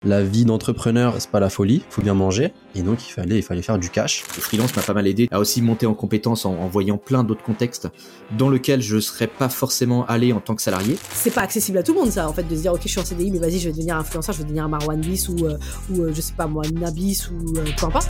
La vie d'entrepreneur, c'est pas la folie, faut bien manger, et donc il fallait faire du cash. Le freelance m'a pas mal aidé à aussi monter en compétences en voyant plein d'autres contextes dans lesquels je serais pas forcément allé en tant que salarié. C'est pas accessible à tout le monde ça, en fait, de se dire ok je suis en CDI mais vas-y je vais devenir influenceur, je vais devenir un Marwan Bis ou je sais pas moi, Nabis ou peu importe.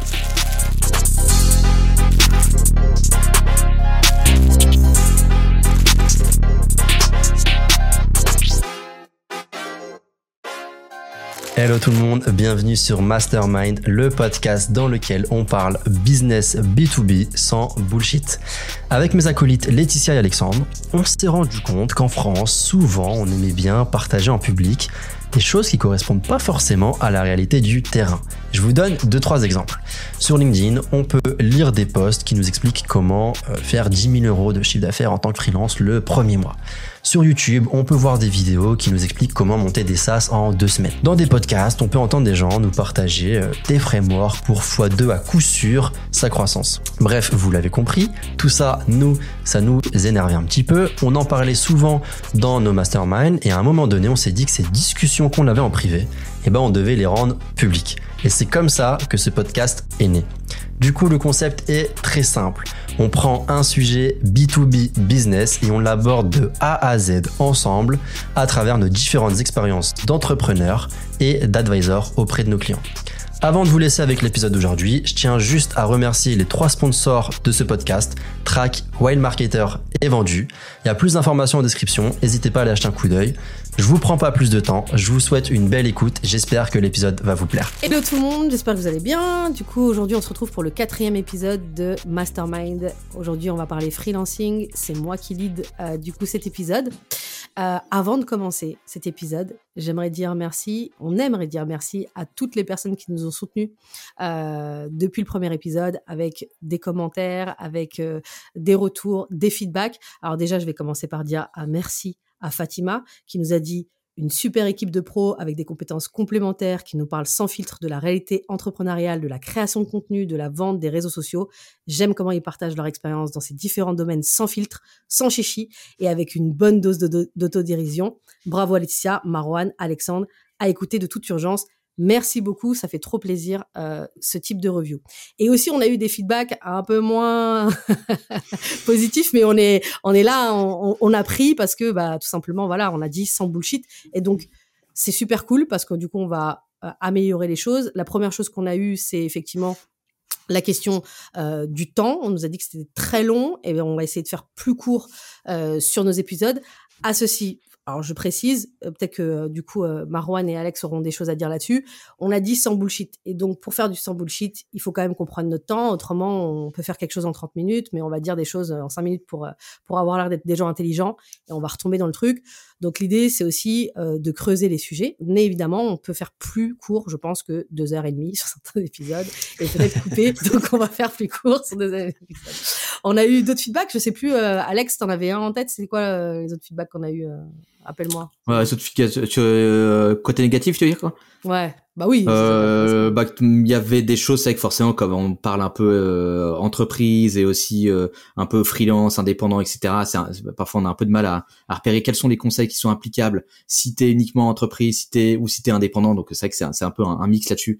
Hello tout le monde, bienvenue sur Mastermind, le podcast dans lequel on parle business B2B sans bullshit. Avec mes acolytes Laetitia et Alexandre, on s'est rendu compte qu'en France, souvent, on aimait bien partager en public des choses qui correspondent pas forcément à la réalité du terrain. Je vous donne 2-3 exemples. Sur LinkedIn, on peut lire des posts qui nous expliquent comment faire 10 000 euros de chiffre d'affaires en tant que freelance le premier mois. Sur YouTube, on peut voir des vidéos qui nous expliquent comment monter des SaaS en 2 semaines. Dans des podcasts, on peut entendre des gens nous partager des frameworks pour x2 à coup sûr sa croissance. Bref, vous l'avez compris, tout ça, ça nous énervait un petit peu. On en parlait souvent dans nos masterminds et à un moment donné, on s'est dit que ces discussions qu'on avait en privé, on devait les rendre publiques. Et c'est comme ça que ce podcast est né. Du coup, le concept est très simple. On prend un sujet B2B business et on l'aborde de A à Z ensemble à travers nos différentes expériences d'entrepreneurs et d'advisors auprès de nos clients. Avant de vous laisser avec l'épisode d'aujourd'hui, je tiens juste à remercier les 3 sponsors de ce podcast, Track, Wild Marketer et Vendu. Il y a plus d'informations en description, n'hésitez pas à aller acheter un coup d'œil. Je vous prends pas plus de temps, je vous souhaite une belle écoute, j'espère que l'épisode va vous plaire. Hello tout le monde, j'espère que vous allez bien. Du coup, aujourd'hui, on se retrouve pour le 4e épisode de Mastermind. Aujourd'hui, on va parler freelancing, c'est moi qui lead cet épisode. Avant de commencer cet épisode, on aimerait dire merci à toutes les personnes qui nous ont soutenus depuis le premier épisode avec des commentaires, avec des retours, des feedbacks. Alors déjà, je vais commencer par dire merci à Fatima qui nous a dit une super équipe de pros avec des compétences complémentaires qui nous parlent sans filtre de la réalité entrepreneuriale, de la création de contenu, de la vente, des réseaux sociaux. J'aime comment ils partagent leur expérience dans ces différents domaines sans filtre, sans chichi et avec une bonne dose d'autodérision. Bravo à Laetitia, Marwan, Alexandre, à écouter de toute urgence. Merci beaucoup, ça fait trop plaisir ce type de review. Et aussi, on a eu des feedbacks un peu moins positifs, mais on est là, on a pris parce que tout simplement, voilà, on a dit sans bullshit. Et donc, c'est super cool parce que du coup, on va améliorer les choses. La première chose qu'on a eue, c'est effectivement la question du temps. On nous a dit que c'était très long et on va essayer de faire plus court sur nos épisodes. À ceci, alors je précise, peut-être que du coup Marwan et Alex auront des choses à dire là-dessus. On a dit sans bullshit. Et donc pour faire du sans bullshit, il faut quand même qu'on prenne notre temps. Autrement, on peut faire quelque chose en 30 minutes, mais on va dire des choses en 5 minutes pour avoir l'air d'être des gens intelligents et on va retomber dans le truc. Donc l'idée, c'est aussi de creuser les sujets. Mais évidemment, on peut faire plus court, je pense, que 2h30 sur certains épisodes et peut-être couper. Donc on va faire plus court sur 2 épisodes. On a eu d'autres feedbacks, je sais plus. Alex, t'en avais un en tête. C'est quoi les autres feedbacks qu'on a eu Appelle-moi. Ouais, les autres feedbacks, côté négatif, tu veux dire quoi? Ouais, bah oui. Il y avait des choses, c'est vrai que forcément, comme on parle un peu entreprise et aussi un peu freelance, indépendant, etc. Parfois, on a un peu de mal à repérer quels sont les conseils qui sont applicables si t'es uniquement entreprise, si t'es indépendant. Donc c'est vrai que c'est un peu un mix là-dessus.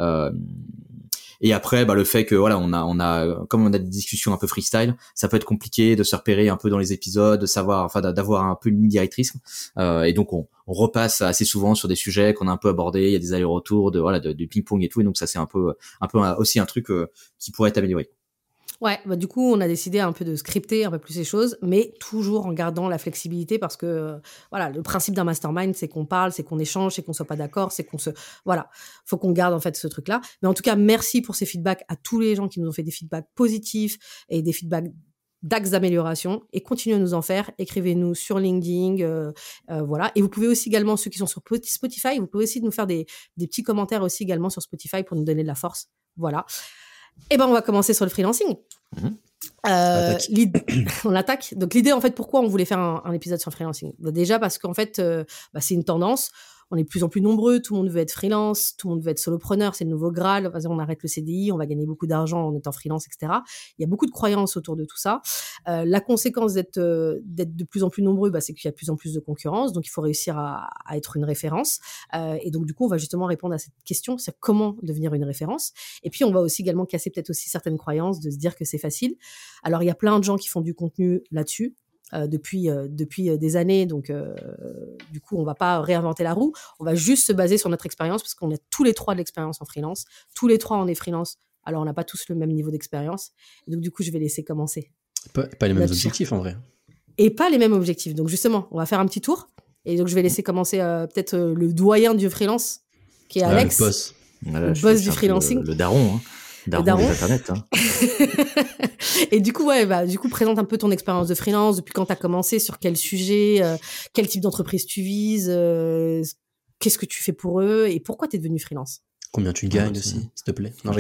Et après, le fait que voilà, comme on a des discussions un peu freestyle, ça peut être compliqué de se repérer un peu dans les épisodes, de savoir, d'avoir un peu une ligne directrice. Et donc on repasse assez souvent sur des sujets qu'on a un peu abordés. Il y a des allers-retours de ping-pong et tout. Et donc ça c'est un peu aussi un truc qui pourrait être amélioré. Ouais, du coup, on a décidé un peu de scripter un peu plus ces choses, mais toujours en gardant la flexibilité parce que, le principe d'un mastermind, c'est qu'on parle, c'est qu'on échange, c'est qu'on soit pas d'accord, c'est qu'on faut qu'on garde en fait ce truc-là. Mais en tout cas, merci pour ces feedbacks à tous les gens qui nous ont fait des feedbacks positifs et des feedbacks d'axes d'amélioration et continuez à nous en faire. Écrivez-nous sur LinkedIn, Et vous pouvez aussi également, ceux qui sont sur Spotify, vous pouvez aussi nous faire des petits commentaires aussi également sur Spotify pour nous donner de la force. Voilà. Et on va commencer sur le freelancing. On attaque. Donc l'idée, en fait, pourquoi on voulait faire un épisode sur le freelancing? Déjà parce qu'en fait, c'est une tendance. on est de plus en plus nombreux, tout le monde veut être freelance, tout le monde veut être solopreneur, c'est le nouveau Graal, vas-y, on arrête le CDI, on va gagner beaucoup d'argent en étant freelance, etc. Il y a beaucoup de croyances autour de tout ça. La conséquence d'être de plus en plus nombreux, c'est qu'il y a de plus en plus de concurrence, donc il faut réussir à être une référence. Et donc, du coup, on va justement répondre à cette question, c'est comment devenir une référence. Et puis, on va aussi également casser peut-être aussi certaines croyances de se dire que c'est facile. Alors, il y a plein de gens qui font du contenu là-dessus. Depuis des années, donc du coup on va pas réinventer la roue, on va juste se baser sur notre expérience parce qu'on a tous les trois de l'expérience en freelance, tous les trois on est freelance, alors on n'a pas tous le même niveau d'expérience, et donc du coup je vais laisser commencer. Pas les mêmes objectifs en vrai. Et pas les mêmes objectifs, donc justement on va faire un petit tour, et donc je vais laisser commencer peut-être le doyen du freelance, qui est Alex, le boss, le boss du freelancing, le daron, hein. Daron des internets, hein. Et du coup, présente un peu ton expérience de freelance, depuis quand tu as commencé, sur quel sujet, quel type d'entreprise tu vises, qu'est-ce que tu fais pour eux et pourquoi tu es devenu freelance. Combien tu gagnes aussi, s'il te plaît. Non,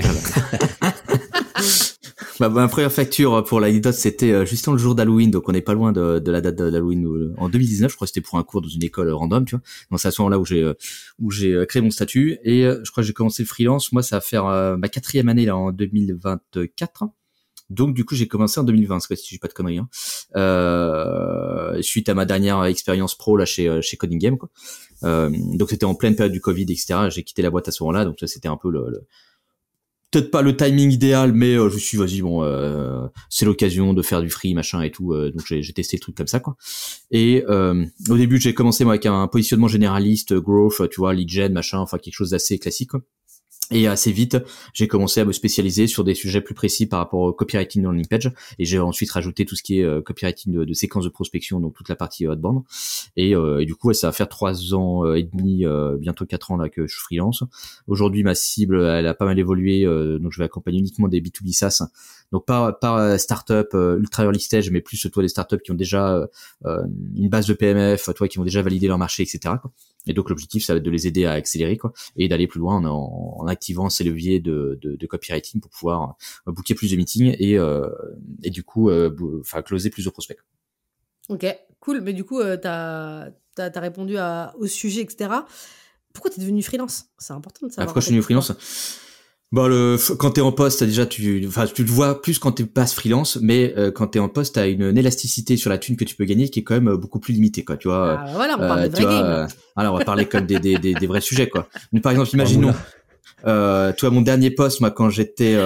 ma première facture pour l'anecdote, c'était juste le jour d'Halloween, donc on n'est pas loin de la date d'Halloween en 2019. Je crois que c'était pour un cours dans une école random, tu vois. Donc c'est à ce moment-là où j'ai créé mon statut, et je crois que j'ai commencé le freelance. Moi, ça va faire ma 4e année là en 2024. Donc du coup j'ai commencé en 2020, si je dis pas de conneries, hein. Suite à ma dernière expérience pro là chez Coding Game, quoi. Donc c'était en pleine période du Covid, etc. J'ai quitté la boîte à ce moment-là, donc ça c'était un peu peut-être pas le timing idéal, mais je me suis dit, vas-y, bon, c'est l'occasion de faire du free, machin et tout, donc j'ai testé le truc comme ça, quoi. Et au début j'ai commencé moi avec un positionnement généraliste, growth, tu vois, lead gen, machin, enfin quelque chose d'assez classique, quoi. Et assez vite, j'ai commencé à me spécialiser sur des sujets plus précis par rapport au copywriting de landing page, et j'ai ensuite rajouté tout ce qui est copywriting de séquence de prospection, donc toute la partie outbound. Et du coup, ça va faire 3 ans et demi, bientôt 4 ans là que je suis freelance. Aujourd'hui, ma cible, elle a pas mal évolué, donc je vais accompagner uniquement des B2B SaaS, donc pas start-up ultra early stage, mais plus toi des start-up qui ont déjà une base de PMF, toi qui ont déjà validé leur marché, etc., quoi. Et donc l'objectif, ça va être de les aider à accélérer, quoi, et d'aller plus loin en activant ces leviers de copywriting pour pouvoir booker plus de meetings et du coup closer plus de prospects. Ok, cool. Mais du coup, t'as répondu au sujet, etc. Pourquoi t'es devenu freelance? C'est important de savoir. Pourquoi je suis devenu freelance? Quand t'es en poste, déjà tu le vois plus quand t'es pas freelance, mais quand t'es en poste, t'as une élasticité sur la thune que tu peux gagner qui est quand même beaucoup plus limitée, quoi. Tu vois. Voilà, on parle de vrai game. Alors on va parler comme des vrais sujets, quoi. Mais par exemple, imaginons, toi, mon dernier poste, moi, quand j'étais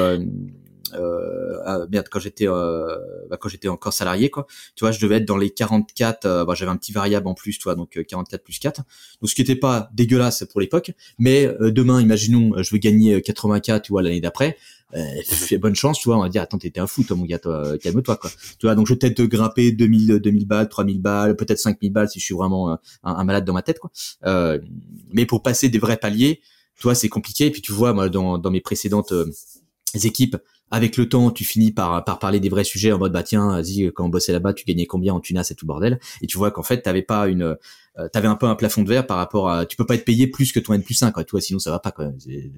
quand j'étais encore salarié, quoi, tu vois, je devais être dans les 44, j'avais un petit variable en plus, toi, donc 44 plus 4, donc ce qui était pas dégueulasse pour l'époque, mais demain, imaginons, je veux gagner 84, tu vois, l'année d'après, bonne chance, tu vois, on va dire, attends, t'étais un fou, toi, mon gars, toi, calme-toi, quoi. Tu vois, donc je vais peut-être grimper 2000 balles, 3000 balles, peut-être 5000 balles si je suis vraiment un malade dans ma tête, quoi. Mais pour passer des vrais paliers, tu vois, c'est compliqué. Et puis tu vois, moi, dans mes précédentes équipes, avec le temps, tu finis par parler des vrais sujets en mode, tiens, vas-y, quand on bossait là-bas, tu gagnais combien en tunas et tout bordel. Et tu vois qu'en fait, t'avais un peu un plafond de verre par rapport à, tu peux pas être payé plus que ton N+1, quoi. Tu vois, sinon ça va pas, quoi.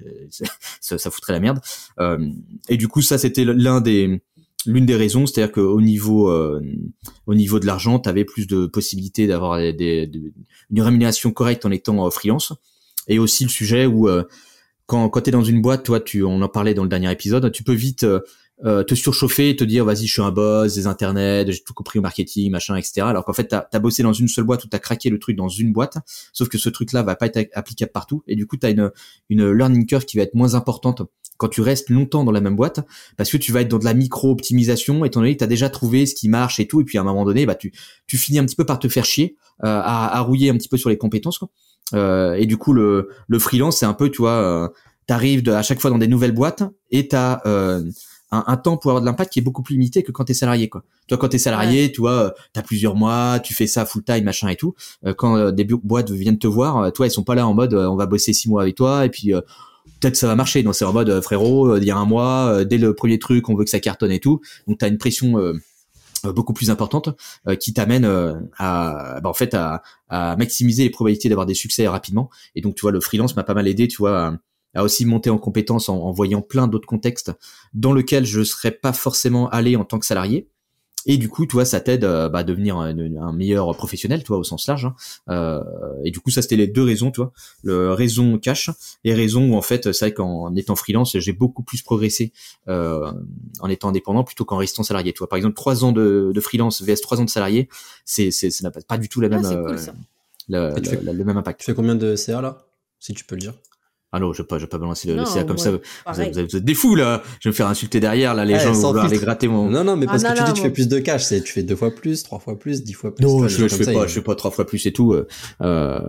Ça foutrait la merde. Et du coup, ça, c'était l'une des raisons, c'est-à-dire qu'au niveau de l'argent, t'avais plus de possibilités d'avoir une rémunération correcte en étant freelance. Et aussi le sujet où quand t'es dans une boîte, toi, on en parlait dans le dernier épisode, tu peux vite te surchauffer et te dire, vas-y, je suis un boss des internets, j'ai tout compris au marketing, machin, etc. Alors qu'en fait, t'as bossé dans une seule boîte ou t'as craqué le truc dans une boîte, sauf que ce truc-là va pas être applicable partout, et du coup, t'as une learning curve qui va être moins importante quand tu restes longtemps dans la même boîte, parce que tu vas être dans de la micro-optimisation, étant donné que t'as déjà trouvé ce qui marche et tout, et puis à un moment donné, tu finis un petit peu par te faire chier, à rouiller un petit peu sur les compétences, quoi. Et du coup, le freelance, c'est un peu, tu vois, t'arrives à chaque fois dans des nouvelles boîtes, et t'as un temps pour avoir de l'impact qui est beaucoup plus limité que quand t'es salarié, quoi. Toi, quand t'es salarié, ouais, tu vois, t'as plusieurs mois, tu fais ça full time, machin et tout. Quand des boîtes viennent te voir, toi, ils sont pas là en mode, on va bosser 6 mois avec toi, et puis peut-être ça va marcher. Donc c'est en mode, frérot, il y a un mois, dès le premier truc, on veut que ça cartonne et tout. Donc t'as une pression beaucoup plus importante qui t'amène à maximiser les probabilités d'avoir des succès rapidement. Et donc tu vois, le freelance m'a pas mal aidé, tu vois, à aussi monter en compétence en voyant plein d'autres contextes dans lesquels je serais pas forcément allé en tant que salarié. Et du coup, toi, ça t'aide à devenir un meilleur professionnel, toi, au sens large. Et du coup, ça, c'était les deux raisons, toi. Le raison cash et raison où, en fait, c'est vrai qu'en étant freelance, j'ai beaucoup plus progressé en étant indépendant plutôt qu'en restant salarié. Toi, par exemple, 3 ans de freelance vs 3 ans de salarié, ça n'a pas du tout la même, c'est cool, ça. le même impact. Tu fais combien de CA là, si tu peux le dire? Ah non, je vais pas balancer le Non, CA comme moi, ça. Vous êtes des fous, là. Je vais me faire insulter derrière, là. Les gens vont vouloir aller gratter mon... Non, mais parce que tu dis tu moi... fais plus de cash, tu fais 2 fois plus, 3 fois plus, 10 fois plus. Non, Toi, je fais pas 3 fois plus et tout. Mais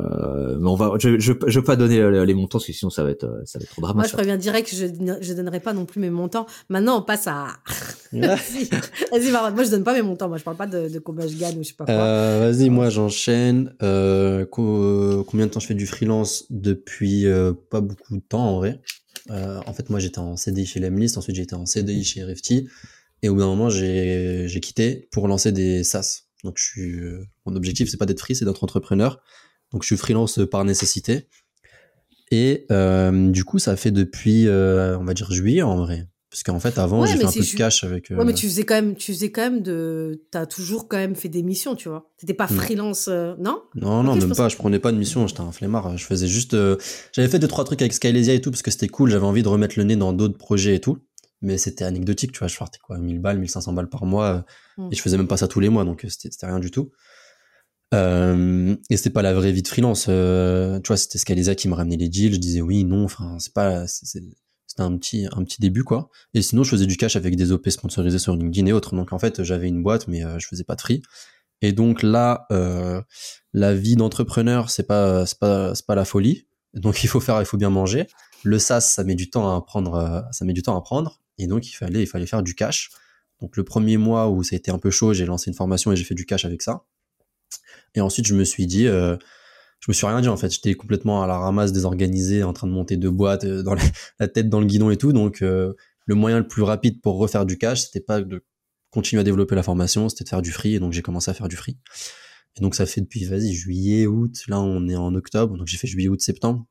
je vais pas donner les montants parce que sinon ça va être trop dramatique. Moi, je préviens direct que je donnerai pas non plus mes montants. Maintenant, on passe à... Vas-y, Marwan. Moi, je donne pas mes montants. Moi, je parle pas de combien je gagne ou je sais pas quoi. Vas-y, moi, j'enchaîne. Combien de temps je fais du freelance? Depuis pas beaucoup de temps, en vrai. En fait, moi, j'étais en CDI chez Lemlist, ensuite j'étais en CDI chez RFT, et au bout d'un moment, j'ai quitté pour lancer des SaaS. Donc, mon objectif, c'est pas d'être free, c'est d'être entrepreneur. Donc, je suis freelance par nécessité. Et du coup, ça fait depuis, on va dire juillet, en vrai. Parce qu'en fait, avant, j'ai fait un peu de cash avec... Ouais, mais tu faisais quand même t'as toujours quand même fait des missions, tu vois. T'étais pas freelance, non? Non, Okay, même pas. Je prenais pas de mission. J'étais un flemmard. Je faisais juste... J'avais fait 2-3 trucs avec Skylesia et tout, parce que c'était cool. J'avais envie de remettre le nez dans d'autres projets et tout. Mais c'était anecdotique, tu vois. Je partais quoi, 1000 balles, 1500 balles par mois. Et je faisais même pas ça tous les mois, donc c'était rien du tout. Et c'était pas la vraie vie de freelance. Tu vois, c'était Skylesia qui me ramenait les deals. Je disais oui, non. Enfin, c'était un petit début, quoi. Et sinon, je faisais du cash avec des OP sponsorisés sur LinkedIn et autres. Donc, en fait, j'avais une boîte, mais je faisais pas de free. Et donc là, la vie d'entrepreneur, c'est pas la folie. Donc il faut bien manger. Le SaaS, ça met du temps à apprendre. Et donc il fallait faire du cash. Donc le premier mois où ça a été un peu chaud, j'ai lancé une formation et j'ai fait du cash avec ça. Et ensuite je me suis rien dit en fait. J'étais complètement à la ramasse, désorganisé, en train de monter 2 boîtes, dans la tête dans le guidon et tout. Donc le moyen le plus rapide pour refaire du cash, c'était pas de continuer à développer la formation, c'était de faire du free. Et donc j'ai commencé à faire du free. Et donc ça fait depuis, juillet, août. Là on est en octobre, donc j'ai fait juillet, août, septembre.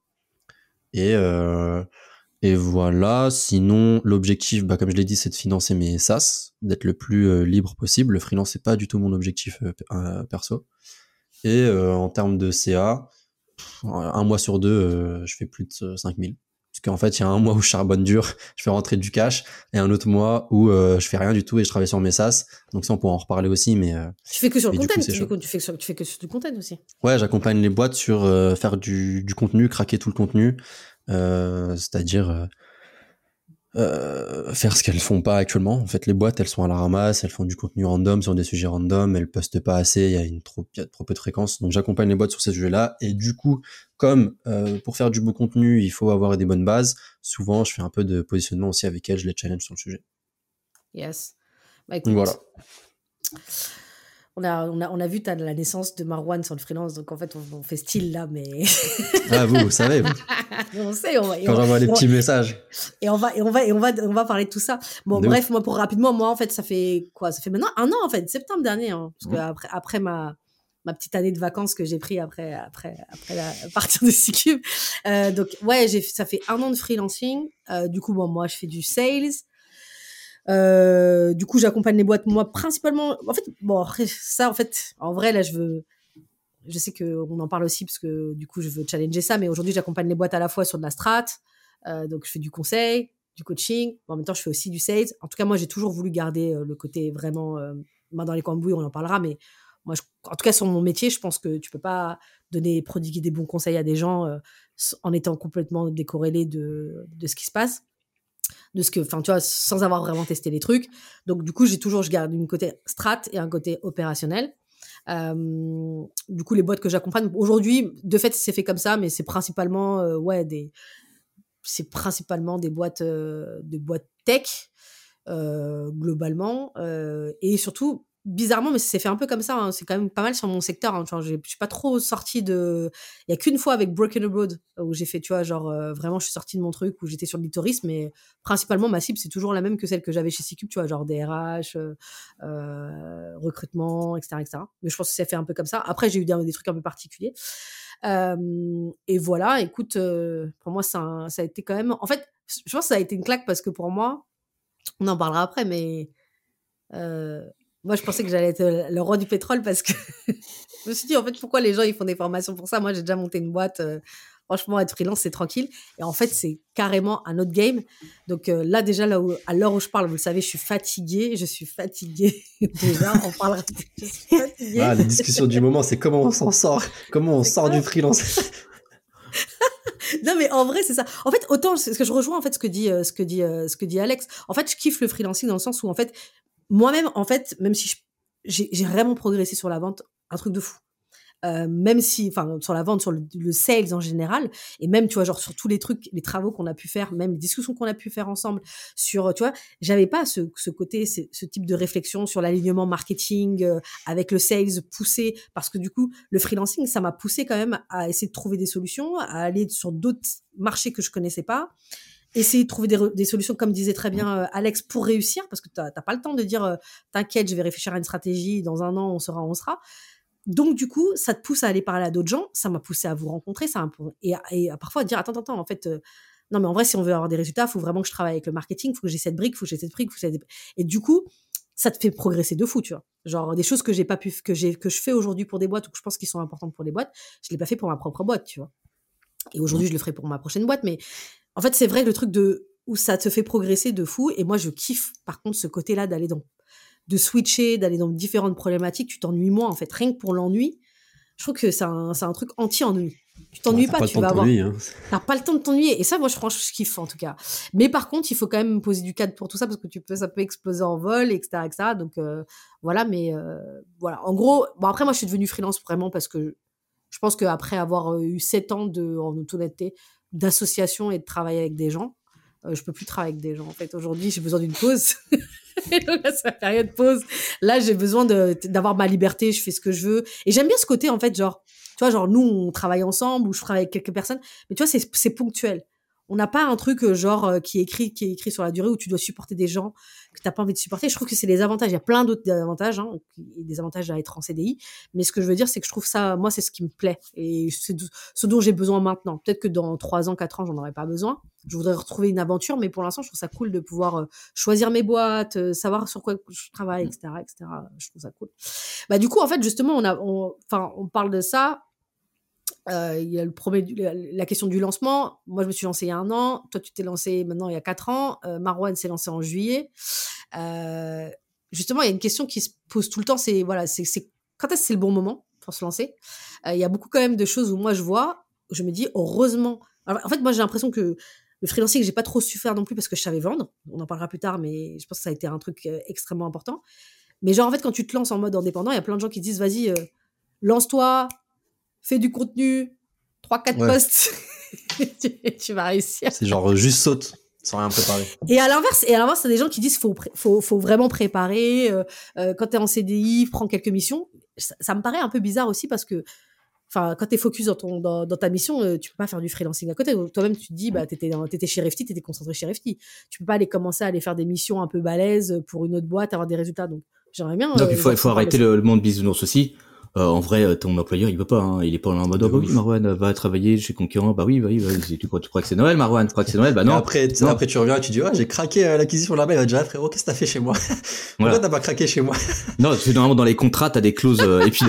Et voilà. Sinon l'objectif, comme je l'ai dit, c'est de financer mes SaaS, d'être le plus libre possible. Le freelance, c'est pas du tout mon objectif perso. Et en termes de CA, un mois sur 2, je fais plus de 5000. Parce qu'en fait, il y a un mois où je charbonne dur, je fais rentrer du cash, et un autre mois où je fais rien du tout et je travaille sur mes SaaS. Donc ça, on pourra en reparler aussi, mais... Tu fais que sur le content, coup, tu fais que sur du content aussi. Ouais, j'accompagne les boîtes sur faire du contenu, craquer tout le contenu, c'est-à-dire faire ce qu'elles font pas actuellement. En fait, les boîtes, elles sont à la ramasse, elles font du contenu random sur des sujets random, elles postent pas assez, il y a trop peu de fréquences. Donc j'accompagne les boîtes sur ces sujets-là. Et du coup, comme pour faire du beau contenu, il faut avoir des bonnes bases, souvent je fais un peu de positionnement aussi avec elles, je les challenge sur le sujet. Yes. Écoute, donc voilà. On a vu la naissance de Marwan sur le freelance, donc en fait on fait style là, mais vous savez, vous. On sait, quand j'envoie les petits messages. Et on va parler de tout ça. Bon, bref, moi pour rapidement, moi en fait ça fait maintenant 1 an en fait, septembre dernier, hein, parce que après ma petite année de vacances que j'ai pris après partir de C-Cube. Donc ouais, ça fait 1 an de freelancing. Du coup moi je fais du sales. Du coup j'accompagne les boîtes moi principalement. En fait après ça en fait en vrai là je sais qu'on en parle aussi parce que du coup je veux challenger ça, mais aujourd'hui j'accompagne les boîtes à la fois sur de la strat, donc je fais du conseil, du coaching, en même temps je fais aussi du sales. En tout cas moi j'ai toujours voulu garder le côté vraiment main dans les cambouis, on en parlera, mais moi en tout cas sur mon métier je pense que tu peux pas prodiguer des bons conseils à des gens en étant complètement décorrélé de ce qui se passe, tu vois, sans avoir vraiment testé les trucs. Donc du coup je garde un côté strat et un côté opérationnel. Du coup les boîtes que j'accompagne aujourd'hui, de fait c'est fait comme ça, mais c'est principalement des boîtes tech globalement, et surtout bizarrement, mais c'est fait un peu comme ça, hein, c'est quand même pas mal sur mon secteur, hein, tu vois, je suis pas trop sortie il y a qu'une fois avec Broken Abroad où j'ai fait, tu vois, genre vraiment je suis sortie de mon truc où j'étais sur le littorisme, mais principalement ma cible c'est toujours la même que celle que j'avais chez C-Cube, tu vois, genre DRH, recrutement, etc., mais je pense que c'est fait un peu comme ça. Après j'ai eu des trucs un peu particuliers, et voilà. Écoute, pour moi ça a été quand même, en fait je pense que ça a été une claque parce que pour moi, on en parlera après, mais Moi, je pensais que j'allais être le roi du pétrole parce que je me suis dit, en fait, pourquoi les gens, ils font des formations pour ça? Moi, j'ai déjà monté une boîte. Franchement, être freelance, c'est tranquille. Et en fait, c'est carrément un autre game. Donc là, déjà, à l'heure où je parle, vous le savez, je suis fatiguée. Déjà, on parlera. Je suis fatiguée. Ah, les discussions du moment, c'est comment on s'en sort. Comment on sort du freelance. Non, mais en vrai, c'est ça. En fait, autant, ce que je rejoins, en fait, ce que dit Alex. En fait, je kiffe le freelancing dans le sens où, en fait, moi-même, en fait, même si j'ai vraiment progressé sur la vente, un truc de fou. Même si, enfin, sur la vente, sur le sales en général, et même, tu vois, genre sur tous les trucs, les travaux qu'on a pu faire, même les discussions qu'on a pu faire ensemble, sur, tu vois, j'avais pas ce côté, ce type de réflexion sur l'alignement marketing avec le sales poussé, parce que du coup, le freelancing, ça m'a poussé quand même à essayer de trouver des solutions, à aller sur d'autres marchés que je connaissais pas, essayer de trouver des solutions, comme disait très bien Alex, pour réussir, parce que t'as pas le temps de dire t'inquiète, je vais réfléchir à une stratégie, dans un an, on sera où on sera. Donc, du coup, ça te pousse à aller parler à d'autres gens. Ça m'a poussé à vous rencontrer. Et à parfois à dire, attends, en fait, non, mais en vrai, si on veut avoir des résultats, il faut vraiment que je travaille avec le marketing. Il faut que j'ai cette brique, il faut que j'ai cette brique, Et du coup, ça te fait progresser de fou, tu vois. Genre, des choses que j'ai pas pu, que je fais aujourd'hui pour des boîtes ou que je pense qu'ils sont importantes pour des boîtes, je l'ai pas fait pour ma propre boîte, tu vois. Et aujourd'hui, je le ferai pour ma prochaine boîte. Mais en fait, c'est vrai, le truc où ça te fait progresser de fou. Et moi, je kiffe, par contre, ce côté-là de switcher, d'aller dans différentes problématiques, tu t'ennuies moins, en fait. Rien que pour l'ennui, je trouve que c'est un truc anti-ennui. Tu t'ennuies pas, tu vas avoir... T'as pas le temps de t'ennuyer. Et ça, moi, franchement, je kiffe, en tout cas. Mais par contre, il faut quand même poser du cadre pour tout ça, parce que ça peut exploser en vol, etc., etc. Donc, voilà, mais voilà. En gros, bon, après, moi, je suis devenue freelance vraiment parce que je pense qu'après avoir eu 7 ans en toute honnêteté, d'association et de travailler avec des gens, je peux plus travailler avec des gens. En fait, aujourd'hui, j'ai besoin d'une pause. Et donc là, c'est la période pause. Là, j'ai besoin d'avoir ma liberté. Je fais ce que je veux. Et j'aime bien ce côté, en fait, genre, tu vois, genre, nous, on travaille ensemble ou je travaille avec quelques personnes. Mais tu vois, c'est ponctuel. On n'a pas un truc, genre, qui est écrit sur la durée où tu dois supporter des gens que t'as pas envie de supporter. Je trouve que c'est les avantages. Il y a plein d'autres avantages, hein, des avantages à être en CDI. Mais ce que je veux dire, c'est que je trouve ça, moi, c'est ce qui me plaît. Et c'est ce dont j'ai besoin maintenant. Peut-être que dans 3 ans, 4 ans, j'en aurai pas besoin. Je voudrais retrouver une aventure, mais pour l'instant, je trouve ça cool de pouvoir choisir mes boîtes, savoir sur quoi je travaille, etc., etc. Je trouve ça cool. Bah, du coup, en fait, justement, on parle de ça. Il y a la question du lancement. Moi, je me suis lancée il y a 1 an. Toi, tu t'es lancé maintenant il y a 4 ans. Marwan s'est lancé en juillet. Justement, il y a une question qui se pose tout le temps. C'est voilà, c'est quand est-ce que c'est le bon moment pour se lancer? Il y a beaucoup quand même de choses où moi je vois, où je me dis heureusement. Alors, en fait, moi, j'ai l'impression que le freelancing, j'ai pas trop su faire non plus parce que je savais vendre. On en parlera plus tard, mais je pense que ça a été un truc extrêmement important. Mais genre, en fait, quand tu te lances en mode indépendant, il y a plein de gens qui disent, vas-y, lance-toi, fais du contenu, 3-4 posts, tu vas réussir. C'est genre, juste saute, sans rien préparer. Et à l'inverse, t'as des gens qui disent, faut vraiment préparer, quand t'es en CDI, prends quelques missions. Ça me paraît un peu bizarre aussi parce que, enfin, quand t'es focus dans ta mission, tu peux pas faire du freelancing à côté. Toi-même, tu te dis, bah, t'étais chez Refty, t'étais concentré chez Refty. Tu peux pas aller commencer à aller faire des missions un peu balèzes pour une autre boîte, avoir des résultats. Donc, j'aimerais bien. Donc, il faut arrêter le monde bisounours aussi. En vrai, ton employeur, il veut pas, hein. Il est pas en mode, bah oui, Marwan, va travailler chez concurrent. Bah oui, tu crois que c'est Noël, Marwan? Tu crois que c'est Noël? Bah non. Après, tu reviens et tu dis, j'ai craqué l'acquisition là-bas. Il va dire, frérot, qu'est-ce que t'as fait chez moi? Pourquoi t'as pas craqué chez moi? Non, parce que normalement, dans les contrats, t'as des clauses, et puis,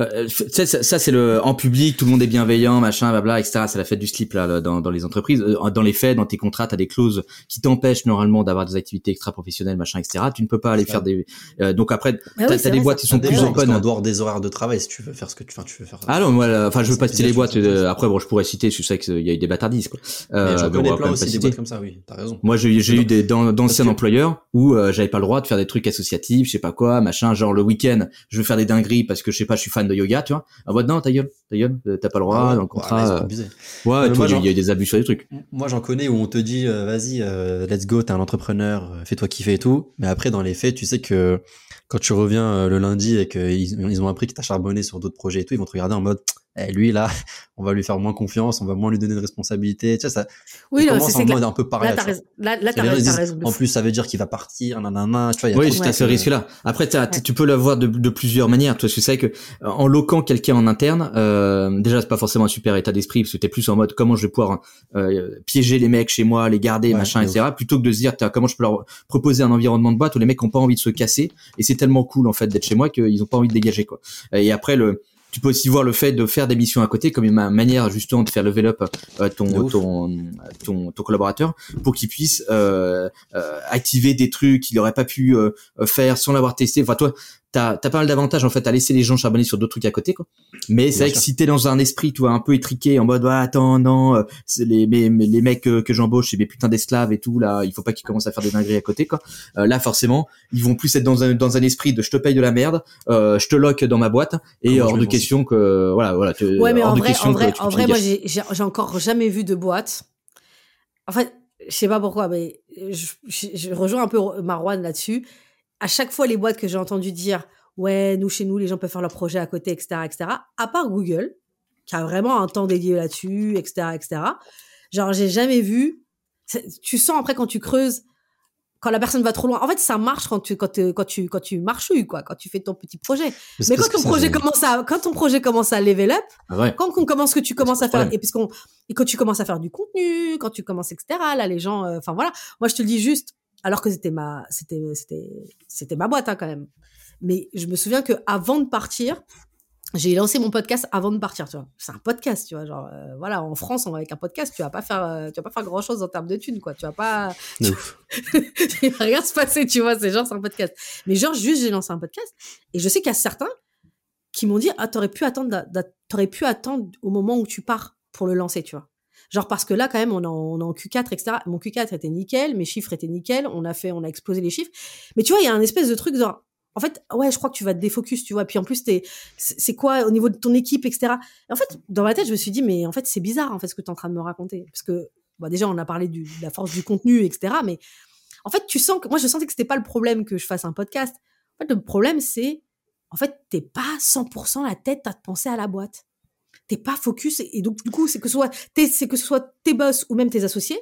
ça, c'est en public, tout le monde est bienveillant, machin, blabla, etc. C'est la fête du slip, là, dans les entreprises. Dans les faits, dans tes contrats, t'as des clauses qui t'empêchent, normalement, d'avoir des activités extra-professionnelles, machin, etc. Tu ne peux pas aller faire donc après, t'as des boîtes qui sont plus open. En dehors des horaires de travail, si tu veux faire ce que tu veux faire. Ah non, moi, je veux pas citer les boîtes. Après, bon, je pourrais citer, je sais qu'il y a eu des bâtardises, quoi. Mais j'en connais plein aussi, des boîtes comme ça, oui, t'as raison. Moi, j'ai eu d'anciens employeurs où j'avais pas le droit de faire des trucs associatifs, je sais pas quoi, machin, genre le week-end, je veux faire des dingueries parce que je sais pas, je suis fan de yoga, tu vois. Ah ouais, non, ta gueule, t'as pas le droit dans le contrat. Ouais, il y a eu des abus sur des trucs. Moi, j'en connais où on te dit, vas-y, let's go, t'es un entrepreneur, fais-toi kiffer et tout. Mais après, dans les faits, tu sais que quand tu reviens le lundi et qu'ils ont appris que t'as charbonné sur d'autres projets et tout, ils vont te regarder en mode, Et lui, là, on va lui faire moins confiance, on va moins lui donner de responsabilités. Tu sais, ça Oui, non, commence en mode un peu pareil. Là, t'as raison. Là, t'as raison. En plus, ça veut dire qu'il va partir, nanana. Tu vois, il y a oui, trop t'as ce risque-là. Après, tu peux l'avoir de plusieurs manières. Toi, c'est vrai que en loquant quelqu'un en interne, déjà, c'est pas forcément un super état d'esprit, parce que t'es plus en mode comment je vais pouvoir piéger les mecs chez moi, les garder, machin, etc. Plutôt que de se dire comment je peux leur proposer un environnement de boîte où les mecs ont pas envie de se casser. Et c'est tellement cool en fait d'être chez moi qu'ils ont pas envie de dégager, quoi. Et après tu peux aussi voir le fait de faire des missions à côté comme une manière justement de faire level up ton collaborateur pour qu'il puisse activer des trucs qu'il n'aurait pas pu faire sans l'avoir testé. Enfin, toi, t'as pas mal d'avantages en fait à laisser les gens charbonner sur d'autres trucs à côté, quoi. Mais c'est vrai que si t'es dans un esprit, tu vois, un peu étriqué en mode attends, non, c'est les mecs que j'embauche, c'est mes putains d'esclaves et tout, là, il faut pas qu'ils commencent à faire des dingueries à côté, quoi. Là, forcément, ils vont plus être dans un esprit de je te paye de la merde, je te lock dans ma boîte et hors de question que voilà. Ouais, mais en vrai, moi j'ai encore jamais vu de boîte. En fait, je sais pas pourquoi, mais je rejoins un peu Marwan là-dessus. À chaque fois, les boîtes que j'ai entendu dire ouais, chez nous, les gens peuvent faire leurs projets à côté, etc., à part Google, qui a vraiment un temps dédié là-dessus, etc. Genre, j'ai jamais vu. Tu sens après quand tu creuses, quand la personne va trop loin. En fait, ça marche quand tu marchouilles, quoi, quand tu fais ton petit projet. Mais quand ton projet commence à level up, quand tu commences à faire, et quand tu commences à faire du contenu, quand tu commences, etc., là, les gens, enfin voilà. Moi, je te le dis juste, alors que c'était ma boîte, hein, quand même. Mais je me souviens que avant de partir, j'ai lancé mon podcast avant de partir, tu vois. C'est un podcast, tu vois, genre voilà, en France, avec un podcast, tu vas pas faire grand-chose en termes de thunes, quoi. Tu vas pas il va rien se passer, tu vois, c'est un podcast. Mais juste j'ai lancé un podcast et je sais qu'il y a certains qui m'ont dit t'aurais pu attendre au moment où tu pars pour le lancer, tu vois. Genre parce que là quand même on est en Q4, etc. Mon Q4 était nickel, mes chiffres étaient nickel, on a explosé les chiffres. Mais tu vois, il y a un espèce de truc genre en fait, ouais, je crois que tu vas te défocus, tu vois. Puis en plus, c'est quoi au niveau de ton équipe, etc. Et en fait, dans ma tête, je me suis dit, mais en fait, c'est bizarre, en fait, ce que tu es en train de me raconter. Parce que, déjà, on a parlé de la force du contenu, etc. Mais en fait, moi, je sentais que c'était pas le problème que je fasse un podcast. En fait, le problème, c'est, en fait, t'es pas 100% la tête à te penser à la boîte. T'es pas focus. Et donc, du coup, c'est que ce soit tes boss ou même tes associés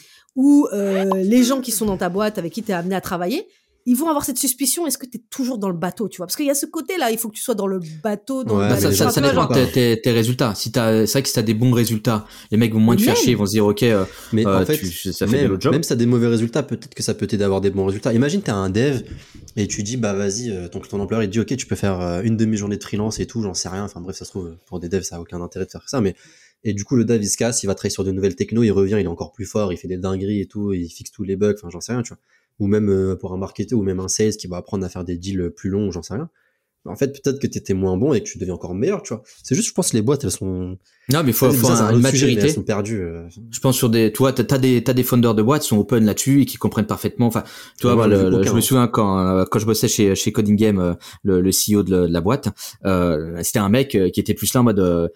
ou les gens qui sont dans ta boîte avec qui t'es amené à travailler, ils vont avoir cette suspicion, est-ce que tu es toujours dans le bateau, tu vois? Parce qu'il y a ce côté-là, il faut que tu sois dans le bateau, ça dépend de tes résultats. C'est vrai que si t'as des bons résultats, les mecs vont moins te faire chier, ils vont se dire, ok, mais en fait, ça fait l'autre job. Même si t'as des mauvais résultats, peut-être que ça peut t'aider d'avoir des bons résultats. Imagine, t'as un dev, et tu dis, bah, vas-y, ton employeur, il dit, ok, tu peux faire une demi-journée de freelance et tout, j'en sais rien. Enfin, bref, ça se trouve, pour des devs, ça a aucun intérêt de faire ça, mais, et du coup, le dev, il se casse, il va travailler sur de nouvelles technos, il revient, il est encore plus fort, il fait des dingueries et tout, il fixe tous les bugs, enfin, j'en sais rien, tu vois. Ou même pour un marketeur ou même un sales qui va apprendre à faire des deals plus longs, j'en sais rien. En fait, peut-être que t'étais moins bon et que tu deviens encore meilleur, tu vois. C'est juste, je pense, les boîtes, elles sont... Non, mais faut une maturité. Elles sont perdues. Je pense sur toi, t'as des founders de boîtes qui sont open là-dessus et qui comprennent parfentement. Enfin, tu vois, je me souviens quand je bossais chez Coding Game, le CEO de la boîte, c'était un mec qui était plus là en mode,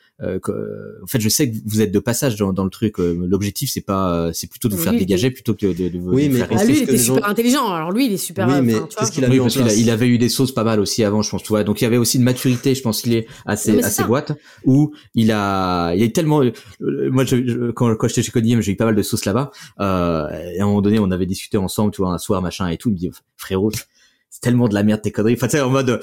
en fait, je sais que vous êtes de passage dans le truc. L'objectif, c'est plutôt de vous faire dégager plutôt que de vous faire rester. Lui, il était super intelligent. Alors lui, il est super. Oui, mais qu'est-ce qu'il a mis en place? Il avait eu des sauces pas mal aussi avant, je pense. Tu vois, donc il y avait aussi une maturité, je pense qu'il est à ces boîtes où il est tellement moi quand j'étais chez Coding, j'ai eu pas mal de sauces là-bas et à un moment donné on avait discuté ensemble, tu vois, un soir machin et tout, il me dit frérot, c'est tellement de la merde tes conneries, enfin tu sais, en mode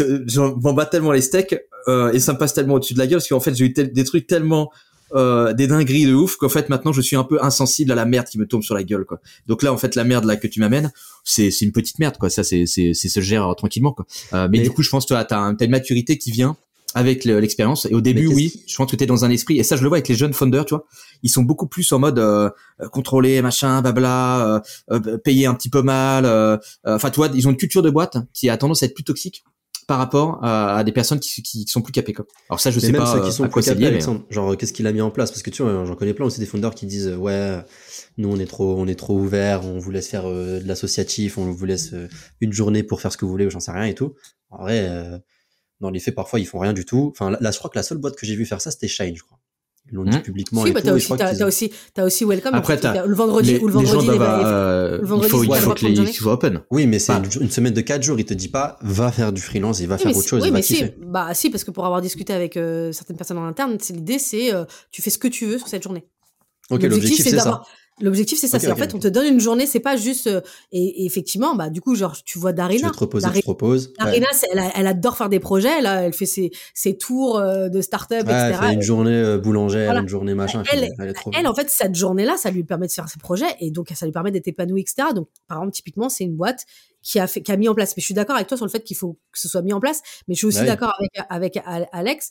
je m'en bats tellement les steaks et ça me passe tellement au-dessus de la gueule parce qu'en fait j'ai eu des trucs tellement des dingueries de ouf qu'en fait maintenant je suis un peu insensible à la merde qui me tombe sur la gueule, quoi. Donc là en fait la merde là que tu m'amènes, c'est une petite merde, quoi. Ça c'est se gère tranquillement, quoi. Mais du coup je pense que t'as une maturité qui vient avec l'expérience. Et au début, oui, je pense que t'es dans un esprit, et ça je le vois avec les jeunes founders, tu vois, ils sont beaucoup plus en mode contrôler, machin, blabla, payer un petit peu mal, enfin tu vois, ils ont une culture de boîte qui a tendance à être plus toxique par rapport à des personnes qui sont plus capées, quoi. Alors ça je sais pas ceux qui sont à quoi c'est lié, mais... genre qu'est-ce qu'il a mis en place, parce que tu vois, j'en connais plein aussi des founders qui disent ouais, nous on est trop ouverts, on vous laisse faire de l'associatif, on vous laisse une journée pour faire ce que vous voulez, ou j'en sais rien et tout. En vrai dans les faits, parfois, ils font rien du tout. Enfin, là, je crois que la seule boîte que j'ai vu faire ça, c'était Shine, je crois. Ils l'ont dit publiquement Si, et bah, tout. t'as aussi Welcome. Après, le vendredi, les gens le vendredi, il faut qu'ils soient open. Oui, mais c'est une semaine de 4 jours. Il te dit pas, va faire du freelance, il va faire autre chose, il va kiffer. Bah, si, parce que pour avoir discuté avec certaines personnes en interne, l'idée, c'est, tu fais ce que tu veux sur cette journée. Ok, l'objectif, c'est ça. L'objectif, c'est ça. Okay, en fait, on te donne une journée, c'est pas juste, et effectivement, bah, du coup, genre, tu vois Darina. Tu veux te reposer, tu te reposes. Darina, elle adore faire des projets, là, elle fait ses tours de start-up, etc. Elle fait une journée boulangère, une journée machin. Elle, en fait, cette journée-là, ça lui permet de faire ses projets, et donc, ça lui permet d'être épanoui, etc. Donc, par exemple, typiquement, c'est une boîte qui a mis en place. Mais je suis d'accord avec toi sur le fait qu'il faut que ce soit mis en place, mais je suis aussi d'accord avec Alex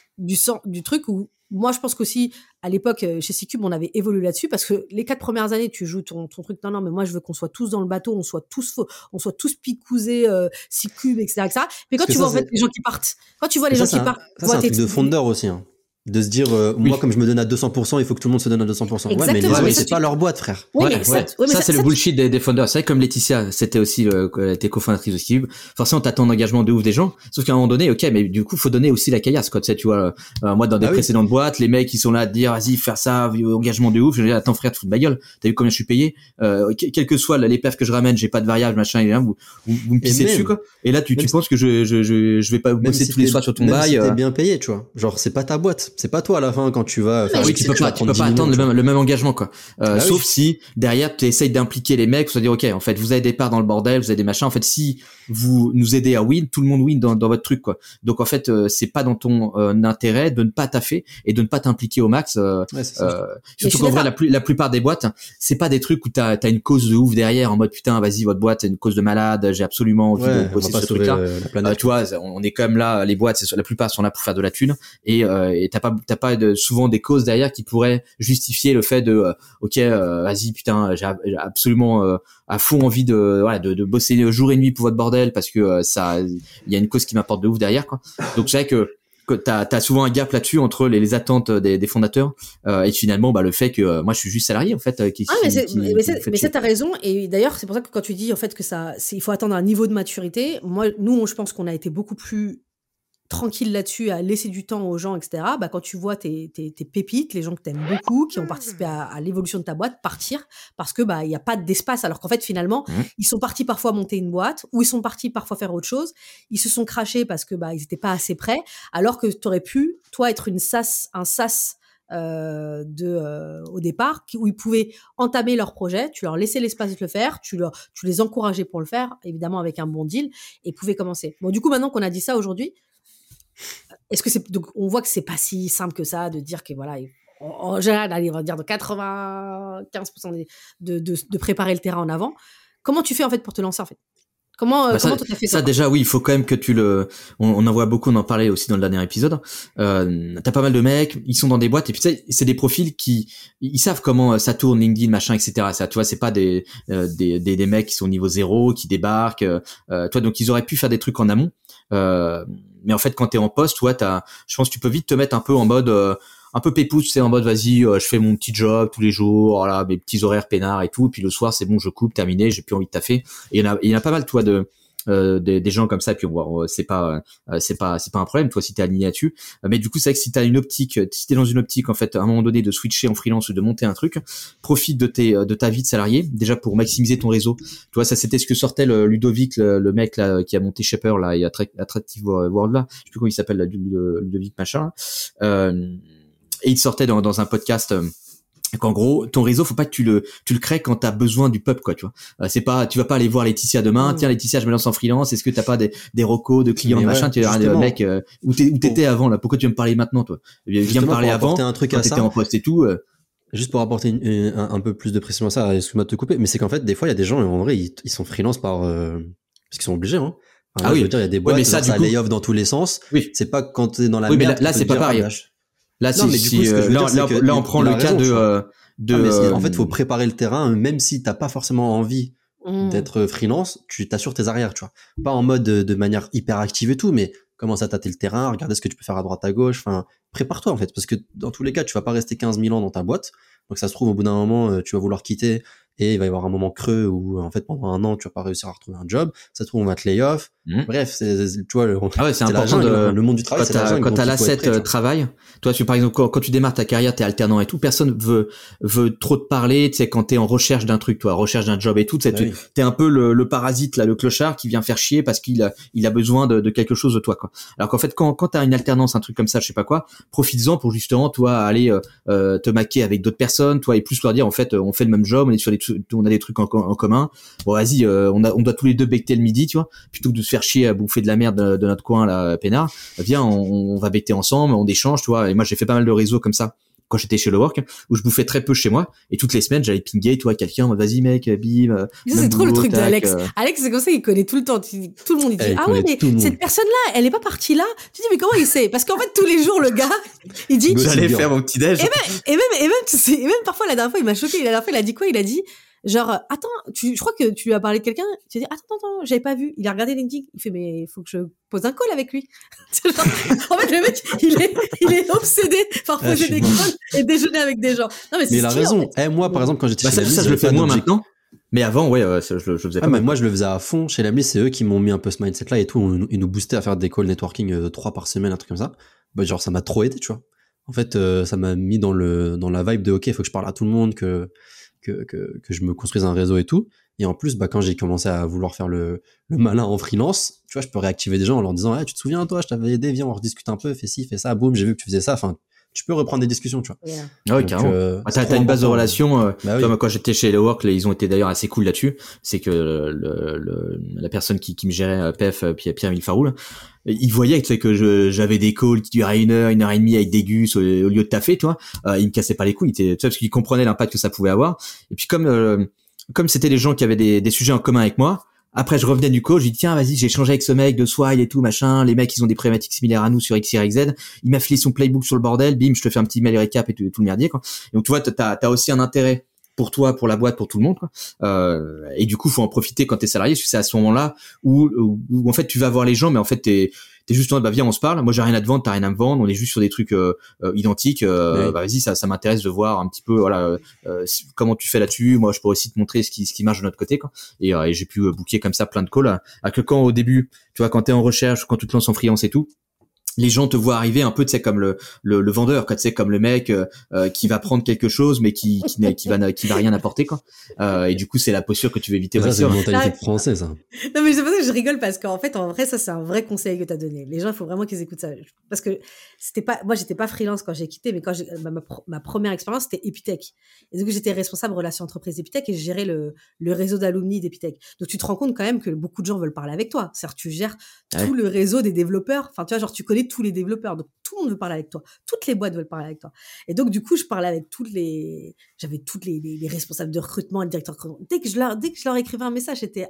du truc où, moi, je pense qu'aussi, à l'époque, chez C-Cube, on avait évolué là-dessus parce que les 4 premières années, tu joues ton truc. Non, mais moi, je veux qu'on soit tous dans le bateau, on soit tous picousés, C-Cube, etc., etc. Mais quand tu vois, en fait, les gens qui partent, c'est un truc de fondeur aussi, hein. De se dire, moi, comme je me donne à 200%, il faut que tout le monde se donne à 200%. Exactement, mais c'est pas leur boîte, frère. Ça, c'est le bullshit des founders. C'est vrai, comme Laetitia, c'était aussi, elle était cofondatrice de C-Cube. Forcément, t'attends l'engagement de ouf des gens. Sauf qu'à un moment donné, ok, mais du coup, faut donner aussi la caillasse, quoi. Tu sais, tu vois, moi, dans des précédentes boîtes, les mecs, ils sont là à te dire, vas-y, faire ça, engagement de ouf. Je dis, attends, frère, te fous de ma gueule. T'as vu combien je suis payé? Quel que soit les perfs que je ramène, j'ai pas de variable, machin, et vous me pissez dessus, quoi. Et là, tu penses que je vais pas bosser tous les soirs sur ton bail. Si t'es bien payé, tu vois. Genre, c'est pas ta boîte. C'est pas toi, à la fin, quand tu vas faire tu peux pas attendre le même engagement, quoi. Sauf si derrière tu essayes d'impliquer les mecs, se dire ok, en fait vous avez des parts dans le bordel, vous avez des machins, en fait si vous nous aidez à win, tout le monde win dans votre truc, quoi. Donc en fait c'est pas dans ton intérêt de ne pas taffer et de ne pas t'impliquer au max. Surtout qu'en vrai la plupart des boîtes, c'est pas des trucs où t'as une cause de ouf derrière en mode putain vas-y votre boîte c'est une cause de malade, j'ai absolument envie de bosser sur ce truc-là. Tu vois, on est quand même là, les boîtes la plupart sont là pour faire de la thune et t'as pas souvent des causes derrière qui pourraient justifier le fait de vas-y putain j'ai absolument à fond envie de bosser jour et nuit pour votre bordel parce que ça il y a une cause qui m'apporte de ouf derrière, quoi. Donc c'est vrai que t'as souvent un gap là-dessus entre les attentes des fondateurs et finalement le fait que moi je suis juste salarié en fait mais ça t'as raison, et d'ailleurs c'est pour ça que quand tu dis en fait que il faut attendre un niveau de maturité, je pense qu'on a été beaucoup plus tranquille là-dessus, à laisser du temps aux gens, etc. Quand tu vois tes pépites, les gens que t'aimes beaucoup, qui ont participé à l'évolution de ta boîte, partir, parce que il y a pas d'espace, alors qu'en fait finalement ils sont partis parfois monter une boîte, ou ils sont partis parfois faire autre chose, ils se sont crachés parce que ils étaient pas assez prêts, alors que t'aurais pu toi être un SaaS au départ, où ils pouvaient entamer leur projet, tu leur laissais l'espace de le faire, tu les encourageais pour le faire, évidemment avec un bon deal, et pouvaient commencer. Bon, du coup maintenant qu'on a dit ça aujourd'hui, est-ce que donc on voit que c'est pas si simple que ça de dire que voilà, en général, allez, on va dire de 95% de préparer le terrain en avant. Comment tu fais en fait pour te lancer en fait? Comment toi t'as fait ça? Déjà oui, il faut quand même que on en voit beaucoup, on en parlait aussi dans le dernier épisode. T'as pas mal de mecs, ils sont dans des boîtes et puis tu sais, c'est des profils qui ils savent comment ça tourne, LinkedIn, machin, etc. Ça, tu vois, c'est pas des mecs qui sont au niveau 0 qui débarquent. Toi, donc ils auraient pu faire des trucs en amont. Mais en fait, quand t'es en poste, toi, je pense que tu peux vite te mettre un peu en mode un peu pépouze, c'est en mode vas-y, je fais mon petit job tous les jours, voilà, mes petits horaires peinards et tout, puis le soir c'est bon, je coupe, terminé, j'ai plus envie de taffer. Et il y en a pas mal, toi, des gens comme ça, puis c'est pas un problème, toi, si t'es aligné là-dessus. Mais du coup, c'est vrai que si t'es dans une optique en fait à un moment donné de switcher en freelance ou de monter un truc, profite de ta vie de salarié déjà pour maximiser ton réseau. Tu vois, ça c'était ce que sortait le Ludovic, le mec là qui a monté Shaper là et Attractive World là, je sais plus comment il s'appelle, Ludovic machin. Et il sortait dans un podcast qu'en gros ton réseau faut pas que tu le crées quand t'as besoin du pub, quoi, tu vois. C'est pas, tu vas pas aller voir Laetitia demain, tiens Laetitia je me lance en freelance, est-ce que t'as pas des recos de clients, machin, tu es mec où t'étais avant là, pourquoi tu veux me parler maintenant, toi? Viens me parler avant, un truc quand t'étais en poste et tout. Juste pour apporter un peu plus de précision à ça, excuse-moi de te couper, mais c'est qu'en fait des fois il y a des gens en vrai ils sont freelance parce qu'ils sont obligés, hein. Enfin, je veux dire, il y a des boîtes, ça lay-off dans tous les sens. Oui. C'est pas quand t'es dans la merde. Mais là c'est pas pareil. Là, non, mais du coup, ce que je veux dire, c'est que là, on prend le cas en fait, faut préparer le terrain, même si t'as pas forcément envie d'être freelance, tu t'assures tes arrières, tu vois. Pas en mode de manière hyper active et tout, mais commence à tâter le terrain, regarder ce que tu peux faire à droite à gauche, enfin, prépare-toi, en fait, parce que dans tous les cas, tu vas pas rester 15 000 ans dans ta boîte. Donc, ça se trouve, au bout d'un moment, tu vas vouloir quitter et il va y avoir un moment creux où en fait pendant un an tu vas pas réussir à retrouver un job, ça se trouve on va te lay off. Bref, tu vois, c'est important le monde du travail, c'est la jungle. Quand t'as l'asset travail, toi, par exemple, quand tu démarres ta carrière, t'es alternant et tout, personne veut trop te parler, tu sais, quand t'es en recherche d'un truc, toi, recherche d'un job et tout, t'es un peu le parasite, là, le clochard qui vient faire chier parce qu'il a besoin de quelque chose de toi, quoi. Alors qu'en fait, quand t'as une alternance, un truc comme ça, je sais pas quoi, profites-en pour justement, toi, aller, te maquer avec d'autres personnes, toi, et plus leur dire, en fait, on fait le même job, on a des trucs en commun. Bon, vas-y, on doit tous les deux becter le midi, tu vois, plutôt que de se faire chier à bouffer de la merde de notre coin là, peinard. Viens, on va becter ensemble, on échange, tu vois. Et moi j'ai fait pas mal de réseaux comme ça quand j'étais chez le work, où je bouffais très peu chez moi, et toutes les semaines j'allais pinguer, toi, quelqu'un, vas-y mec, bim. C'est trop le truc de Alex. Alex, c'est comme ça, il connaît tout le temps. Tout le monde il dit ah ouais, mais cette personne-là, elle est pas partie là. Tu dis mais comment il sait? Parce qu'en fait tous les jours le gars, il dit j'allais faire mon petit déj. Et même tu sais, et même parfois la dernière fois il m'a choqué. La dernière fois il a dit quoi? Il a dit genre, attends, je crois que tu lui as parlé de quelqu'un, tu as dit, attends, j'avais pas vu. Il a regardé LinkedIn, il fait, mais il faut que je pose un call avec lui. Genre, en fait, le mec, il est obsédé par poser des calls et déjeuner avec des gens. Non, mais il a raison. En fait. Moi, par exemple, quand j'étais chez Lamly, ça je le fais moins maintenant. Mais avant, ouais, je le faisais pas. Mais moi, je le faisais à fond. Chez Lamly, c'est eux qui m'ont mis un peu ce mindset-là et tout. Ils nous boostaient à faire des calls networking 3 par semaine, un truc comme ça. Bah, genre, ça m'a trop aidé, tu vois. En fait, ça m'a mis dans la vibe de, ok, il faut que je parle à tout le monde, que je me construise un réseau et tout. Et en plus, bah, quand j'ai commencé à vouloir faire le malin en freelance, tu vois, je peux réactiver des gens en leur disant, tu te souviens, toi, je t'avais aidé, viens, on rediscute un peu, fais ci, fais ça, boum, j'ai vu que tu faisais ça. Enfin, tu peux reprendre des discussions, tu vois. Yeah. Ah oui, carrément. T'as une base de relations. Comme quand j'étais chez Hello Work, ils ont été d'ailleurs assez cool là-dessus. C'est que la personne qui me gérait, PF, Pierre-Emile Faroul, il voyait, tu sais, que j'avais des calls qui duraient 1 heure, 1 heure et demie avec des gus au lieu de taffer, tu vois. Il me cassait pas les couilles, tu sais, parce qu'il comprenait l'impact que ça pouvait avoir. Et puis comme c'était des gens qui avaient des sujets en commun avec moi, après je revenais du call, j'ai dit tiens vas-y, j'ai échangé avec ce mec de Swile et tout machin, les mecs ils ont des problématiques similaires à nous sur X, Y, Z, il m'a filé son playbook sur le bordel, bim, je te fais un petit mail récap et tout le merdier, quoi. Et donc tu vois, t'as aussi un intérêt pour toi, pour la boîte, pour tout le monde, quoi. Et du coup faut en profiter quand t'es salarié, parce que c'est à ce moment-là où en fait tu vas voir les gens, mais en fait t'es juste en mode, bah viens on se parle, moi j'ai rien à te vendre, t'as rien à me vendre, on est juste sur des trucs identiques, bah vas-y, ça m'intéresse de voir un petit peu, voilà, comment tu fais là-dessus, moi je pourrais aussi te montrer ce qui marche de notre côté, quoi. Et j'ai pu booker comme ça plein de calls, à que quand au début, tu vois, quand t'es en recherche, quand tu te lances en freelance et tout, les gens te voient arriver un peu, tu sais, comme le vendeur, quoi, tu sais, comme le mec qui va prendre quelque chose mais qui va rien apporter, quoi. Et du coup c'est la posture que tu veux éviter. Ça c'est une mentalité de français, ça. Non mais c'est pour ça que je rigole, parce qu'en fait en vrai ça c'est un vrai conseil que t'as donné. Les gens il faut vraiment qu'ils écoutent ça, parce que moi j'étais pas freelance quand j'ai quitté, mais quand ma première expérience c'était Epitech, et donc j'étais responsable relations entreprises Epitech et je gérais le réseau d'alumni d'Epitech. Donc tu te rends compte quand même que beaucoup de gens veulent parler avec toi, c'est-à-dire tu gères tout le réseau des développeurs, enfin tu vois, genre tu connais tous les développeurs, donc tout le monde veut parler avec toi, toutes les boîtes veulent parler avec toi. Et donc du coup je parlais avec j'avais toutes les responsables de recrutement, les directeurs de recrutement. Dès que je leur écrivais un message, c'était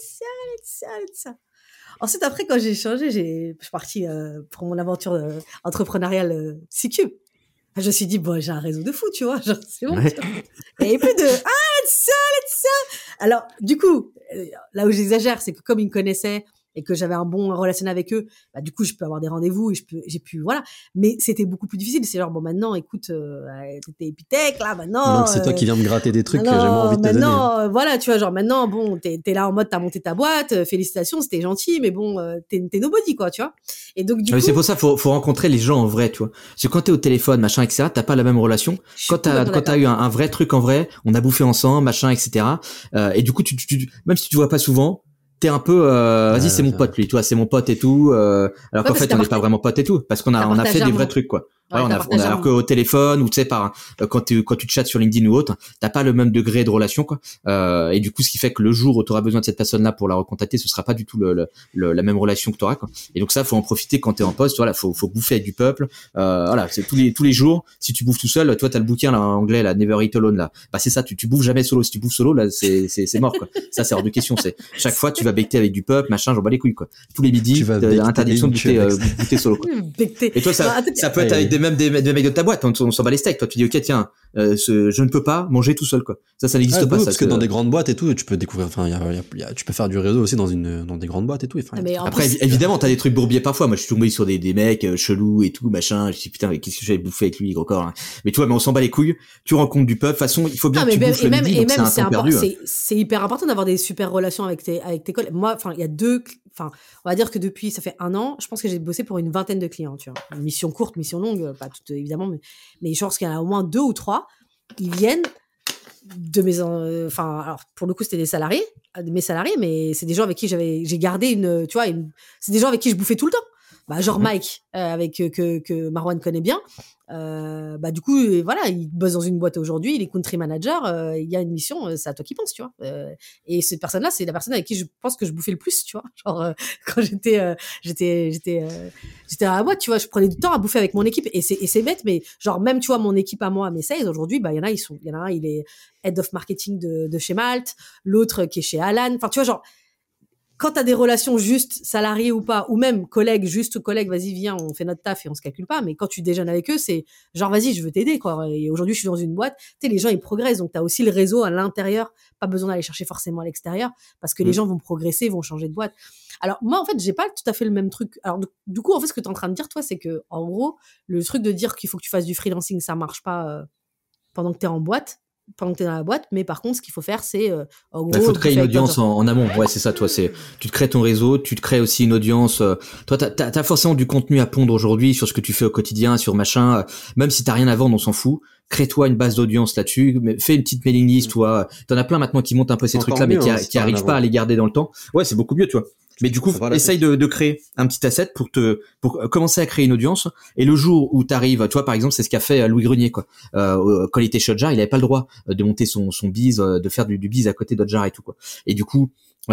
Laetitia. Ensuite après quand j'ai changé, je suis partie pour mon aventure entrepreneuriale C-Cube. Je me suis dit bon, j'ai un réseau de fou, tu vois, genre c'est bon. Ouais. Et plus de Laetitia. Alors du coup là où j'exagère, c'est que comme ils me connaissaient et que j'avais un bon relationnel avec eux, bah du coup je peux avoir des rendez-vous et j'ai pu voilà, mais c'était beaucoup plus difficile. C'est genre bon maintenant écoute t'étais Epitech là maintenant, donc c'est toi qui viens me gratter des trucs que j'ai moins envie de te donner. Maintenant voilà, tu vois, genre maintenant bon t'es là en mode t'as monté ta boîte, félicitations, c'était gentil, mais bon t'es nobody, quoi, tu vois. Et donc du coup c'est pour ça faut rencontrer les gens en vrai, tu vois, parce que quand t'es au téléphone machin etc, t'as pas la même relation. Quand t'as eu un vrai truc en vrai, on a bouffé ensemble machin etc, et du coup tu même si tu vois pas souvent, t'es un peu vas-y c'est mon pote lui, toi c'est mon pote et tout, alors qu'en fait on n'est pas vraiment pote et tout, parce qu'on a fait des vrais trucs, quoi. Ouais, alors qu'au téléphone ou tu sais quand tu chattes sur LinkedIn ou autre, t'as pas le même degré de relation, quoi. Et du coup ce qui fait que le jour où tu auras besoin de cette personne là pour la recontacter, ce sera pas du tout la même relation que tu auras, quoi. Et donc ça faut en profiter quand t'es en poste, voilà, faut bouffer avec du peuple, voilà, c'est tous les jours. Si tu bouffes tout seul, toi t'as le bouquin là en anglais là, Never Eat Alone là, bah c'est ça, tu bouffes jamais solo. Si tu bouffes solo là c'est mort, quoi. Ça c'est hors de question, c'est chaque fois tu vas becter avec du peuple machin, j'en bats les couilles, quoi. Tous les midis interdiction de bouter solo, quoi. Et toi ça peut être avec des des mecs de ta boîte, on s'en bat les steaks. Toi, tu dis, ok, tiens, je ne peux pas manger tout seul, quoi. Ça n'existe pas, ça. Parce que dans des grandes boîtes et tout, tu peux découvrir, enfin, tu peux faire du réseau aussi dans des grandes boîtes et tout. Après, évidemment, t'as des trucs bourbiers parfois. Moi, je suis tombé sur des mecs chelous et tout, machin. Je dis, putain, mais qu'est-ce que j'avais bouffé avec lui, encore, hein. Mais tu vois, mais on s'en bat les couilles. Tu rencontres du peuple. De toute façon, il faut bien que tu bouffes le midi, donc c'est un temps perdu. C'est hyper important d'avoir des super relations avec tes collègues. Moi, enfin, il y a on va dire que depuis, ça fait 1 an, je pense que j'ai bossé pour une vingtaine de clients, tu vois. Une mission courte, mission longue, pas toutes, évidemment, mais je pense qu'il y en a au moins 2 ou 3. Ils viennent de mes, alors, pour le coup, c'était de mes salariés, mais c'est des gens avec qui j'ai gardé c'est des gens avec qui je bouffais tout le temps. Genre Mike, que Marwan connaît bien. Du coup, voilà, il bosse dans une boîte aujourd'hui, il est country manager, il y a une mission, c'est à toi qui penses, tu vois. Et cette personne-là, c'est la personne avec qui je pense que je bouffais le plus, tu vois. Genre, quand j'étais à la boîte, tu vois, je prenais du temps à bouffer avec mon équipe, et c'est bête, mais genre, même, tu vois, mon équipe à moi, mes sales, aujourd'hui, il y en a un, il est head of marketing de chez Malte, l'autre qui est chez Alan, enfin, tu vois, genre, quand t'as des relations juste salariés ou pas, ou même collègues, vas-y, viens, on fait notre taf et on se calcule pas. Mais quand tu déjeunes avec eux, c'est genre, vas-y, je veux t'aider, quoi. Et aujourd'hui, je suis dans une boîte. Tu sais, les gens, ils progressent. Donc, t'as aussi le réseau à l'intérieur. Pas besoin d'aller chercher forcément à l'extérieur parce que les gens vont progresser, vont changer de boîte. Alors, moi, en fait, j'ai pas tout à fait le même truc. Alors, du coup, en fait, ce que t'es en train de dire, toi, c'est que, en gros, le truc de dire qu'il faut que tu fasses du freelancing, ça marche pas pendant que t'es en boîte. Pendant que t'es dans la boîte, mais par contre, ce qu'il faut faire, c'est en gros. Il faut te créer une audience en amont. Ouais, c'est ça, toi. Tu te crées ton réseau, tu te crées aussi une audience. Toi, t'as forcément du contenu à pondre aujourd'hui sur ce que tu fais au quotidien, sur machin. Même si t'as rien à vendre, on s'en fout. Crée-toi une base d'audience là-dessus. Fais une petite mailing list, toi. T'en as plein maintenant qui montent un peu ces trucs-là, mais qui arrivent pas à les garder dans le temps. Ouais, c'est beaucoup mieux, tu vois. Mais du coup, essaye de créer un petit asset pour commencer à créer une audience. Et le jour où t'arrives, tu vois, par exemple, c'est ce qu'a fait Louis Grenier, quoi. Quand il était chez Hotjar, il avait pas le droit de monter son biz, de faire du biz à côté d'Hotjar et tout, quoi. Et du coup,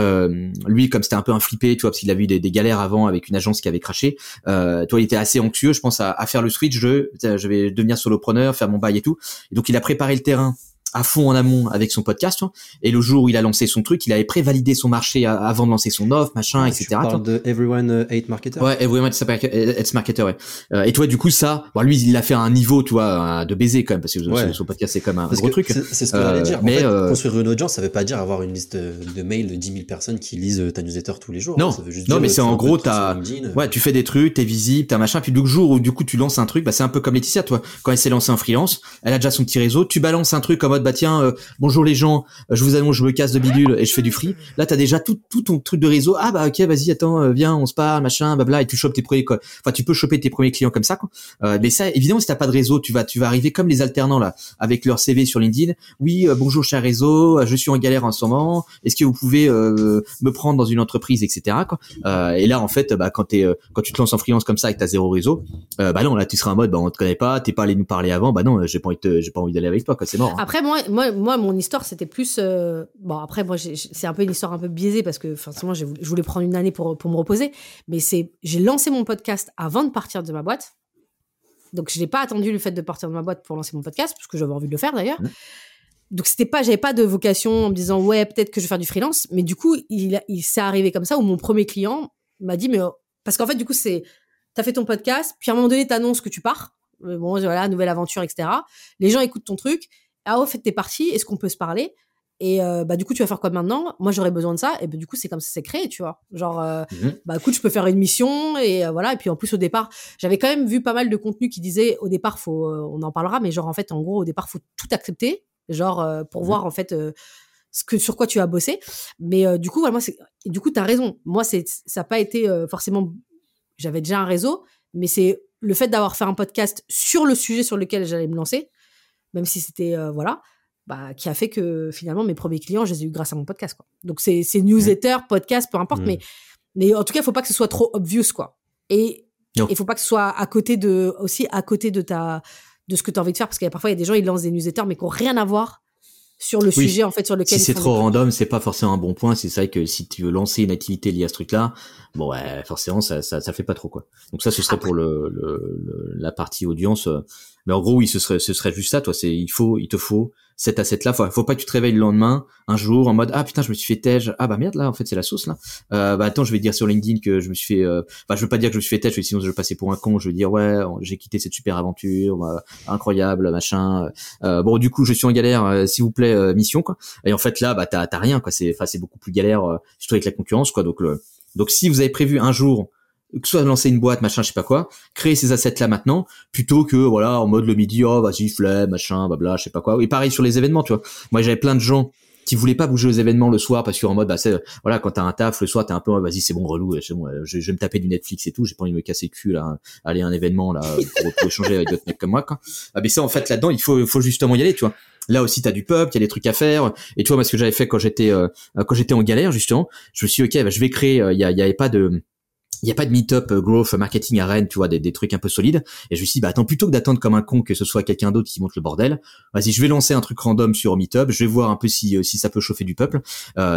lui, comme c'était un peu un flippé, tu vois, parce qu'il a eu des galères avant avec une agence qui avait craché, toi, il était assez anxieux, je pense, à faire le switch je vais devenir solopreneur, faire mon bail et tout. Et donc, il a préparé le terrain à fond en amont avec son podcast, tu vois. Et le jour où il a lancé son truc, il avait prévalidé son marché avant de lancer son offre, machin, etc. Tu parles de Everyone Hate Marketer. Ouais, Everyone Hate Marketer, ouais. Et toi, du coup, ça, bon, lui, il l'a fait à un niveau, tu vois, de baiser quand même, parce que son podcast, c'est quand même un gros truc. C'est ce que j'allais dire. Mais en fait, construire une audience, ça veut pas dire avoir une liste de mails de 10 000 personnes qui lisent ta newsletter tous les jours. Non, ça veut juste non, dire, mais c'est en gros, ouais, tu fais des trucs, t'es visible, t'as machin, puis le jour où, du coup, tu lances un truc, c'est un peu comme Laetitia, toi. Quand elle s'est lancée en freelance, elle a déjà son petit réseau, tu balances un truc en mode, tiens, bonjour les gens, je vous annonce, je me casse de bidule et je fais du free. Là, t'as déjà tout ton truc de réseau. Ah ok, vas-y, attends, viens, on se parle, machin, blabla, et tu chopes tes premiers, quoi. Enfin, tu peux choper tes premiers clients comme ça, quoi. Mais ça, évidemment, si t'as pas de réseau, tu vas arriver comme les alternants là, avec leur CV sur LinkedIn. Oui, bonjour cher réseau, je suis en galère en ce moment. Est-ce que vous pouvez me prendre dans une entreprise, etc. quoi. Et là, en fait, quand tu te lances en freelance comme ça avec ta zéro réseau, non, là, tu seras en mode, on te connaît pas, t'es pas allé nous parler avant, non, j'ai pas envie d'aller avec toi, quoi. C'est mort. Hein. Après, moi, mon histoire, c'était plus après, moi, c'est un peu une histoire un peu biaisée parce que forcément, je voulais prendre une année pour me reposer, mais j'ai lancé mon podcast avant de partir de ma boîte, donc je n'ai pas attendu le fait de partir de ma boîte pour lancer mon podcast parce que j'avais envie de le faire d'ailleurs. Donc j'avais pas de vocation en me disant ouais, peut-être que je vais faire du freelance, mais du coup il s'est arrivé comme ça où mon premier client m'a dit parce qu'en fait du coup t'as fait ton podcast, puis à un moment donné t'annonces que tu pars, bon voilà, nouvelle aventure, etc. Les gens écoutent ton truc. Ah, au fait, t'es parti, est-ce qu'on peut se parler? Et du coup, tu vas faire quoi maintenant? Moi, j'aurais besoin de ça. Et du coup, c'est comme ça c'est créé, tu vois. Genre, écoute, je peux faire une mission et voilà. Et puis en plus, au départ, j'avais quand même vu pas mal de contenu qui disait au départ, on en parlera, mais genre en fait, en gros, au départ, faut tout accepter, genre pour voir en fait sur quoi tu as bossé. Mais du coup, voilà, du coup, t'as raison. Moi, ça n'a pas été forcément. J'avais déjà un réseau, mais c'est le fait d'avoir fait un podcast sur le sujet sur lequel j'allais me lancer. Même si c'était, qui a fait que finalement, mes premiers clients, je les ai eu grâce à mon podcast, quoi. Donc, c'est newsletter, podcast, peu importe, mais en tout cas, il faut pas que ce soit trop obvious, quoi. Et il faut pas que ce soit à côté de ce que tu as envie de faire, parce que parfois, il y a des gens, ils lancent des newsletters, mais qui n'ont rien à voir sur le sujet, en fait, sur lequel si c'est trop random, c'est pas forcément un bon point. C'est ça que si tu veux lancer une activité liée à ce truc-là, forcément, ça fait pas trop, quoi. Donc ça, ce serait pour la partie audience. Mais en gros, oui, ce serait juste ça, toi. Il te faut cet asset-là. Faut pas que tu te réveilles le lendemain, un jour, en mode ah putain je me suis fait tège, ah bah merde là en fait c'est la sauce là. Attends je vais dire sur LinkedIn que je me suis fait, je veux pas dire que je me suis fait tège, sinon je vais passer pour un con. Je veux dire ouais j'ai quitté cette super aventure, incroyable machin. Bon du coup je suis en galère, s'il vous plaît mission quoi. Et en fait là t'as rien quoi. C'est beaucoup plus galère surtout avec la concurrence quoi. Donc si vous avez prévu un jour que soit lancer une boîte, machin, je sais pas quoi, créer ces assets-là maintenant, plutôt que, voilà, en mode le midi, oh, vas-y, flemme, machin, blabla, je sais pas quoi. Et pareil sur les événements, tu vois. Moi, j'avais plein de gens qui voulaient pas bouger aux événements le soir parce qu'en mode, voilà, quand t'as un taf le soir, t'es un peu, vas-y, c'est bon, relou, je vais me taper du Netflix et tout, j'ai pas envie de me casser le cul, là, aller à un événement, là, pour échanger avec d'autres mecs comme moi, quoi. Mais ça, en fait, là-dedans, il faut justement y aller, tu vois. Là aussi, t'as du pub, il y a des trucs à faire. Et tu vois, moi, ce que j'avais fait quand j'étais en galère, justement, je me suis dit, ok, je vais créer, il y avait pas de meet-up growth marketing à Rennes, tu vois, des trucs un peu solides. Et je me suis dit, attends, plutôt que d'attendre comme un con que ce soit quelqu'un d'autre qui monte le bordel, vas-y, je vais lancer un truc random sur Meetup, je vais voir un peu si ça peut chauffer du peuple.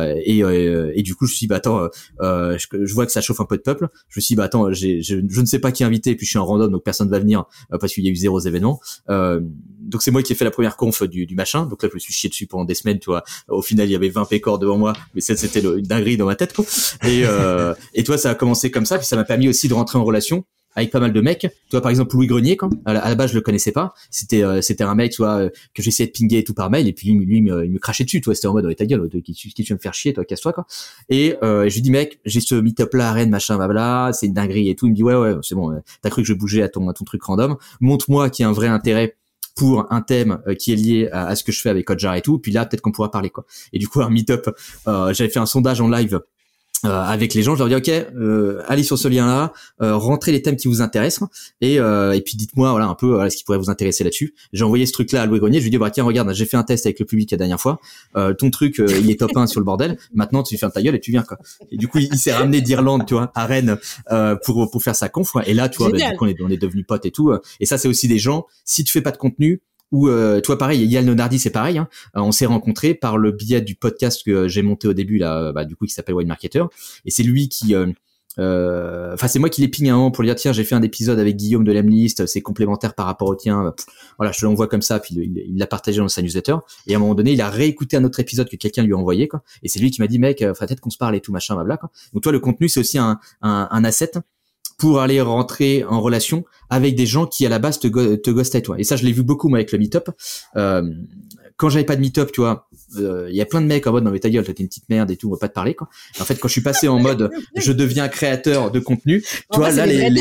Et du coup, je me suis dit, je vois que ça chauffe un peu de peuple. Je me suis dit, attends, je ne sais pas qui inviter, et puis je suis en random, donc personne va venir, parce qu'il y a eu 0 événements. Donc c'est moi qui ai fait la première conf du machin. Donc là, je me suis chié dessus pendant des semaines, tu vois. Au final, il y avait 20 pécores devant moi, mais c'était une dinguerie dans ma tête, quoi. Et toi, ça a commencé comme ça, puis ça m'a permis aussi de rentrer en relation avec pas mal de mecs. Tu vois, par exemple, Louis Grenier, quand à la base, je le connaissais pas. C'était un mec, tu vois, que j'essayais de pinguer et tout par mail, et puis lui, il me crachait dessus, tu vois. C'était en mode, ouais, ta gueule, qui tu veux me faire chier, toi, casse-toi, quoi. Et je lui dis, mec, j'ai ce meet-up là à Rennes, machin, blabla, c'est une dinguerie et tout. Il me dit, ouais, c'est bon, t'as cru que je bougeais à ton truc random. Montre-moi qu'il y a un vrai intérêt pour un thème qui est lié à ce que je fais avec Hotjar et tout, puis là peut-être qu'on pourra parler quoi. Et du coup un meet-up, j'avais fait un sondage en live avec les gens, je leur dis ok, allez sur ce lien-là, rentrez les thèmes qui vous intéressent et puis dites-moi voilà un peu ce qui pourrait vous intéresser là-dessus. J'ai envoyé ce truc-là à Louis Grenier, je lui dis tiens regarde, j'ai fait un test avec le public la dernière fois, ton truc il est top 1 sur le bordel, maintenant tu fermes ta gueule et tu viens quoi. Et du coup il s'est ramené d'Irlande, tu vois, à Rennes pour faire sa conf et là tu vois du coup on est devenus potes et tout et ça c'est aussi des gens, si tu fais pas de contenu ou toi pareil, Yael Nonardi c'est pareil, hein, on s'est rencontrés par le biais du podcast que j'ai monté au début là, du coup qui s'appelle Wine Marketer et c'est lui qui c'est moi qui l'ai ping un moment pour lui dire tiens j'ai fait un épisode avec Guillaume de l'Emlist, c'est complémentaire par rapport au tien, voilà je te l'envoie comme ça, puis il l'a partagé dans sa newsletter et à un moment donné il a réécouté un autre épisode que quelqu'un lui a envoyé quoi et c'est lui qui m'a dit mec faudrait peut-être qu'on se parle et tout machin blabla quoi. Donc toi le contenu c'est aussi un asset pour aller rentrer en relation avec des gens qui à la base te ghostaient toi. Et ça je l'ai vu beaucoup moi avec le meet-up. Quand j'avais pas de meet-up, tu vois, il y a plein de mecs en mode non mais ta gueule, toi t'es une petite merde et tout, on va pas te parler quoi. En fait quand je suis passé en mode je deviens créateur de contenu, tu vois là les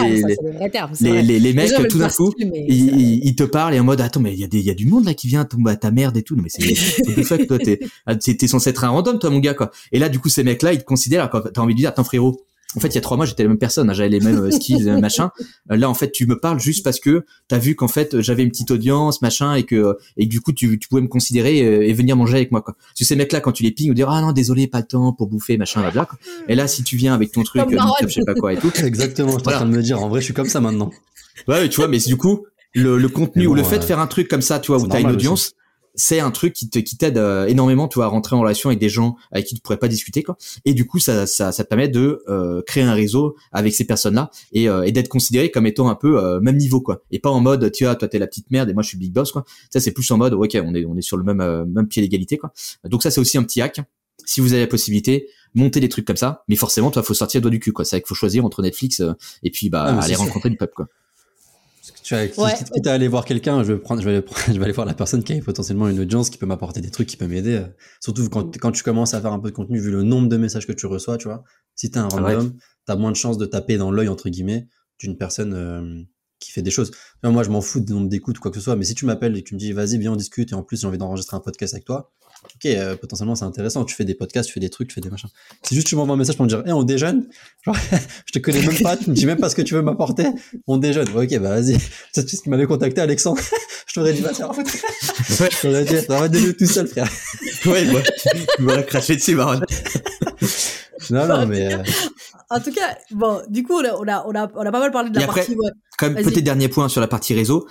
mecs tout d'un coup ils te parlent et en mode attends mais il y a du monde là qui vient tomber à ta merde et tout, non mais c'est du fuck toi t'es censé être un random toi mon gars quoi. Et là du coup ces mecs là ils te considèrent quand t'as envie de dire attends frérot. En fait, il y a 3 mois, j'étais la même personne, hein, j'avais les mêmes skills, machin. Là, en fait, tu me parles juste parce que t'as vu qu'en fait, j'avais une petite audience, machin, et que du coup, tu pouvais me considérer et venir manger avec moi, quoi. Parce que ces mecs-là, quand tu les pings, ils dire ah non, désolé, pas le temps pour bouffer, machin, là, quoi. Et là, si tu viens avec ton truc, je sais pas quoi et tout. Exactement, je suis en train de me dire, en vrai, je suis comme ça maintenant. Ouais, tu vois, mais du coup, le contenu ou le fait de faire un truc comme ça, tu vois, où t'as une audience. Aussi. C'est un truc qui t'aide énormément, tu vois, à rentrer en relation avec des gens avec qui tu pourrais pas discuter, quoi. Et du coup, ça te permet de créer un réseau avec ces personnes-là et d'être considéré comme étant un peu même niveau, quoi. Et pas en mode, tu vois, toi t'es la petite merde et moi je suis big boss, quoi. Ça c'est plus en mode, ok, on est sur le même pied d'égalité, quoi. Donc ça c'est aussi un petit hack. Si vous avez la possibilité, montez des trucs comme ça, mais forcément, toi, faut sortir le doigt du cul, quoi. C'est vrai qu'il faut choisir entre Netflix et puis aller rencontrer du peuple, quoi. Quitte à aller voir quelqu'un, je vais aller voir la personne qui a potentiellement une audience qui peut m'apporter des trucs, qui peut m'aider. Surtout quand tu commences à faire un peu de contenu, vu le nombre de messages que tu reçois, tu vois. Si t'es un random, t'as moins de chances de taper dans l'œil, entre guillemets, d'une personne qui fait des choses. Enfin, moi, je m'en fous du nombre d'écoutes ou quoi que ce soit, mais si tu m'appelles et que tu me dis, vas-y, viens, on discute, et en plus, j'ai envie d'enregistrer un podcast avec toi, ok, potentiellement c'est intéressant, tu fais des podcasts, tu fais des trucs, tu fais des machins. C'est juste tu m'envoies un message pour me dire on déjeune, genre je te connais même pas, tu me dis même pas ce que tu veux m'apporter, on déjeune. Ouais, ok, bah vas-y. C'est ce qui m'avait contacté, Alexandre. Je t'aurais dit en fait. Je t'aurais dit arrête de le tout seul, frère. Ouais, moi tu m'aurais craché dessus, Baron. Non mais en tout cas, bon, du coup, on a pas mal parlé de la après, partie web. Quand même, petit dernier point sur la partie réseau,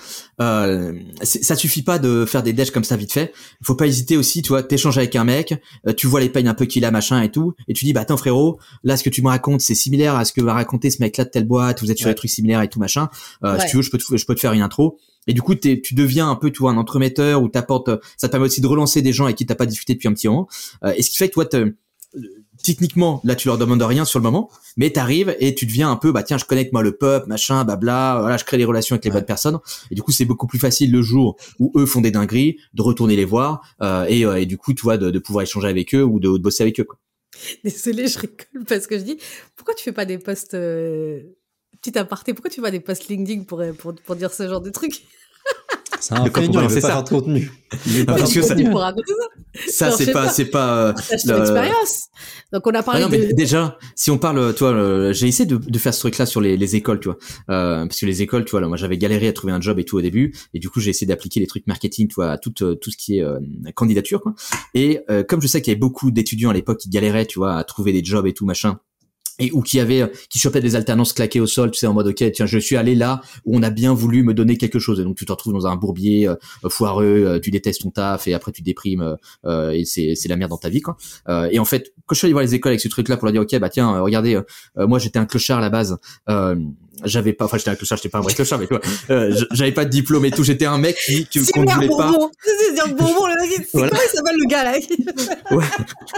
ça suffit pas de faire des dashs comme ça vite fait. Faut pas hésiter aussi, tu vois, t'échanges avec un mec, tu vois les pains un peu qu'il a, machin et tout, et tu dis, bah attends frérot, là ce que tu me racontes, c'est similaire à ce que va raconter ce mec-là de telle boîte, vous êtes sur des trucs similaires et tout machin. Si tu veux, je peux te faire une intro. Et du coup, tu deviens un peu, tu vois, un entremetteur où t'apportes, ça te permet aussi de relancer des gens avec qui t'as pas discuté depuis un petit moment. Et ce qui fait que toi, techniquement, là, tu leur demandes rien sur le moment, mais t'arrives et tu deviens un peu, bah tiens, je connecte moi le peuple, machin, blabla, voilà, je crée des relations avec les bonnes personnes. Et du coup, c'est beaucoup plus facile le jour où eux font des dingueries, de retourner les voir, et du coup, tu vois, de pouvoir échanger avec eux ou de bosser avec eux, quoi. Désolée, je rigole parce que je dis, pourquoi tu fais pas des posts, petit aparté, pourquoi tu fais pas des posts LinkedIn pour dire ce genre de trucs? C'est un feignant, il veut pas faire de contenu. Parce que ça, c'est pas ton expérience. Donc, on a parlé mais déjà, si on parle, tu vois, j'ai essayé de faire ce truc-là sur les écoles, tu vois, parce que les écoles, tu vois, là, moi, j'avais galéré à trouver un job et tout au début, et du coup, j'ai essayé d'appliquer les trucs marketing, tu vois, à tout ce qui est candidature, quoi. Et comme je sais qu'il y avait beaucoup d'étudiants à l'époque qui galéraient, tu vois, à trouver des jobs et tout, machin, et ou qui chopaient des alternances claquées au sol, tu sais, en mode, ok, tiens, je suis allé là où on a bien voulu me donner quelque chose. Et donc, tu te retrouves dans un bourbier foireux, tu détestes ton taf et après tu déprimes, et c'est la merde dans ta vie, quoi. Et en fait, quand je suis allé voir les écoles avec ce truc-là pour leur dire, ok, bah tiens, regardez, moi j'étais un clochard à la base. J'étais un clochard, j'étais pas un vrai clochard, mais tu vois, j'avais pas de diplôme et tout, j'étais un mec qu'on ne voulait pas. C'est Bourbon, le mec, c'est comment il s'appelle le gars, là? Ouais.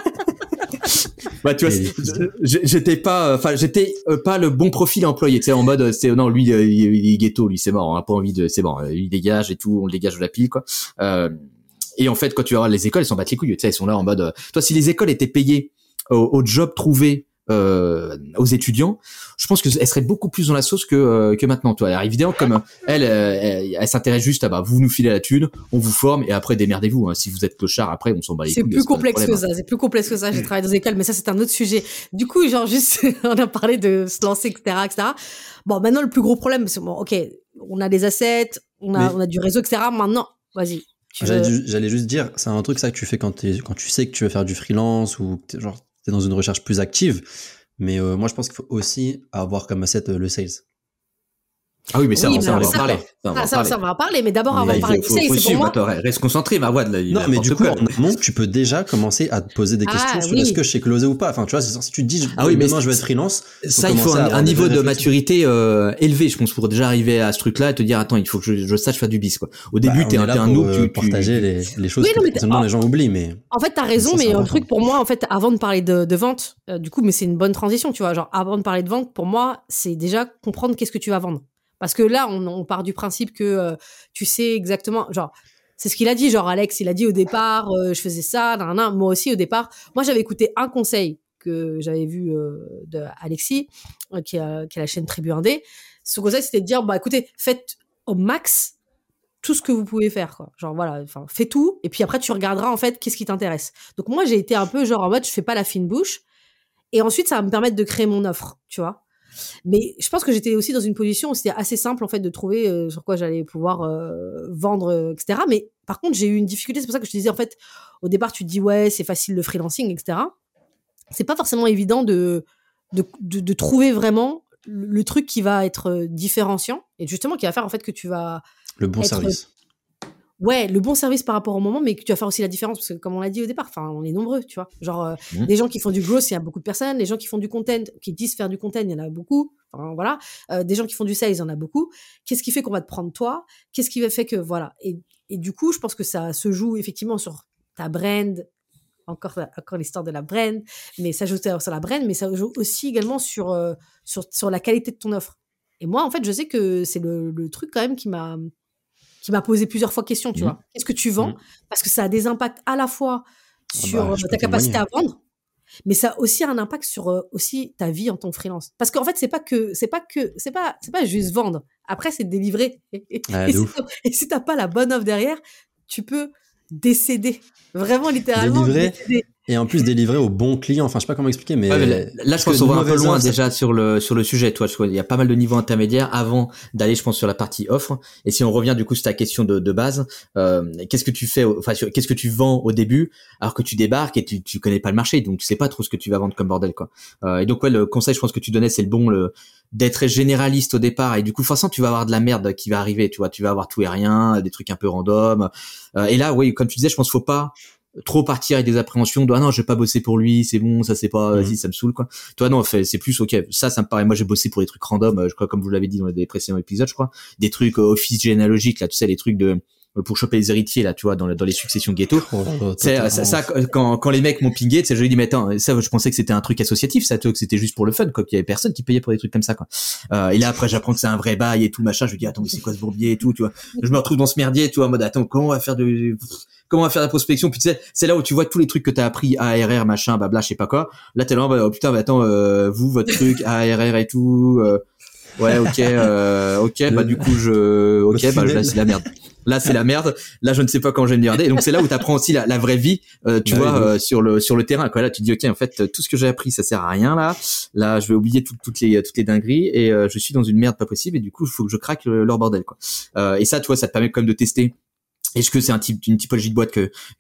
Bah, tu vois, j'étais pas le bon profil employé, tu sais, en mode, non, lui, il est ghetto, lui, c'est mort, on a pas envie c'est bon, il dégage et tout, on le dégage de la pile, quoi. Et en fait, quand tu vas voir les écoles, elles s'en battent les couilles, tu sais, elles sont là en mode, toi, si les écoles étaient payées au job trouvé, aux étudiants, je pense que elle serait beaucoup plus dans la sauce que maintenant, toi. Alors évidemment, comme elle s'intéresse juste à, bah, vous nous filez la thune, on vous forme et après démerdez-vous, hein. Si vous êtes clochard, après on s'en bat les couilles. C'est plus complexe que ça, c'est plus complexe que ça. J'ai travaillé dans des écoles, mais ça c'est un autre sujet. Du coup, genre juste, on a parlé de se lancer, etc. Bon, maintenant le plus gros problème, c'est bon, ok, on a des assets, on a du réseau, etc. Maintenant, vas-y. J'allais juste dire, c'est un truc ça que tu fais quand tu sais que tu veux faire du freelance ou que t'es dans une recherche plus active. Mais moi, je pense qu'il faut aussi avoir comme asset le sales. Ah oui, mais ça, on va en parler. Ça, on va en parler, mais d'abord, avant de parler du sales, c'est pour moi. Reste concentré, Marwad. Non, mais du coup, en amont, tu peux déjà commencer à te poser des questions sur est-ce que je sais closer ou pas. Enfin, tu vois, si tu te dis, demain, je vais être freelance. Ça, il faut un niveau de maturité élevé, je pense, pour déjà arriver à ce truc-là et te dire, attends, il faut que je sache faire du bis, quoi. Au début, t'es un noob, tu partager les choses que potentiellement les gens oublient, mais. En fait, t'as raison, mais un truc pour moi, en fait, avant de parler de vente, du coup, mais c'est une bonne transition, tu vois. Genre, avant de parler de vente, pour moi, c'est déjà comprendre qu'est-ce que tu vas vendre. Parce que là, on part du principe que tu sais exactement, genre, c'est ce qu'il a dit, genre Alex, il a dit au départ, je faisais ça, moi aussi au départ, moi j'avais écouté un conseil que j'avais vu de Alexis, qui a la chaîne Tribu Indé. Ce conseil, c'était de dire, bah écoutez, faites au max tout ce que vous pouvez faire, quoi. Genre voilà, enfin, fais tout, et puis après tu regarderas en fait qu'est-ce qui t'intéresse. Donc moi j'ai été un peu genre en mode, je fais pas la fine bouche, et ensuite ça va me permettre de créer mon offre, tu vois. Mais je pense que j'étais aussi dans une position où c'était assez simple en fait de trouver sur quoi j'allais pouvoir vendre, etc. Mais par contre, j'ai eu une difficulté. C'est pour ça que je te disais en fait, au départ, tu te dis ouais, c'est facile le freelancing, etc. C'est pas forcément évident de trouver vraiment le truc qui va être différenciant et justement qui va faire en fait que tu vas le bon service. Ouais, le bon service par rapport au moment, mais que tu vas faire aussi la différence, parce que comme on l'a dit au départ, enfin, on est nombreux, tu vois. Genre, des gens qui font du growth, il y a beaucoup de personnes. Les gens qui font du content, qui disent faire du content, il y en a beaucoup. Enfin, voilà. Des gens qui font du sales, il y en a beaucoup. Qu'est-ce qui fait qu'on va te prendre toi? Qu'est-ce qui fait que, voilà. Et du coup, je pense que ça se joue effectivement sur ta brand, encore l'histoire de la brand, mais ça joue sur la brand, mais ça joue aussi également sur la qualité de ton offre. Et moi, en fait, je sais que c'est le truc quand même qui m'a posé plusieurs fois question, tu vois. Qu'est-ce que tu vends? Parce que ça a des impacts à la fois sur ta capacité à vendre, mais ça a aussi un impact sur aussi ta vie en tant que freelance. Parce qu'en fait, c'est pas juste vendre. Après, c'est délivrer. Et si t'as pas la bonne offre derrière, tu peux décéder. Vraiment, littéralement. Délivrer. Décéder. et en plus délivrer au bon client. Enfin, je sais pas comment expliquer, mais là je pense qu'on va un peu loin déjà sur le sujet. Toi, il y a pas mal de niveaux intermédiaires avant d'aller, je pense, sur la partie offre. Et si on revient du coup sur ta question de base, qu'est-ce que tu fais, enfin, qu'est-ce que tu vends au début alors que tu débarques et tu connais pas le marché, donc tu sais pas trop ce que tu vas vendre comme bordel, quoi. Et donc ouais, le conseil, je pense que tu donnais, c'est le bon, d'être généraliste au départ, et du coup forcément tu vas avoir de la merde qui va arriver, tu vois, tu vas avoir tout et rien, des trucs un peu random, et là oui, comme tu disais, je pense faut pas trop partir avec des appréhensions de ah non, je vais pas bosser pour lui, c'est bon, ça c'est pas, vas-y, ça me saoule, quoi. Toi non, c'est plus ok, ça me paraît, moi j'ai bossé pour des trucs random, je crois, comme vous l'avez dit dans les précédents épisodes, je crois, des trucs office généalogique là, tu sais, les trucs de pour choper les héritiers là, tu vois, dans les successions ghetto. Ça quand les mecs m'ont pingé, tu sais, je lui ai dit mais attends, ça je pensais que c'était un truc associatif, ça, que c'était juste pour le fun, quoi, qu'il y avait personne qui payait pour des trucs comme ça, quoi. Et là après j'apprends que c'est un vrai bail et tout machin, je lui dis attends, mais c'est quoi ce bourbier et tout, tu vois. Je me retrouve dans ce merdier, tu vois, en mode attends, comment on va faire de la prospection, puis tu sais, c'est là où tu vois tous les trucs que t'as appris, ARR machin, blabla, je sais pas quoi. Là t'es là, oh putain, mais attends, vous votre truc ARR et tout, ouais, ok, bah du coup là c'est la merde. Là c'est la merde. Là je ne sais pas quand je vais me garder. Et donc c'est là où t'apprends aussi la vraie vie, tu vois, sur le terrain, quoi. Là tu te dis ok, en fait tout ce que j'ai appris ça sert à rien là. Là je vais oublier toutes les dingueries et je suis dans une merde pas possible et du coup il faut que je craque leur bordel, quoi. Et ça, tu vois, ça te permet quand même de tester. Est-ce que c'est une typologie de boîte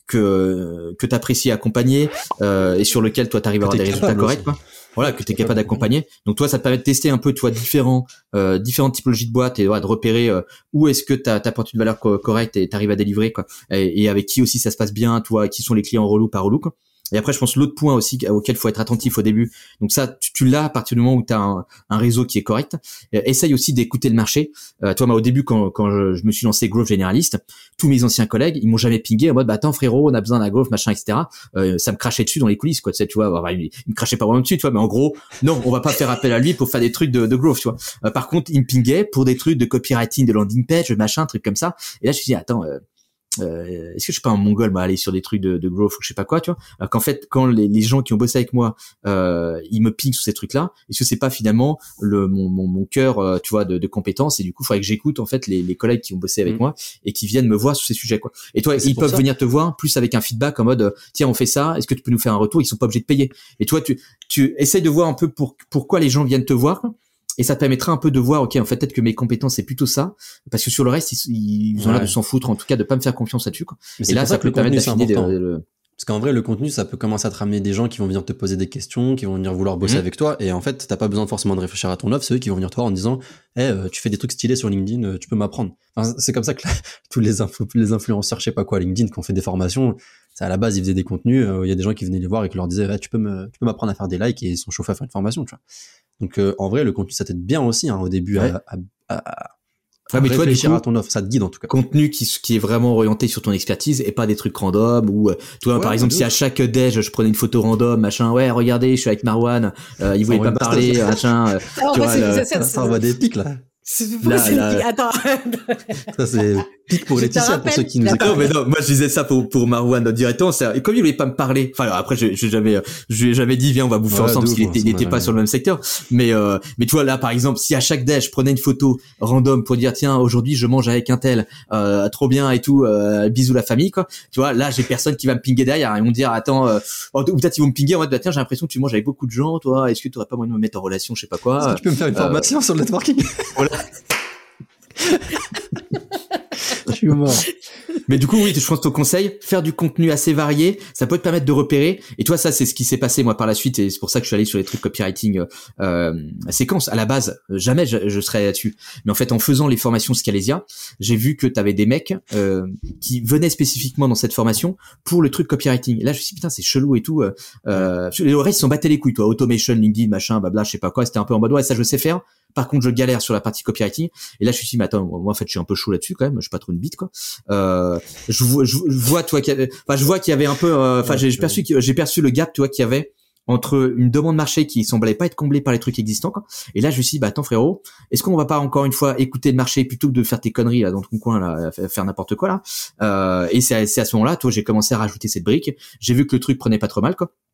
que t'apprécies accompagner, et sur lequel toi t'arrives à avoir des résultats corrects, quoi. Voilà, que t'es capable d'accompagner. Donc toi, ça te permet de tester un peu, tu vois, différentes typologies de boîtes et ouais, de repérer où est-ce que t'apportes une valeur correcte et t'arrives à délivrer, quoi. Et avec qui aussi ça se passe bien, tu vois, qui sont les clients relous par relous, quoi. Et après, je pense l'autre point aussi auquel faut être attentif au début. Donc ça, tu l'as à partir du moment où tu as un réseau qui est correct. Essaye aussi d'écouter le marché. Toi, moi, au début, quand je me suis lancé growth généraliste, tous mes anciens collègues, ils m'ont jamais pingé en mode, bah attends frérot, on a besoin d'un growth, machin, etc. Ça me crachait dessus dans les coulisses, quoi. Tu sais, tu vois, enfin, il me crachait pas vraiment dessus, tu vois, mais en gros, non, on va pas faire appel à lui pour faire des trucs de growth, tu vois. Par contre, il me pingait pour des trucs de copywriting, de landing page, machin, trucs comme ça. Et là, je me suis dit, attends. Est-ce que je suis pas un mongol, aller sur des trucs de growth ou je sais pas quoi, tu vois. Alors qu'en fait, quand les gens qui ont bossé avec moi, ils me pingent sur ces trucs-là, est-ce que c'est pas finalement mon cœur, tu vois, de compétences, et du coup, il faudrait que j'écoute en fait les collègues qui ont bossé avec moi et qui viennent me voir sur ces sujets, quoi. Et toi, ils peuvent venir te voir plus avec un feedback en mode tiens, on fait ça, est-ce que tu peux nous faire un retour? Ils sont pas obligés de payer. Et toi, tu essayes de voir un peu pourquoi les gens viennent te voir. Et ça te permettra un peu de voir, ok, en fait, peut-être que mes compétences, c'est plutôt ça, parce que sur le reste, ils ont l'air de s'en foutre, en tout cas, de pas me faire confiance là-dessus, quoi. Et là, ça peut permettre d'affiner parce qu'en vrai, le contenu, ça peut commencer à te ramener des gens qui vont venir te poser des questions, qui vont venir vouloir bosser avec toi, et en fait, t'as pas besoin forcément de réfléchir à ton offre, c'est eux qui vont venir te voir en disant, tu fais des trucs stylés sur LinkedIn, tu peux m'apprendre. Enfin, c'est comme ça que tous les influenceurs, je sais pas quoi, LinkedIn, qui ont fait des formations, c'est à la base, ils faisaient des contenus, il y a des gens qui venaient les voir et qui leur disaient, tu peux m'apprendre à faire des likes, et ils sont chauffés à faire une formation, tu vois. Donc en vrai, le contenu, ça t'aide bien aussi, au début, à mais réfléchir à ton offre, ça te guide en tout cas. Contenu qui est vraiment orienté sur ton expertise et pas des trucs random ou toi par exemple si à chaque déj je prenais une photo random machin, ouais regardez je suis avec Marwan, il voulait pas me parler machin, tu vois, ça envoie des pics là. Attends. Ça c'est pique pour Laetitia, pour ceux qui nous écoutent. Non, moi je disais ça pour Marwan directement. Et comme il voulait pas me parler, enfin après je lui ai jamais dit viens on va bouffer ensemble parce qu'il était pas sur le même secteur. Mais tu vois là par exemple si à chaque déj je prenais une photo random pour dire tiens aujourd'hui je mange avec un tel, trop bien et tout, bisous la famille, quoi. Tu vois là j'ai personne qui va me pinguer derrière, ils vont me dire attends, ou peut-être ils vont me pinguer en mode bah tiens j'ai l'impression que tu manges avec beaucoup de gens, toi est-ce que tu aurais pas moyen de me mettre en relation, je sais pas quoi. Est-ce que tu peux me faire une formation sur le networking? Voilà. Je suis mort. Mais du coup, oui, je pense ton conseil, faire du contenu assez varié, ça peut te permettre de repérer. Et toi, ça, c'est ce qui s'est passé, moi, par la suite. Et c'est pour ça que je suis allé sur les trucs copywriting, séquence. À la base, jamais je serais là-dessus. Mais en fait, en faisant les formations Scalesia, j'ai vu que t'avais des mecs, qui venaient spécifiquement dans cette formation pour le truc copywriting. Et là, je me suis dit, putain, c'est chelou et tout. Les reste, ils s'en battaient les couilles, toi. Automation, LinkedIn, machin, blabla, je sais pas quoi. C'était un peu en mode, ouais, ça, je sais faire. Par contre, je galère sur la partie copywriting. Et là, je me suis dit, mais attends, moi, en fait, je suis un peu chaud là-dessus, quand même. Je suis pas trop une bite, quoi. Je vois, toi, je vois qu'il y avait un peu, j'ai perçu le gap, tu vois, qu'il y avait entre une demande marché qui semblait pas être comblée par les trucs existants, quoi. Et là, je me suis dit, bah, attends, frérot, est-ce qu'on va pas encore une fois écouter le marché plutôt que de faire tes conneries, là, dans ton coin, là, faire n'importe quoi, là. Et c'est à ce moment-là, toi, j'ai commencé à rajouter cette brique. J'ai vu que le truc prenait pas trop mal, quoi.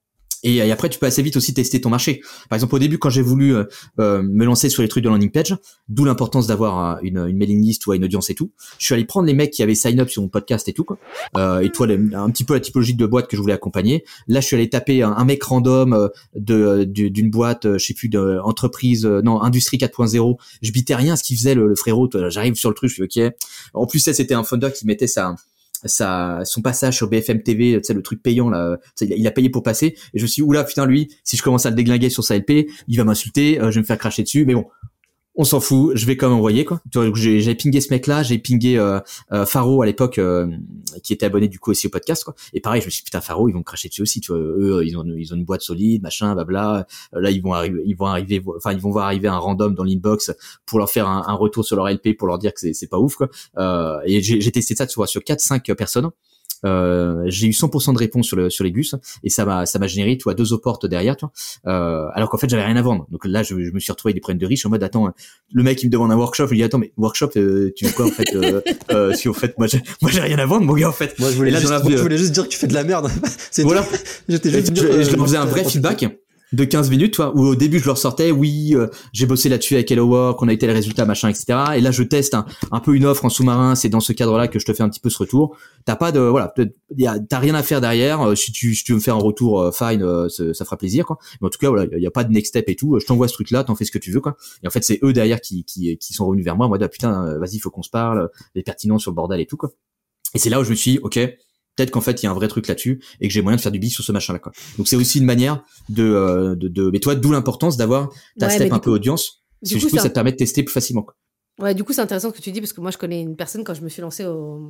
Et après, tu peux assez vite aussi tester ton marché. Par exemple, au début, quand j'ai voulu me lancer sur les trucs de landing page, d'où l'importance d'avoir une mailing list ou une audience et tout, je suis allé prendre les mecs qui avaient sign up sur mon podcast et tout, quoi. Et toi, un petit peu la typologie de boîte que je voulais accompagner. Là, je suis allé taper un mec random d'une boîte, je sais plus, d'entreprise, industrie 4.0. Je bitais rien à ce qu'il faisait le frérot. J'arrive sur le truc, je suis ok. En plus, ça, c'était un founder qui mettait son passage sur BFM TV, tu sais, le truc payant là, il a payé pour passer, et je me suis dit, oula, putain, lui, si je commence à le déglinguer sur sa LP, il va m'insulter, je vais me faire cracher dessus, mais bon, on s'en fout, je vais quand même envoyer, quoi. Tu vois, j'ai pingé ce mec-là, j'ai pingé Faro à l'époque, qui était abonné du coup aussi au podcast, quoi. Et pareil, je me suis dit, putain, Faro, ils vont me cracher dessus aussi, tu vois. Eux, ils ont une boîte solide, machin, blabla. Là, ils vont voir arriver un random dans l'inbox pour leur faire un retour sur leur LP pour leur dire que c'est pas ouf, quoi. Et j'ai testé ça, tu vois, sur 4-5 personnes. J'ai eu 100% de réponse sur les bus, et ça m'a généré, tu vois, 2 opportes derrière, tu vois, alors qu'en fait j'avais rien à vendre. Donc là je me suis retrouvé avec des problèmes de riches en mode, attends, le mec il me demande un workshop, je lui dis, attends, mais workshop, tu veux quoi en fait? Si au fait moi j'ai rien à vendre, mon gars, en fait. Moi je voulais juste dire que tu fais de la merde. C'est voilà. Je leur faisais un vrai feedback de 15 minutes, toi, où au début je leur sortais, oui, j'ai bossé là-dessus avec Hello Work, on a été les résultats, machin, etc. Et là je teste un peu une offre en sous-marin, c'est dans ce cadre-là que je te fais un petit peu ce retour. T'as pas de, voilà, t'as rien à faire derrière. Si tu veux me faire un retour, fine, ça fera plaisir, quoi. Mais en tout cas, voilà, il y a pas de next step et tout. Je t'envoie ce truc-là, t'en fais ce que tu veux, quoi. Et en fait, c'est eux derrière qui sont revenus vers moi, en mode, ah, putain, vas-y, faut qu'on se parle, les pertinents sur le bordel et tout, quoi. Et c'est là où je me suis dit, ok, peut-être qu'en fait il y a un vrai truc là-dessus et que j'ai moyen de faire du bif sur ce machin-là, quoi. Donc c'est aussi une manière mais toi, d'où l'importance d'avoir ta step un peu audience. Du coup, ça te permet de tester plus facilement, quoi. Ouais, du coup c'est intéressant ce que tu dis, parce que moi je connais une personne, quand je me suis lancée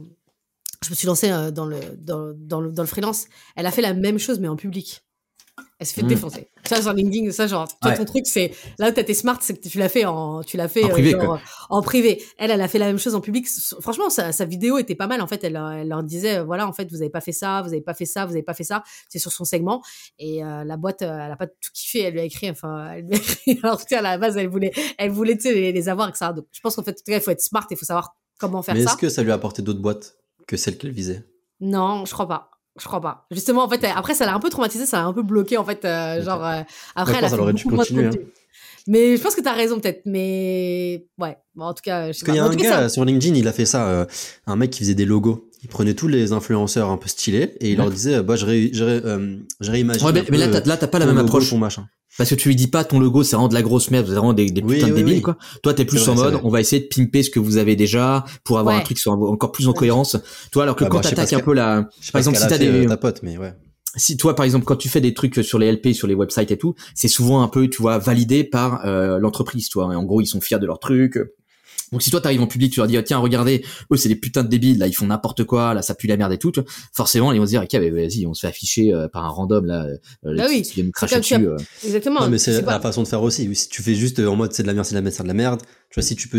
dans le freelance, elle a fait la même chose mais en public. Elle se fait défoncer. Ça, sur LinkedIn, ça, genre, toi, ton truc, c'est, là où t'as tes smart, c'est que tu l'as fait en privé, genre, quoi. En privé. Elle a fait la même chose en public. Franchement, sa vidéo était pas mal. En fait, elle leur disait, voilà, en fait, vous avez pas fait ça, vous avez pas fait ça, vous avez pas fait ça. C'est sur son segment. Et, la boîte, elle a pas tout kiffé. Elle lui a écrit, alors, tu sais, à la base, elle voulait, tu sais, les avoir, etc. Donc, je pense qu'en fait, en tout cas, il faut être smart et il faut savoir comment faire ça. Mais est-ce que ça lui a apporté d'autres boîtes que celles qu'elle visait? Non, je crois pas. Justement, en fait, après, ça l'a un peu traumatisé, ça l'a un peu bloqué, en fait, après, elle a fait aurait dû beaucoup moins de continuer, contenu. Mais je pense que t'as raison, peut-être, mais ouais. Bon, en tout cas, je sais pas. Parce qu'il y a un gars ça... sur LinkedIn, il a fait ça, un mec qui faisait des logos. Il prenait tous les influenceurs un peu stylés et il leur disait, bah, je réimagine. Ouais, mais là, t'as pas la même approche. Ton machin. Parce que tu lui dis pas, ton logo, c'est vraiment de la grosse merde, c'est vraiment des putains de débiles, quoi. Toi, t'es plus en mode, on va essayer de pimper ce que vous avez déjà pour avoir un truc qui soit encore plus en cohérence. Toi, alors que quand t'attaques un peu par exemple, si t'as ta pote, mais ouais. Si toi, par exemple, quand tu fais des trucs sur les LP, sur les websites et tout, c'est souvent un peu, tu vois, validé par l'entreprise, toi. Et en gros, ils sont fiers de leur truc. Donc si toi t'arrives en public, tu leur dis, tiens, regardez, eux c'est des putains de débiles, là ils font n'importe quoi, là ça pue la merde et tout, forcément ils vont se dire, ok, vas-y, on se fait afficher par un random là, oui, qui vient me cracher dessus. Exactement. Non, mais c'est la façon de faire aussi. Si tu fais juste en mode c'est de la merde, c'est de la merde, tu vois, si tu peux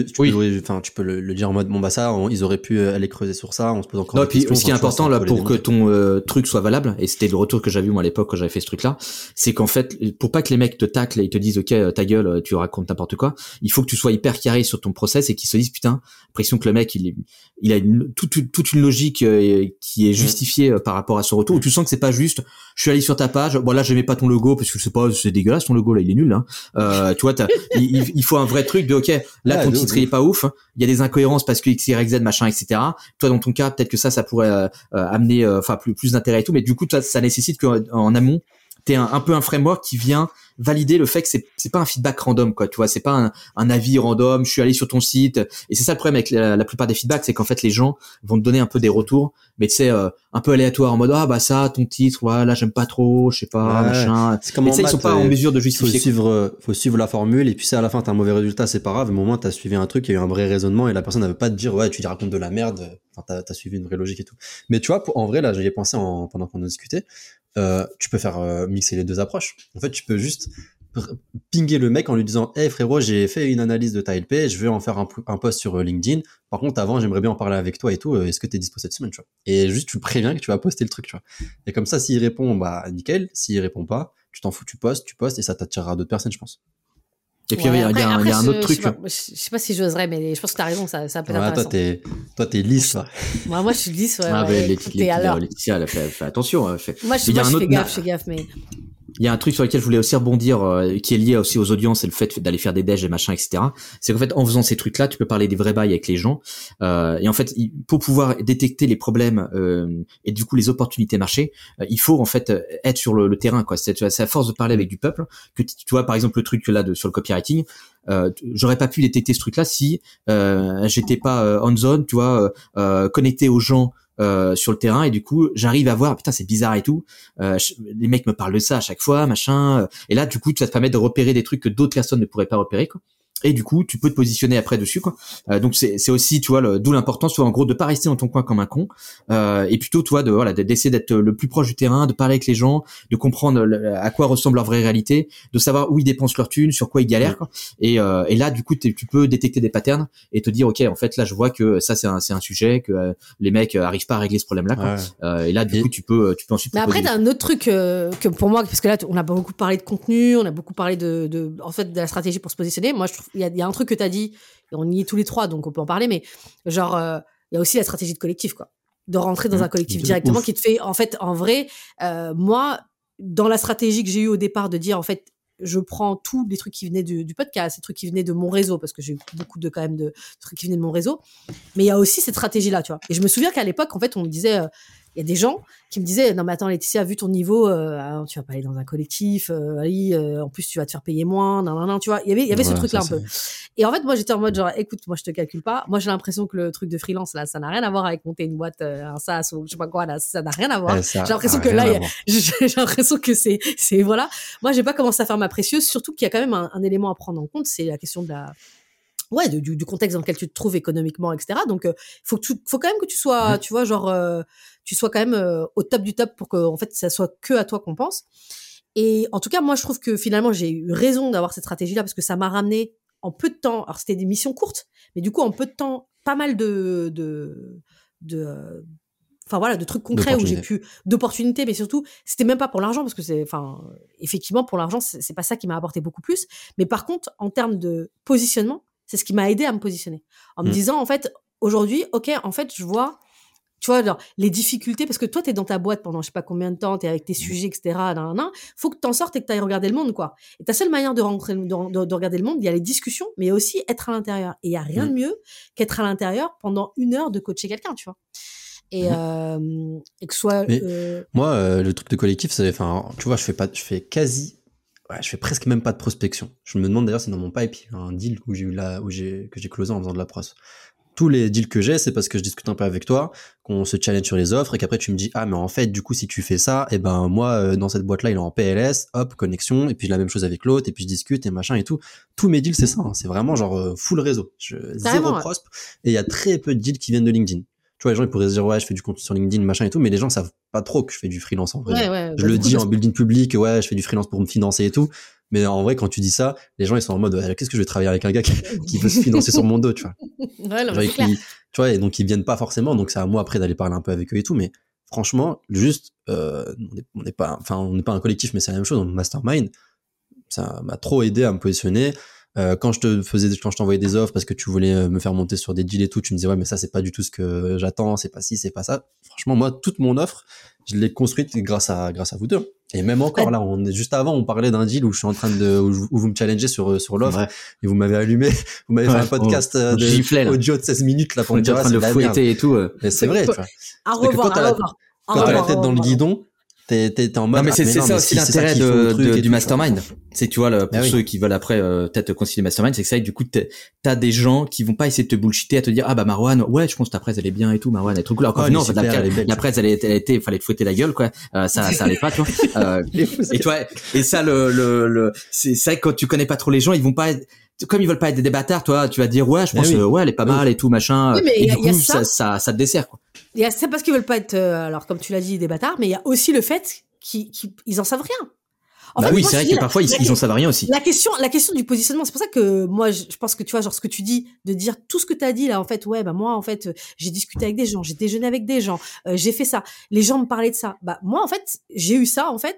le dire en mode bon bah ça, ils auraient pu aller creuser sur ça, on se pose encore des questions. Puis ce qui est important là pour que ton truc soit valable, et c'était le retour que j'avais eu moi à l'époque quand j'avais fait ce truc là, c'est qu'en fait, pour pas que les mecs te taclent et te disent ok, ta gueule, tu racontes n'importe quoi, il faut que tu sois hyper carré sur ton process et qu'ils se disent putain, impression que le mec il a toute une logique qui est justifiée par rapport à son retour, où tu sens que c'est pas juste je suis allé sur ta page, bon là j'aimais pas ton logo parce que je sais pas, c'est dégueulasse ton logo là, il est nul là. Tu vois, il faut un vrai truc de ok, là ton titre il est pas ouf, il y a des incohérences parce que X, Y, Z machin, etc. Toi dans ton cas peut-être que ça pourrait amener plus d'intérêt et tout, mais du coup ça nécessite qu'en amont t'es un peu un framework qui vient valider le fait que c'est pas un feedback random, quoi, tu vois, c'est pas un avis random, je suis allé sur ton site, et c'est ça le problème avec la plupart des feedbacks, c'est qu'en fait les gens vont te donner un peu des retours, mais tu sais, un peu aléatoire, en mode ah bah ça, ton titre, ouais, là j'aime pas trop, je sais pas, machin, mais tu sais, ils sont pas en mesure de justifier. Faut suivre la formule, et puis si à la fin t'as un mauvais résultat, c'est pas grave, mais au moins t'as suivi un truc, il y a eu un vrai raisonnement, et la personne ne veut pas te dire ouais, tu lui racontes de la merde, enfin t'as suivi une vraie logique et tout. Mais tu vois, en vrai là, j'y ai pensé pendant qu'on a discuté. Tu peux faire mixer les deux approches. En fait, tu peux juste pinguer le mec en lui disant hey frérot, j'ai fait une analyse de ta LP, je veux en faire un post sur LinkedIn, par contre avant j'aimerais bien en parler avec toi et tout, est-ce que t'es dispo cette semaine, tu vois. Et juste tu le préviens que tu vas poster le truc, tu vois. Et comme ça, s'il répond, bah nickel, s'il répond pas, tu t'en fous, tu postes et ça t'attirera d'autres personnes, je pense. Et puis il y a un autre truc. Je sais pas si j'oserais, mais je pense que t'as raison, ça peut être intéressant. Toi t'es lisse, là. Moi je suis lisse, ouais. Laetitia, elle fait attention. Moi je fais gaffe, mais. Il y a un truc sur lequel je voulais aussi rebondir, qui est lié aussi aux audiences et le fait d'aller faire des déj et machin, etc. C'est qu'en fait, en faisant ces trucs-là, tu peux parler des vrais bails avec les gens. Et en fait, pour pouvoir détecter les problèmes et du coup les opportunités marché, il faut en fait être sur le terrain, quoi. C'est à force de parler avec du peuple que tu vois, par exemple, le truc là sur le copywriting. J'aurais pas pu détecter ce truc-là si j'étais pas on zone, tu vois, connecté aux gens. Sur le terrain, et du coup j'arrive à voir putain c'est bizarre et tout, les mecs me parlent de ça à chaque fois machin, et là du coup ça te permet de repérer des trucs que d'autres personnes ne pourraient pas repérer, quoi. Et du coup tu peux te positionner après dessus, quoi. Donc c'est aussi, tu vois, d'où l'importance, tu vois, en gros, de pas rester dans ton coin comme un con, et plutôt, tu vois, d'essayer d'être le plus proche du terrain, de parler avec les gens, de comprendre à quoi ressemble leur vraie réalité, de savoir où ils dépensent leur thune, sur quoi ils galèrent, quoi. Et là du coup tu peux détecter des patterns et te dire ok, en fait là je vois que ça c'est un sujet que les mecs arrivent pas à régler ce problème là, quoi. Et là du coup tu peux ensuite. Mais après t'as un autre truc que pour moi, parce que là on a beaucoup parlé de contenu, on a beaucoup parlé de en fait de la stratégie pour se positionner. Moi je trouve il y a un truc que t'as dit, et on y est tous les trois donc on peut en parler, mais genre il y a aussi la stratégie de collectif, quoi, de rentrer dans un collectif directement qui te fait en fait en vrai moi dans la stratégie que j'ai eue au départ de dire en fait je prends tous les trucs qui venaient du podcast, les trucs qui venaient de mon réseau, parce que j'ai eu beaucoup de trucs qui venaient de mon réseau, mais il y a aussi cette stratégie là, tu vois. Et je me souviens qu'à l'époque en fait on me disait il y a des gens qui me disaient non mais attends Laetitia, vu ton niveau tu vas pas aller dans un collectif, en plus tu vas te faire payer moins, non, tu vois, il y avait ce truc là un peu. Et en fait moi j'étais en mode genre écoute, moi je te calcule pas, moi j'ai l'impression que le truc de freelance là ça n'a rien à voir avec monter une boîte, un SaaS ou je sais pas quoi là, ça n'a rien à voir. J'ai l'impression que là j'ai l'impression que c'est voilà, moi j'ai pas commencé à faire ma précieuse, surtout qu'il y a quand même un élément à prendre en compte, c'est la question de la du contexte dans lequel tu te trouves économiquement, etc. Donc faut quand même que tu sois tu vois genre tu sois quand même au top du top pour que en fait ça soit que à toi qu'on pense. Et en tout cas moi je trouve que finalement j'ai eu raison d'avoir cette stratégie là, parce que ça m'a ramené en peu de temps, alors c'était des missions courtes mais du coup en peu de temps pas mal de enfin voilà, de trucs concrets où j'ai pu d'opportunités, mais surtout c'était même pas pour l'argent, parce que effectivement pour l'argent c'est pas ça qui m'a apporté beaucoup plus, mais par contre en termes de positionnement c'est ce qui m'a aidé à me positionner, en me disant en fait aujourd'hui ok en fait je vois, tu vois, genre, les difficultés, parce que toi, t'es dans ta boîte pendant je sais pas combien de temps, t'es avec tes sujets, etc. Faut que t'en sortes et que t'ailles regarder le monde, quoi. Et ta seule manière de regarder le monde, il y a les discussions, mais il y a aussi être à l'intérieur. Et il y a rien de mieux qu'être à l'intérieur pendant 1 heure de coacher quelqu'un, tu vois. Et que ce soit. Moi, le truc de collectif, c'est, enfin, tu vois, je fais presque même pas de prospection. Je me demande d'ailleurs si dans mon pipe, il y a un deal que j'ai closé en faisant de la pros. Tous les deals que j'ai, c'est parce que je discute un peu avec toi, qu'on se challenge sur les offres et qu'après tu me dis ah mais en fait du coup si tu fais ça, et ben moi dans cette boîte là il est en PLS, hop connexion, et puis la même chose avec l'autre, et puis je discute et machin et tout. Tous mes deals c'est ça, hein. C'est vraiment genre full réseau, zéro prosp, et il y a très peu de deals qui viennent de LinkedIn. Tu vois, les gens ils pourraient se dire ouais je fais du contenu sur LinkedIn machin et tout, mais les gens savent pas trop que je fais du freelance en vrai. Je le dis en building public, ouais je fais du freelance pour me financer et tout. Mais en vrai, quand tu dis ça, les gens ils sont en mode qu'est-ce que je vais travailler avec un gars qui veut se financer sur mon dos, tu vois. Tu vois, et donc ils viennent pas forcément, donc c'est à moi après d'aller parler un peu avec eux et tout. Mais franchement, juste, on n'est pas un collectif, mais c'est la même chose. Dans le mastermind, ça m'a trop aidé à me positionner. Quand je t'envoyais des offres parce que tu voulais me faire monter sur des deals et tout, tu me disais ouais mais ça c'est pas du tout ce que j'attends, c'est pas ci, c'est pas ça. Franchement moi toute mon offre je l'ai construite grâce à vous deux. Et même encore là, juste avant on parlait d'un deal où je suis en train où vous me challengez sur l'offre, et vous m'avez allumé, vous m'avez fait un podcast audio de 16 minutes là pour me dire de le fouetter et tout. Mais c'est vrai, tu vois. Quand t'as la tête dans le guidon, t'es en mode. Non, mais c'est ça aussi l'intérêt du mastermind. C'est, tu vois, pour ceux qui veulent après peut-être concilier mastermind, c'est que ça, du coup, t'as des gens qui vont pas essayer de te bullshiter, à te dire ah bah Marwan, ouais, je pense que ta presse elle est bien et tout, Marwan, elle est trop cool. Alors non, la presse elle était, fallait te fouetter la gueule, quoi. Ça allait pas, tu vois. Et tu vois, et ça c'est ça, quand tu connais pas trop les gens, ils vont pas comme ils veulent pas être des bâtards, toi, tu vas dire ouais, je pense ouais, elle est pas mal et tout machin. Et du coup, ça te dessert, quoi. C'est parce qu'ils veulent pas être, alors comme tu l'as dit, des bâtards, mais il y a aussi le fait qu'ils en savent rien. En fait, oui, c'est vrai que parfois ils en savent rien aussi. La question du positionnement, c'est pour ça que moi je pense que tu vois genre ce que tu dis, de dire tout ce que tu as dit là, en fait ouais bah moi en fait j'ai discuté avec des gens, j'ai déjeuné avec des gens, j'ai fait ça, les gens me parlaient de ça. Bah moi en fait j'ai eu ça en fait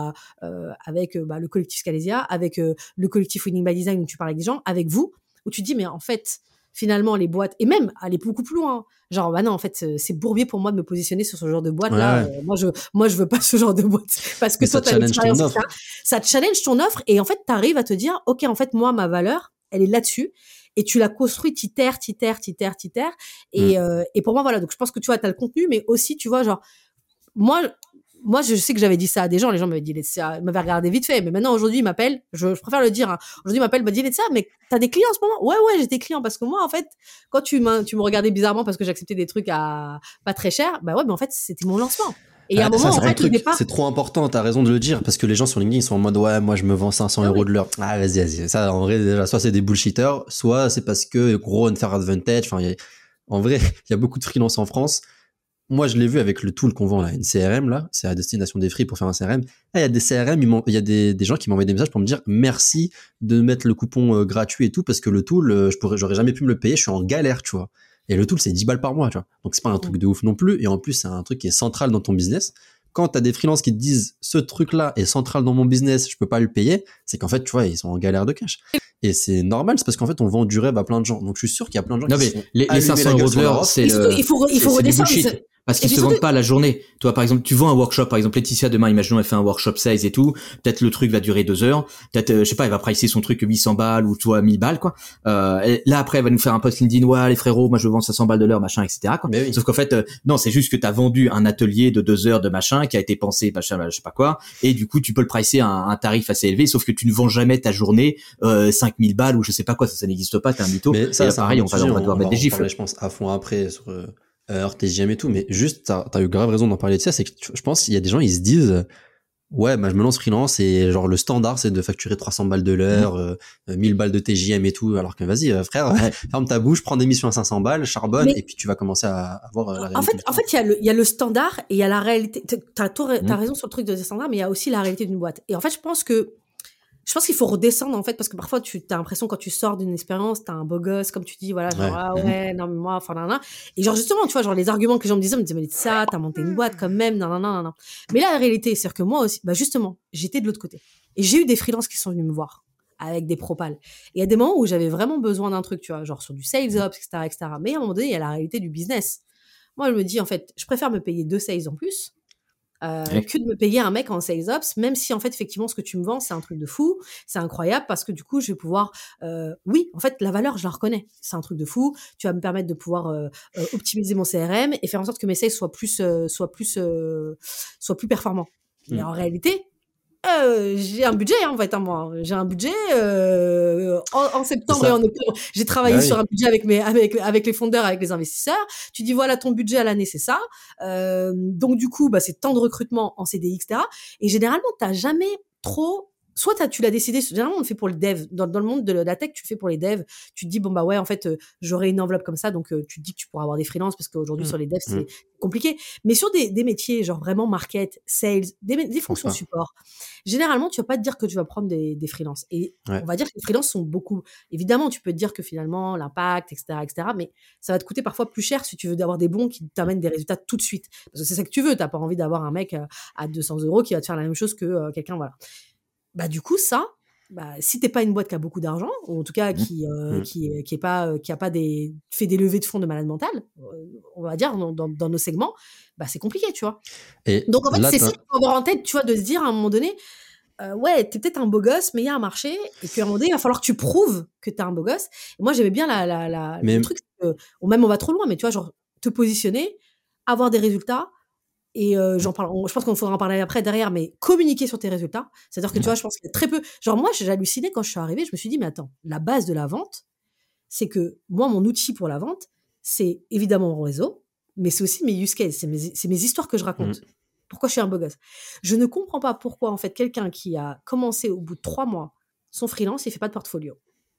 avec le collectif Scalesia, avec le collectif Winning by Design où tu parles avec des gens, avec vous, où tu dis mais en fait finalement, les boîtes, et même aller beaucoup plus loin. Genre, bah non, en fait, c'est bourbier pour moi de me positionner sur ce genre de boîte-là. Moi, je veux pas ce genre de boîte. Parce que toi, t'as l'expérience, etc. Ça te challenge ton offre, et en fait, t'arrives à te dire, OK, en fait, moi, ma valeur, elle est là-dessus. Et tu l'as construit, t'itères. Et pour moi, voilà. Donc, je pense que tu vois, t'as le contenu, mais aussi, tu vois, genre, moi, je sais que j'avais dit ça à des gens, les gens m'avaient dit ça, m'avaient regardé vite fait, mais maintenant, aujourd'hui, ils m'appellent, je préfère le dire, hein. Aujourd'hui, ils m'appellent, me disent ça, mais t'as des clients en ce moment? Ouais, j'ai des clients, parce que moi, en fait, quand tu me regardais bizarrement parce que j'acceptais des trucs à pas très cher, bah ouais, mais en fait, c'était mon lancement. Et il y a un moment, ça, en fait, au départ. C'est trop important, t'as raison de le dire, parce que les gens sur LinkedIn, ils sont en mode, ouais, moi, je me vends 500 euros de l'heure. Ah, vas-y. Ça, en vrai, déjà, soit c'est des bullshitters, soit c'est parce que, gros, unfair advantage, enfin, en vrai, il y a beaucoup de freelance en France. Moi, je l'ai vu avec le tool qu'on vend là, une CRM là, c'est à destination des free pour faire un CRM. Il y a des CRM, il y a des gens qui m'envoient des messages pour me dire merci de mettre le coupon gratuit et tout parce que le tool, j'aurais jamais pu me le payer, je suis en galère, tu vois. Et le tool, c'est 10 balles par mois, tu vois. Donc c'est pas un truc de ouf non plus. Et en plus, c'est un truc qui est central dans ton business. Quand t'as des freelances qui te disent ce truc-là est central dans mon business, je peux pas le payer, c'est qu'en fait, tu vois, ils sont en galère de cash. Et c'est normal, c'est parce qu'en fait, on vend du rêve à plein de gens. Donc je suis sûr qu'il y a plein de gens qui sont les 500 euros de l'heure, c'est il faut redescendre. Parce qu'ils se vendent pas la journée. Toi, par exemple, tu vends un workshop, par exemple, Laetitia, demain, imaginons, elle fait un workshop sales et tout. Peut-être le truc va durer 2 heures. Peut-être, je sais pas, elle va pricer son truc 800 balles ou toi 1000 balles, quoi. Là, après, elle va nous faire un post LinkedIn, ouais, les frérots, moi, je vends 500 balles de l'heure, machin, etc., quoi. Oui. Sauf qu'en fait, non, c'est juste que t'as vendu un atelier de 2 heures de machin qui a été pensé, machin, je sais pas quoi. Et du coup, tu peux le pricer à un tarif assez élevé, sauf que tu ne vends jamais ta journée, 5000 balles ou je sais pas quoi, ça n'existe pas, t'es un mytho. Mais ça, et là, pareil, on va devoir mettre des gifles. Je pense, à fond après sur TGM et tout, mais juste, t'as eu grave raison d'en parler de ça, c'est que je pense qu'il y a des gens, ils se disent, ouais, bah, je me lance freelance et genre le standard, c'est de facturer 300 balles de l'heure, 1000 balles de TGM et tout, alors que vas-y, frère, ferme ta bouche, prends des missions à 500 balles, charbonne, et puis tu vas commencer à avoir la réalité. En fait, il y a le standard et il y a la réalité. T'as raison sur le truc de standard, mais il y a aussi la réalité d'une boîte. Et en fait, je pense qu'il faut redescendre, en fait, parce que parfois, t'as l'impression, quand tu sors d'une expérience, t'as un beau gosse, comme tu dis, voilà, genre, non, mais moi, enfin, nan. Et genre, justement, tu vois, genre, les arguments que les gens me disaient, mais ça, t'as monté une boîte quand même, nan. Mais là, la réalité, c'est que moi aussi, bah, justement, j'étais de l'autre côté. Et j'ai eu des freelances qui sont venus me voir avec des propals. Et il y a des moments où j'avais vraiment besoin d'un truc, tu vois, genre sur du sales ops, etc. Mais à un moment donné, il y a la réalité du business. Moi, je me dis, en fait, je préfère me payer 2 sales en plus, que de me payer un mec en sales ops, même si en fait effectivement ce que tu me vends c'est un truc de fou, c'est incroyable parce que du coup je vais pouvoir, oui en fait la valeur je la reconnais, c'est un truc de fou, tu vas me permettre de pouvoir optimiser mon CRM et faire en sorte que mes sales soient plus performants. Mais en réalité j'ai un budget en fait, moi. J'ai un budget en septembre et en octobre. J'ai travaillé sur un budget avec les fondeurs, avec les investisseurs. Tu dis voilà ton budget à l'année c'est ça. Donc du coup c'est tant de recrutement en CDI etc. Et généralement t'as jamais trop. Soit tu l'as décidé, généralement on le fait pour le dev. Dans le monde de la tech, tu le fais pour les devs. Tu te dis, bon bah ouais, en fait, j'aurai une enveloppe comme ça, donc tu te dis que tu pourras avoir des freelances parce qu'aujourd'hui sur les devs, c'est compliqué. Mais sur des métiers, genre vraiment market, sales, des fonctions support, généralement tu vas pas te dire que tu vas prendre des freelances. Et on va dire que les freelances sont beaucoup. Évidemment, tu peux te dire que finalement, l'impact, etc., mais ça va te coûter parfois plus cher si tu veux avoir des bons qui t'amènent des résultats tout de suite. Parce que c'est ça que tu veux. T'as pas envie d'avoir un mec à 200 € qui va te faire la même chose que quelqu'un, voilà. Bah du coup si t'es pas une boîte qui a beaucoup d'argent ou en tout cas qui a pas fait des levées de fonds de malade mental, on va dire dans nos segments, bah c'est compliqué, tu vois. Et donc en fait c'est ça qu'il faut avoir en tête, tu vois, de se dire à un moment donné ouais, t'es peut-être un beau gosse mais il y a un marché et puis à un moment donné il va falloir que tu prouves que t'es un beau gosse. Et moi j'aimais bien le truc ou même on va trop loin, mais tu vois, genre te positionner, avoir des résultats. Et je pense qu'on faudra en parler après derrière, mais communiquer sur tes résultats. C'est-à-dire que tu vois, je pense qu'il y a très peu. Genre moi, j'ai halluciné quand je suis arrivée. Je me suis dit, mais attends, la base de la vente, c'est que moi, mon outil pour la vente, c'est évidemment mon réseau, mais c'est aussi mes use cases, c'est mes histoires que je raconte. Pourquoi je suis un beau gosse. Je ne comprends pas pourquoi en fait quelqu'un qui a commencé au bout de 3 mois son freelance, il fait pas de portfolio.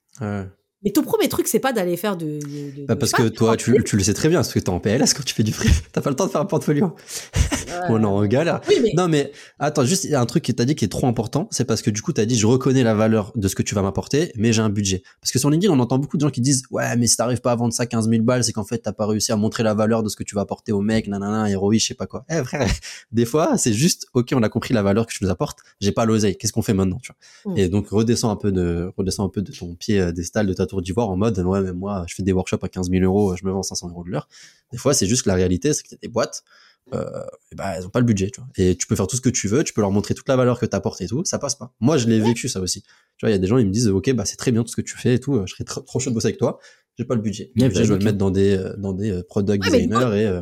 Mais ton premier truc, c'est pas d'aller faire parce que toi, tu le sais très bien, parce que t'es en PLS quand tu fais du free. T'as pas le temps de faire un portfolio. On en galère. Oui, mais... Non, mais attends, juste, il y a un truc que t'as dit qui est trop important. C'est parce que du coup, t'as dit, je reconnais la valeur de ce que tu vas m'apporter, mais j'ai un budget. Parce que sur LinkedIn, on entend beaucoup de gens qui disent, ouais, mais si t'arrives pas à vendre ça 15 000 balles, c'est qu'en fait, t'as pas réussi à montrer la valeur de ce que tu vas apporter au mec, nanana, héroïque, je sais pas quoi. Frère, des fois, c'est juste, ok, on a compris la valeur que tu nous apportes, j'ai pas l'oseille. Qu'est-ce qu'on fait maintenant, tu vois? Et donc, redescends un peu de ton pied d'estal, de ta la tour d'ivoire en mode, ouais, mais moi, je fais des workshops à 15 000 euros, je me vends 500 euros de l'heure. Des fois, c'est juste que la réalité, c'est que t'as des boîtes, et bah, elles ont pas le budget, tu vois. Et tu peux faire tout ce que tu veux, tu peux leur montrer toute la valeur que t'apportes et tout, ça passe pas. Moi, je l'ai vécu, ça aussi. Tu vois, il y a des gens, ils me disent, ok, bah, c'est très bien tout ce que tu fais et tout, je serais trop chaud de bosser avec toi, j'ai pas le budget. Le budget, je vais le mettre dans des product designers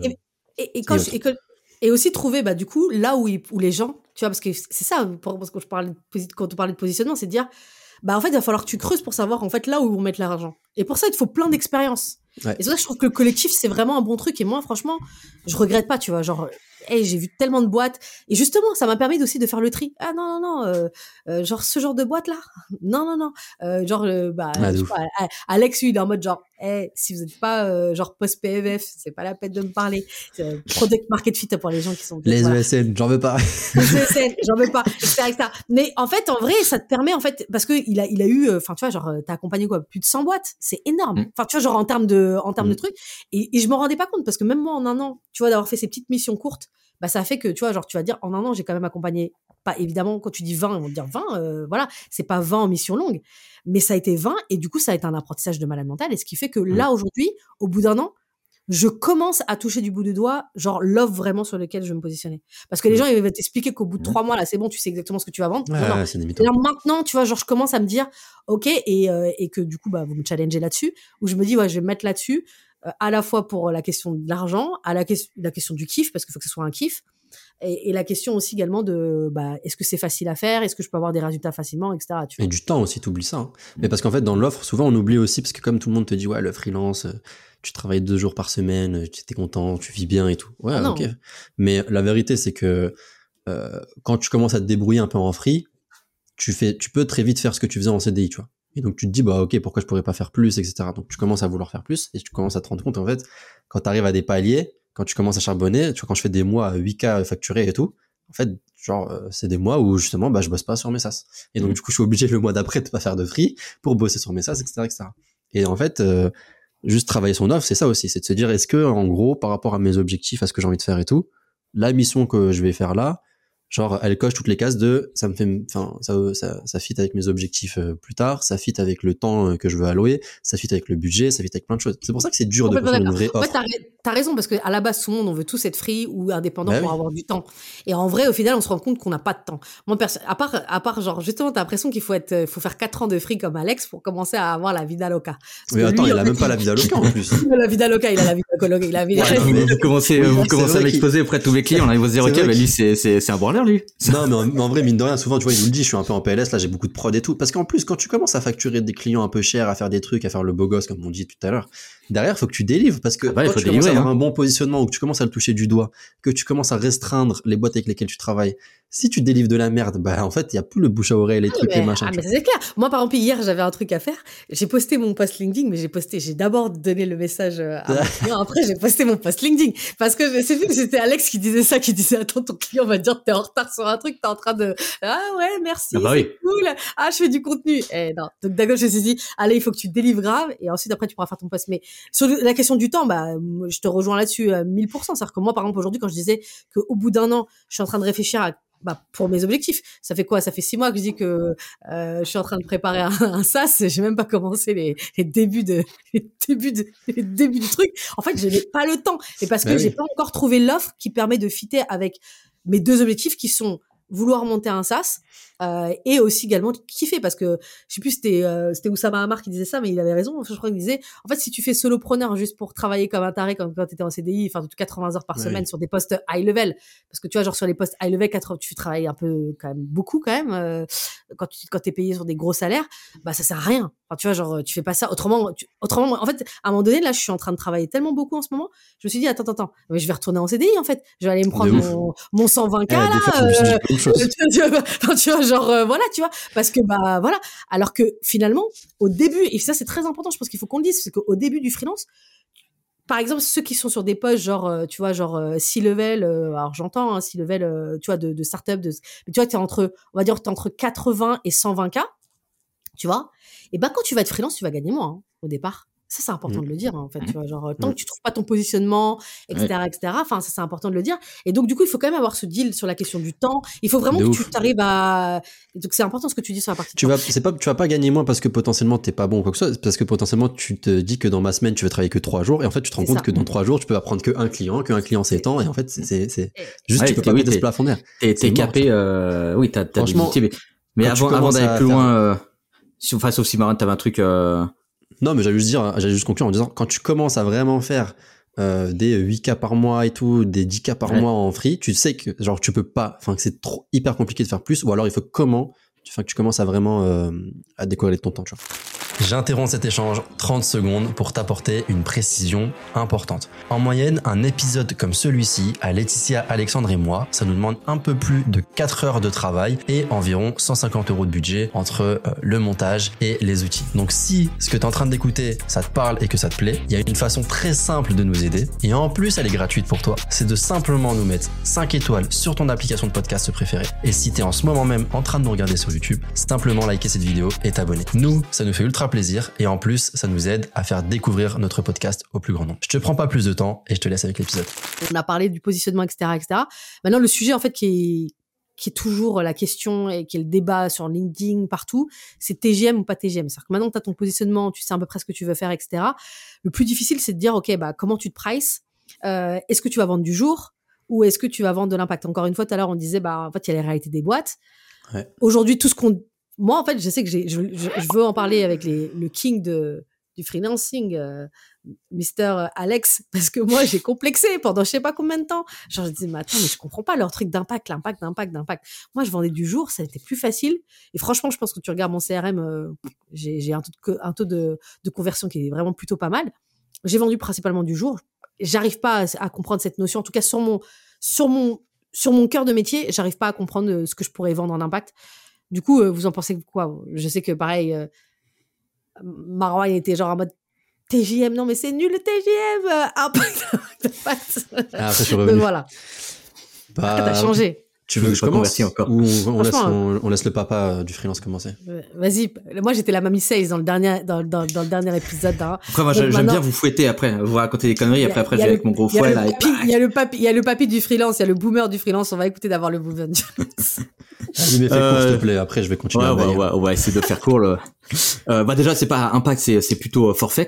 et aussi trouver, bah, du coup, là où les gens, tu vois, parce que c'est ça, parce que quand on parlait de positionnement, c'est de dire, bah, en fait, il va falloir que tu creuses pour savoir, en fait, là où ils vont mettre leur argent. Et pour ça, il te faut plein d'expériences. Ouais. Et c'est ça que je trouve que le collectif, c'est vraiment un bon truc. Et moi, franchement, je regrette pas, tu vois, genre, j'ai vu tellement de boîtes. Et justement, ça m'a permis aussi de faire le tri. Ah non, non, non, genre ce genre de boîte-là. Non, non, non. Genre, je sais pas, Alex, lui, il est en mode genre, si vous n'êtes pas genre post-PFF, c'est pas la peine de me parler. Product Market Fit pour les gens qui sont... Les ESN, j'en veux pas. Les ESN, j'en veux pas, etc. Mais en fait, en vrai, ça te permet, en fait, parce que il a eu, enfin, tu vois, genre, t'as accompagné quoi, plus de 100 boîtes. C'est énorme. Enfin, tu vois, genre, en termes de trucs. Et je me rendais pas compte parce que même moi, en un an, tu vois, d'avoir fait ces petites missions courtes, bah, ça fait que, tu vois, genre, tu vas dire, en un an, j'ai quand même accompagné, pas évidemment, quand tu dis 20, on va dire 20, voilà, c'est pas 20 en mission longue, mais ça a été 20, et du coup, ça a été un apprentissage de malade mental, et ce qui fait que là, aujourd'hui, au bout d'un an, je commence à toucher du bout du doigt, genre, l'offre vraiment sur lequel je vais me positionner. Parce que les gens, ils vont t'expliquer qu'au bout de 3 mois, là, c'est bon, tu sais exactement ce que tu vas vendre. Ouais, c'est et là, maintenant, tu vois, genre, je commence à me dire, ok, et que du coup, bah, vous me challengez là-dessus, où je me dis, ouais, je vais me mettre là-dessus, à la fois pour la question de l'argent, la question du kiff, parce qu'il faut que ce soit un kiff, et la question aussi également de, bah, est-ce que c'est facile à faire, est-ce que je peux avoir des résultats facilement, etc. Tu vois. Et du temps aussi, t'oublies ça. Hein. Mais parce qu'en fait, dans l'offre, souvent, on oublie aussi, parce que comme tout le monde te dit, ouais, le freelance, tu travailles 2 jours par semaine, tu es content, tu vis bien et tout. Ouais, ok. Mais la vérité, c'est que quand tu commences à te débrouiller un peu en free, tu peux très vite faire ce que tu faisais en CDI, tu vois. Et donc tu te dis, bah ok, pourquoi je pourrais pas faire plus, etc. Donc tu commences à vouloir faire plus, et tu commences à te rendre compte, en fait, quand tu arrives à des paliers, quand tu commences à charbonner, tu vois, quand je fais des mois à 8K facturés et tout, en fait, genre, c'est des mois où justement, bah, je bosse pas sur mes SaaS. Et donc, du coup, je suis obligé le mois d'après de pas faire de free pour bosser sur mes SaaS, etc., etc. Et en fait, juste travailler son offre, c'est ça aussi, c'est de se dire, est-ce que, en gros, par rapport à mes objectifs, à ce que j'ai envie de faire et tout, la mission que je vais faire là, genre, elle coche toutes les cases de, ça me fait, enfin, ça fit avec mes objectifs plus tard, ça fit avec le temps que je veux allouer, ça fit avec le budget, ça fit avec plein de choses. C'est pour ça que c'est dur de construire une vraie offre. En fait, t'as raison, parce qu'à la base, tout le monde, on veut tous être free ou indépendant pour avoir du temps. Et en vrai, au final, on se rend compte qu'on n'a pas de temps. Moi, à part, genre, justement, t'as l'impression qu'il faut faire 4 ans de free comme Alex pour commencer à avoir la vida loca. Mais attends, il a même pas la vida loca en plus. La vida loca, il a la vida loca, il a la vida Vous commencez à m'exposer auprès de tous mes clients, là, ils vont se dire, ok, mais lui, c'est un branleur, lui. Non, mais en vrai, mine de rien, souvent, tu vois, il nous le dit, je suis un peu en PLS, là, j'ai beaucoup de prod et tout. Parce qu'en plus, quand tu commences à facturer des clients un peu chers, à faire des trucs, à faire le beau gosse, comme on dit tout à l'heure, derrière, faut que tu délivres. Parce que quand tu commences à avoir un bon positionnement, ou que tu commences à le toucher du doigt, que tu commences à restreindre les boîtes avec lesquelles tu travailles, si tu délivres de la merde, bah, en fait, il y a plus le bouche à oreille, les trucs, les machins. Mais c'est clair. Moi, par exemple, hier, j'avais un truc à faire. J'ai posté mon post LinkedIn, mais j'ai d'abord donné le message à mon client. Après, j'ai posté mon post LinkedIn. Parce que c'est vu que c'était Alex qui disait ça, qui disait, attends, ton client va te dire que t'es en retard sur un truc, t'es en train de, ah ouais, merci, c'est cool. Ah, je fais du contenu. Non. Donc, d'accord, je me suis dit, allez, il faut que tu délivres grave. Et ensuite, après, tu pourras faire ton post. Mais sur la question du temps, bah, je te rejoins là-dessus à 1000%. C'est-à-dire que moi, par exemple, aujourd'hui, quand je disais qu'au bout d'un an, je suis en train de réfléchir à pour mes objectifs. Ça fait quoi? Ça fait 6 mois que je dis que je suis en train de préparer un SaaS. J'ai même pas commencé les débuts du truc. En fait, je n'ai pas le temps. Et parce que j'ai pas encore trouvé l'offre qui permet de fitter avec mes 2 objectifs qui sont vouloir monter un SaaS et aussi également kiffer, parce que je sais plus c'était Oussama Hamar qui disait ça, mais il avait raison. Je crois qu'il disait, en fait, si tu fais solopreneur juste pour travailler comme un taré quand t'étais en CDI, enfin 80 heures par semaine sur des postes high level, parce que tu vois, genre sur les postes high level, tu travailles un peu quand même beaucoup quand même quand t'es payé sur des gros salaires, bah ça sert à rien. Enfin, tu vois, genre tu fais pas ça autrement. En fait, à un moment donné, là, je suis en train de travailler tellement beaucoup en ce moment, je me suis dit attends, mais je vais retourner en CDI en fait. Je vais aller me prendre mon 120K là. Tu vois, genre voilà, tu vois, parce que bah voilà, alors que finalement au début, et ça c'est très important, je pense qu'il faut qu'on le dise, c'est qu'au début du freelance, par exemple ceux qui sont sur des postes genre tu vois genre C-level, alors j'entends C-level tu vois de start-up, mais tu vois t'es entre, on va dire t'es entre 80 et 120K, tu vois, et ben quand tu vas être freelance, tu vas gagner moins au départ. Ça, c'est important de le dire, en fait, tu vois, genre, tant que tu trouves pas ton positionnement, etc., enfin, ça, c'est important de le dire. Et donc, du coup, il faut quand même avoir ce deal sur la question du temps. Il faut vraiment que tu t'arrives à... Donc, c'est important ce que tu dis sur la partie tu vas pas gagner moins parce que potentiellement t'es pas bon ou quoi que ce soit, parce que potentiellement tu te dis que dans ma semaine tu vas travailler que 3 jours et en fait tu te rends compte que dans 3 jours tu peux apprendre qu'un client c'est temps et en fait c'est juste tu peux pas péter ce plafond d'air. T'es capé, oui, t'as franchement, mais avant d'aller plus loin, sauf si Marine t'avais un truc. Non, mais j'allais juste conclure en disant quand tu commences à vraiment faire des 8K par mois et tout, des 10K par mois en free, tu sais que genre tu peux pas, enfin que c'est trop hyper compliqué de faire plus, ou alors il faut que tu commences à vraiment à décoller de ton temps, tu vois. J'interromps cet échange 30 secondes pour t'apporter une précision importante. En moyenne, un épisode comme celui-ci, à Laetitia, Alexandre et moi, ça nous demande un peu plus de 4 heures de travail et environ 150 € de budget entre le montage et les outils. Donc si ce que tu es en train d'écouter, ça te parle et que ça te plaît, il y a une façon très simple de nous aider et en plus elle est gratuite pour toi, c'est de simplement nous mettre 5 étoiles sur ton application de podcast préférée. Et si tu es en ce moment même en train de nous regarder sur YouTube, simplement liker cette vidéo et t'abonner. Nous, ça nous fait ultra plaisir et en plus ça nous aide à faire découvrir notre podcast au plus grand nombre. Je te prends pas plus de temps et je te laisse avec l'épisode. On a parlé du positionnement, etc., etc. Maintenant, le sujet en fait qui est toujours la question et qui est le débat sur LinkedIn partout, c'est TGM ou pas TGM. C'est-à-dire que maintenant que tu as ton positionnement, tu sais à peu près ce que tu veux faire, etc. Le plus difficile, c'est de dire ok, bah comment tu te prices, est-ce que tu vas vendre du jour ou est-ce que tu vas vendre de l'impact. Encore une fois, tout à l'heure on disait bah en fait il y a les réalités des boîtes. Ouais. Aujourd'hui, tout ce qu'on moi, en fait, je sais que je veux en parler avec le king du freelancing, Mr. Alex, parce que moi, j'ai complexé pendant je sais pas combien de temps. Genre, je disais, mais attends, mais je comprends pas leur truc d'impact. Moi, je vendais du jour, ça a été plus facile. Et franchement, je pense que tu regardes mon CRM, j'ai un taux de conversion qui est vraiment plutôt pas mal. J'ai vendu principalement du jour. J'arrive pas à comprendre cette notion. En tout cas, sur mon cœur de métier, j'arrive pas à comprendre ce que je pourrais vendre en impact. Du coup, vous en pensez quoi? Je sais que pareil, Marouane était genre en mode TJM, non mais c'est nul le TJM, impact. Après, je suis revenu. Voilà. T'as changé. Tu veux que je commence encore ou on laisse le papa du freelance commencer? Vas-y. Moi, j'étais la mamie sales dans le dernier épisode. Hein. Après, moi, j'aime bien vous fouetter après, vous raconter des conneries. Après, je vais avec mon gros fouet là. Il y a le papy du freelance, il y a le boomer du freelance. On va écouter d'abord le boomer du freelance. Vas-y, mais fais court, s'il te plaît. Après, je vais continuer. On va essayer de faire court. Bah déjà, c'est pas impact, c'est plutôt forfait.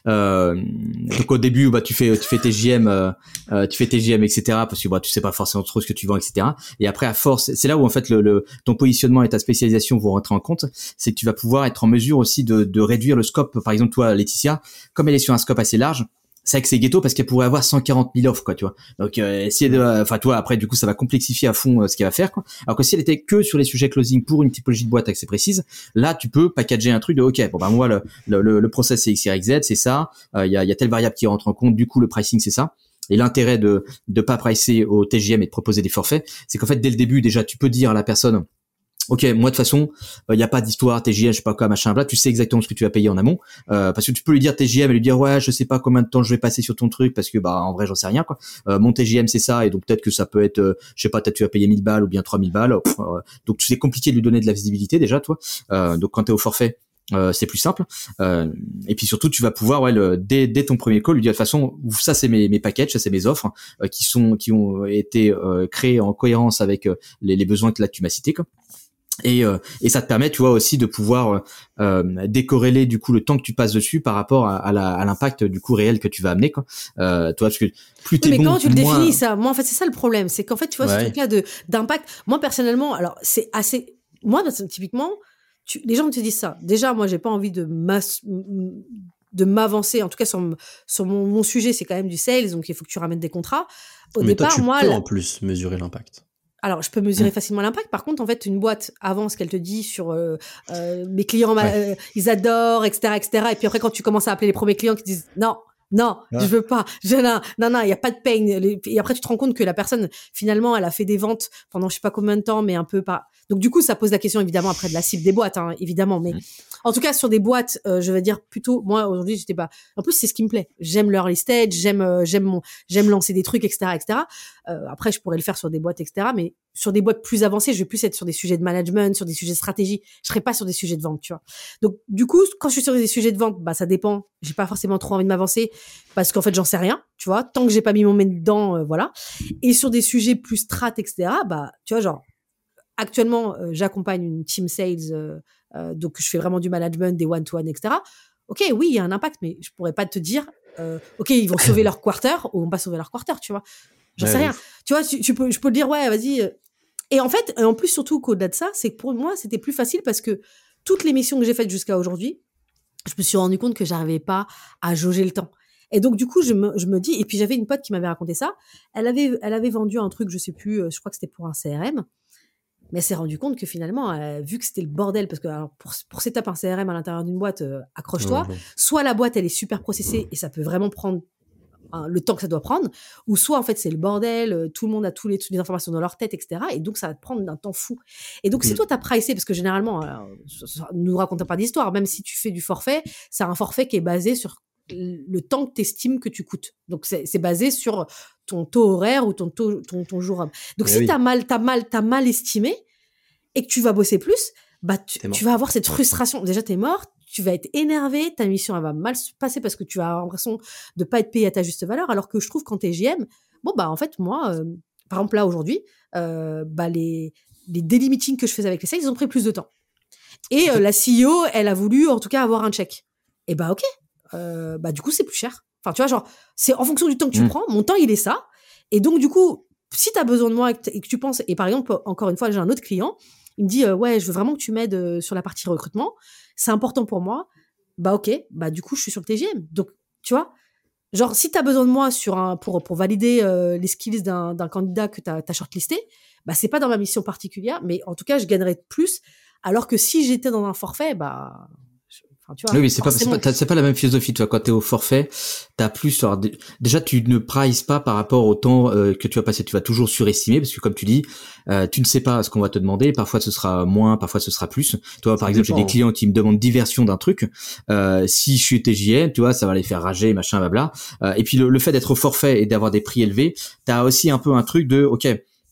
Donc au début, bah tu fais TJM, etc. Parce que bah tu sais pas forcément trop ce que tu vends, etc. Et après, à force, c'est là où en fait ton positionnement et ta spécialisation vont rentrer en compte. C'est que tu vas pouvoir être en mesure aussi de réduire le scope. Par exemple, toi, Laetitia, comme elle est sur un scope assez large, c'est vrai que c'est ghetto parce qu'elle pourrait avoir 140 000 offres, quoi, tu vois. Donc, essayer toi, après, du coup, ça va complexifier à fond ce qu'elle va faire, quoi. Alors que si elle était que sur les sujets closing pour une typologie de boîte assez précise, là, tu peux packager un truc de, ok, bon, bah, moi, le process, c'est X, Y, Z, c'est ça. Il y a telle variable qui rentre en compte. Du coup, le pricing, c'est ça. Et l'intérêt de pas pricer au TJM et de proposer des forfaits, c'est qu'en fait, dès le début, déjà, tu peux dire à la personne, ok, moi de toute façon, il y a pas d'histoire TJM, je sais pas quoi, machin, bla. Tu sais exactement ce que tu vas payer en amont, parce que tu peux lui dire TJM et lui dire ouais, je sais pas combien de temps je vais passer sur ton truc, parce que bah en vrai j'en sais rien quoi. Mon TJM c'est ça, et donc peut-être que ça peut être, je sais pas, peut-être tu vas payer 1000 balles ou bien 3000 balles. Donc c'est compliqué de lui donner de la visibilité déjà toi. Donc quand t'es au forfait, c'est plus simple. Et puis surtout tu vas pouvoir dès ton premier call lui dire de toute façon ça c'est mes packages, ça c'est mes offres qui ont été créées en cohérence avec les besoins que là tu m'as cités quoi. Et ça te permet, tu vois, aussi de pouvoir décorréler du coup le temps que tu passes dessus par rapport à l'impact du coup réel que tu vas amener, quoi. Toi, parce que plus t'es bon, mais comment tu le définis ça? Moi, en fait, c'est ça le problème, c'est qu'en fait, tu vois, ce truc-là d'impact. Moi, personnellement, alors c'est assez. Moi, typiquement, les gens te disent ça. Déjà, moi, j'ai pas envie de m'avancer, en tout cas sur mon sujet, c'est quand même du sales, donc il faut que tu ramènes des contrats. Au départ, toi, tu peux en plus mesurer l'impact. Alors, je peux mesurer facilement l'impact. Par contre, en fait, une boîte, avant, ce qu'elle te dit sur mes clients, ils adorent, etc., etc. Et puis après, quand tu commences à appeler les premiers clients qui disent non, je veux pas, non, il y a pas de pain. Et après, tu te rends compte que la personne, finalement, elle a fait des ventes pendant je sais pas combien de temps, mais un peu pas. Donc, du coup, ça pose la question, évidemment, après de la cible des boîtes, hein, évidemment. Mais en tout cas sur des boîtes, je vais dire plutôt, moi aujourd'hui j'étais pas. En plus c'est ce qui me plaît. J'aime l'early stage, j'aime lancer des trucs, etc., etc. Après je pourrais le faire sur des boîtes, etc. Mais sur des boîtes plus avancées, je vais plus être sur des sujets de management, sur des sujets de stratégie. Je serai pas sur des sujets de vente, tu vois. Donc du coup, quand je suis sur des sujets de vente, bah ça dépend. J'ai pas forcément trop envie de m'avancer parce qu'en fait j'en sais rien, tu vois. Tant que j'ai pas mis mon nez dedans, voilà. Et sur des sujets plus strat, etc. Bah tu vois genre. Actuellement, j'accompagne une team sales, donc je fais vraiment du management, des one-to-one, etc. Ok, oui, il y a un impact, mais je pourrais pas te dire, ok, ils vont sauver leur quarter ou vont pas sauver leur quarter, tu vois. J'en sais rien. Tu vois, je peux te dire, ouais, vas-y. Et en fait, en plus, surtout qu'au-delà de ça, c'est que pour moi, c'était plus facile parce que toutes les missions que j'ai faites jusqu'à aujourd'hui, je me suis rendu compte que j'arrivais pas à jauger le temps. Et donc, du coup, je me dis, et puis j'avais une pote qui m'avait raconté ça. Elle avait vendu un truc, je sais plus, je crois que c'était pour un CRM. Mais elle s'est rendue compte que finalement, vu que c'était le bordel, parce que alors, pour setup un CRM à l'intérieur d'une boîte, accroche-toi, soit la boîte, elle est super processée et ça peut vraiment prendre le temps que ça doit prendre, ou soit en fait c'est le bordel, tout le monde a toutes les informations dans leur tête, etc. Et donc ça va te prendre un temps fou. Et donc si toi t'as pricé, parce que généralement, ne nous racontons pas d'histoire, même si tu fais du forfait, c'est un forfait qui est basé sur le temps que tu estimes que tu coûtes. Donc c'est basé sur ton taux horaire ou ton jour homme. Donc si t'as mal estimé et que tu vas bosser plus, bah tu vas avoir cette frustration. Déjà t'es mort, tu vas être énervé, ta mission elle va mal se passer parce que tu as l'impression de pas être payé à ta juste valeur, alors que je trouve qu'en TJM, bon bah en fait moi, par exemple là aujourd'hui, bah les daily meetings que je faisais avec les sales, ils ont pris plus de temps. Et la CEO, elle a voulu en tout cas avoir un check. Et bah ok. Bah du coup c'est plus cher. Enfin tu vois genre c'est en fonction du temps que tu prends, mon temps il est ça, et donc du coup si t'as besoin de moi et que tu penses, et par exemple encore une fois j'ai un autre client, il me dit ouais je veux vraiment que tu m'aides sur la partie recrutement, c'est important pour moi, bah ok, bah du coup je suis sur le TGM. Donc tu vois genre si t'as besoin de moi pour valider les skills d'un candidat que t'as shortlisté, bah c'est pas dans ma mission particulière, mais en tout cas je gagnerais plus, alors que si j'étais dans un forfait, bah enfin, tu vois, oui, c'est pas la même philosophie, toi. Quand t'es au forfait, t'as plus, alors, déjà, tu ne prices pas par rapport au temps que tu vas passer. Tu vas toujours surestimer parce que, comme tu dis, tu ne sais pas ce qu'on va te demander. Parfois, ce sera moins, parfois, ce sera plus. Toi, par exemple, j'ai des clients qui me demandent diversion d'un truc. Si je suis TJM, tu vois, ça va les faire rager, machin, blabla. Et puis, le fait d'être au forfait et d'avoir des prix élevés, t'as aussi un peu un truc de, ok,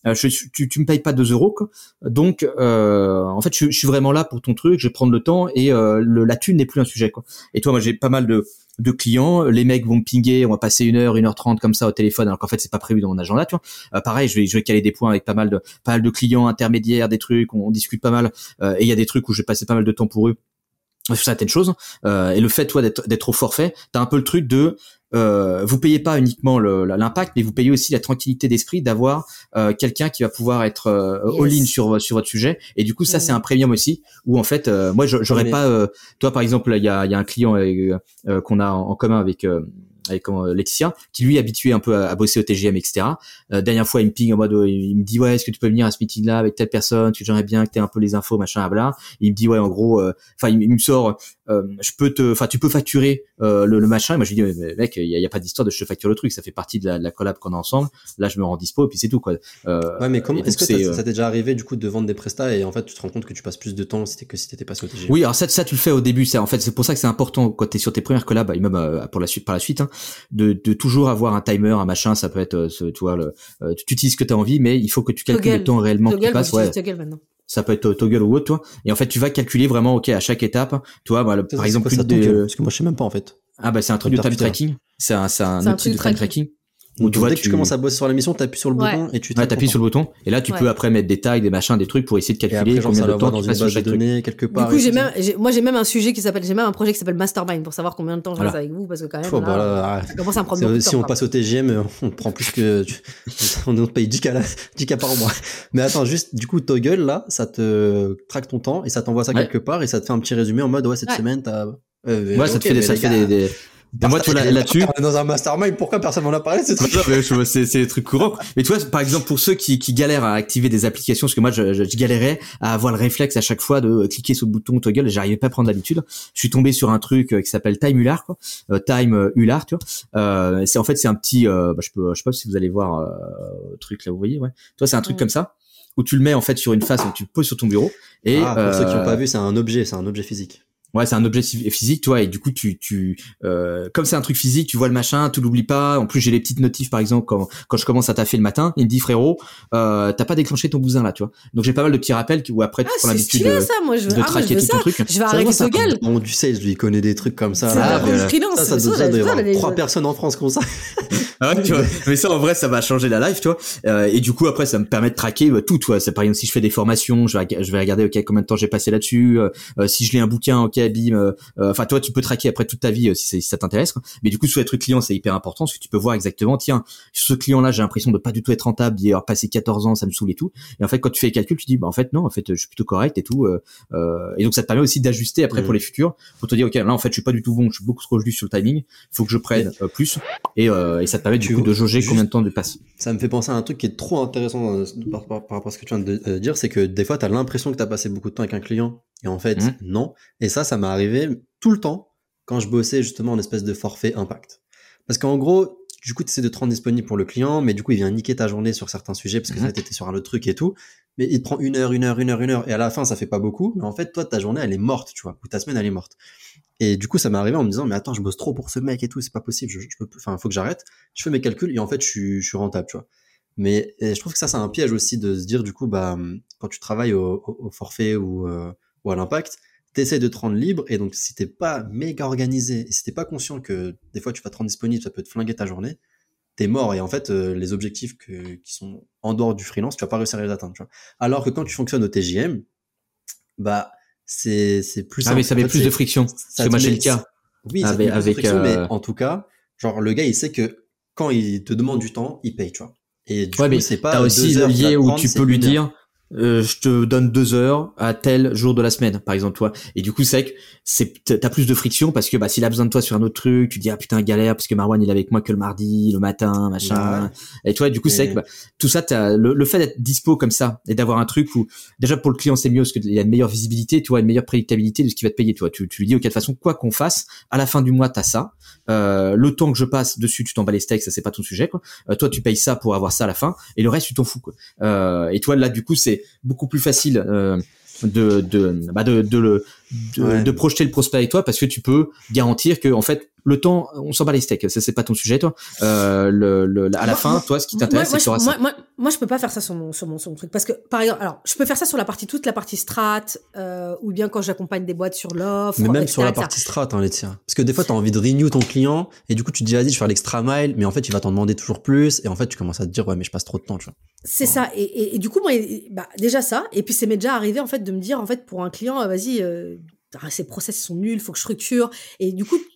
tu me payes pas 2 euros, quoi. Donc en fait je suis vraiment là pour ton truc, je vais prendre le temps et la thune n'est plus un sujet, quoi. Et toi, moi j'ai pas mal de clients, les mecs vont me pinguer, on va passer 1h30 comme ça au téléphone, alors qu'en fait c'est pas prévu dans mon agenda, tu vois. Pareil, je vais caler des points avec pas mal de clients intermédiaires, des trucs, on discute pas mal, et il y a des trucs où je vais passer pas mal de temps pour eux sur certaines choses, et le fait toi d'être au forfait, t'as un peu le truc de vous payez pas uniquement l'impact, mais vous payez aussi la tranquillité d'esprit d'avoir quelqu'un qui va pouvoir être all-in sur votre sujet, et du coup ça c'est un premium aussi, où en fait moi j'aurais pas toi par exemple il y a un client qu'on a en commun avec Laetitia, qui lui est habitué un peu à bosser au TGM, etc. Dernière fois il me ping en mode il me dit ouais, est-ce que tu peux venir à ce meeting là avec telle personne, j'aimerais bien que tu aies un peu les infos, machin, bla. Il me dit ouais, en gros enfin il me sort tu peux facturer le machin, et moi je lui dis mais mec, il y a pas d'histoire de je te facture le truc, ça fait partie de la collab qu'on a ensemble, là je me rends dispo et puis c'est tout, quoi. Ouais, mais comment est-ce que ça t'est déjà arrivé du coup de vendre des prestats et en fait tu te rends compte que tu passes plus de temps si t'étais passé au TGM? Oui, alors ça tu le fais au début, ça en fait c'est pour ça que c'est important quand t'es sur tes premières collabs, et même par la suite hein, de toujours avoir un timer, un machin, ça peut être tu vois tu utilises ce que t'as envie, mais il faut que tu calcules le temps réellement que tu passes. Ouais. Ça peut être Toggle ou autre, toi. Et en fait, tu vas calculer vraiment, ok, à chaque étape, toi, par exemple, parce que moi je sais même pas en fait. Ah bah c'est un truc de time tracking. C'est un outil de time tracking. Où tu vois, dès que tu commences à bosser sur la mission, t'appuies sur le bouton et tu t'appuies sur le bouton, et là tu peux après mettre des tags, des machins, des trucs pour essayer de calculer combien de temps tu passes sur chaque données quelque part. Du coup, j'ai même un sujet j'ai même un projet qui s'appelle Mastermind pour savoir combien de temps je reste avec vous, parce que quand même ça commence à me prendre beaucoup de temps. Si on passe au TGM, on prend plus que on te paye 10K par mois. Mais attends, juste du coup Toggle là, ça te traque ton temps et ça t'envoie ça quelque part et ça te fait un petit résumé en mode cette semaine t'as ça te fait des et moi, tu vois, là-dessus. Dans un mastermind, pourquoi personne m'en a parlé, ces trucs? C'est des trucs courants. Mais tu vois, par exemple, pour ceux qui galèrent à activer des applications, parce que moi, je galérais à avoir le réflexe à chaque fois de cliquer sur le bouton toggle, et j'arrivais pas à prendre l'habitude. Je suis tombé sur un truc qui s'appelle Time Ular, quoi. Time Ular, tu vois. C'est un petit, je sais pas si vous allez voir, le truc là, vous voyez, ouais. Toi, c'est un truc comme ça, où tu le mets, en fait, sur une face, où tu le poses sur ton bureau. Et, pour ceux qui n'ont pas vu, c'est un objet physique. Ouais, c'est un objet physique, toi, et du coup, comme c'est un truc physique, tu vois le machin, tu l'oublies pas. En plus, j'ai les petites notifs, par exemple, quand je commence à taffer le matin, il me dit, frérot, t'as pas déclenché ton bousin là, tu vois. Donc j'ai pas mal de petits rappels où après tu prends l'habitude stylé, ça. Moi, je veux, de traquer tout ton truc. Je vais arrêter ce gars. Bon, du sales, lui, il connaît des trucs comme ça. C'est Là, la freelance. ça doit y avoir 3 personnes en France comme ça. Ah ouais, tu vois. Mais ça, en vrai, ça va changer la life, tu vois. Et du coup, après, ça me permet de traquer tout, tu vois. C'est par exemple, si je fais des formations, je vais regarder, ok, combien de temps j'ai passé là-dessus. Si je lis un bouquin, ok, bim. Enfin, toi, tu peux traquer après toute ta vie si ça t'intéresse, quoi. Mais du coup, sur les trucs clients, c'est hyper important parce que tu peux voir exactement, tiens, ce client-là, j'ai l'impression de pas du tout être rentable, d'y avoir passé 14 ans, ça me saoule et tout. Et en fait, quand tu fais les calculs, tu dis, bah, en fait, non, en fait, je suis plutôt correct et tout. Et donc, ça te permet aussi d'ajuster après pour les futurs. Faut te dire, ok, là, en fait, je suis pas du tout bon, je suis beaucoup trop juste sur le timing. Faut que je prenne plus. Et ça te permet du coup de jauger combien de temps de passe. Ça me fait penser à un truc qui est trop intéressant par rapport à ce que tu viens de dire, c'est que des fois, t'as l'impression que t'as passé beaucoup de temps avec un client, et en fait, non. Et ça m'est arrivé tout le temps quand je bossais justement en espèce de forfait impact. Parce qu'en gros, du coup, tu essaies de te rendre disponible pour le client, mais du coup, il vient niquer ta journée sur certains sujets parce que ça t'étais sur un autre truc et tout. Mais il te prend 1 heure, et à la fin, ça fait pas beaucoup. Mais en fait, toi, ta journée, elle est morte, tu vois, ou ta semaine, elle est morte. Et du coup, ça m'est arrivé en me disant, mais attends, je bosse trop pour ce mec et tout, c'est pas possible, faut que j'arrête. Je fais mes calculs et en fait, je suis rentable, tu vois. Mais je trouve que ça, c'est un piège aussi de se dire, du coup, bah, quand tu travailles au forfait ou à l'impact, t'essaies de te rendre libre, et donc si t'es pas méga organisé, et si t'es pas conscient que des fois tu vas te rendre disponible, ça peut te flinguer ta journée, t'es mort, et en fait, les objectifs qui sont en dehors du freelance, tu vas pas réussir à les atteindre, tu vois. Alors que quand tu fonctionnes au TJM, bah, c'est plus simple. Ah, mais ça met plus de friction. C'est moi, j'ai le cas. Oui, ça met plus de friction, mais en tout cas, genre, le gars, il sait que quand il te demande du temps, il paye, tu vois. Et du coup, c'est pas t'as aussi 2 heures le lié où prendre, tu peux lui dire, je te donne 2 heures à tel jour de la semaine, par exemple, toi. Et du coup, c'est vrai que t'as plus de friction parce que, bah, s'il a besoin de toi sur un autre truc, tu dis, ah, putain, galère, parce que Marwan, il est avec moi que le mardi, le matin, machin. Ouais. Et toi, du coup, c'est vrai que, bah, tout ça, t'as le fait d'être dispo comme ça et d'avoir un truc où, déjà, pour le client, c'est mieux parce qu'il y a une meilleure visibilité, tu vois, une meilleure prédictabilité de ce qu'il va te payer, tu vois. Tu lui dis, ok, de toute façon, quoi qu'on fasse, à la fin du mois, t'as ça. Le temps que je passe dessus, tu t'en bats les steaks, ça c'est pas ton sujet, quoi. Toi, tu payes ça pour avoir ça à la fin, et le reste, tu t'en fous, quoi. Et toi, là, du coup, c'est beaucoup plus facile de projeter le prospect avec toi parce que tu peux garantir que en fait le temps on s'en bat les steaks, ça c'est pas ton sujet, toi. À la fin, toi, ce qui t'intéresse, c'est que tu auras ça. Moi, je peux pas faire ça sur mon truc parce que par exemple, alors je peux faire ça sur toute la partie strat, ou bien quand j'accompagne des boîtes sur l'offre. Mais même sur la partie strat, hein, Laetitia. Parce que des fois, t'as envie de renew ton client et du coup, tu te dis vas-y, je vais faire l'extra mile, mais en fait, il va t'en demander toujours plus et en fait, tu commences à te dire ouais, mais je passe trop de temps, tu vois. C'est ça. Et du coup, moi, bah, déjà ça. Et puis, c'est m'est déjà arrivé, en fait, de me dire, en fait, pour un client, vas-y, ces process sont nuls, faut que je structure. Et du coup,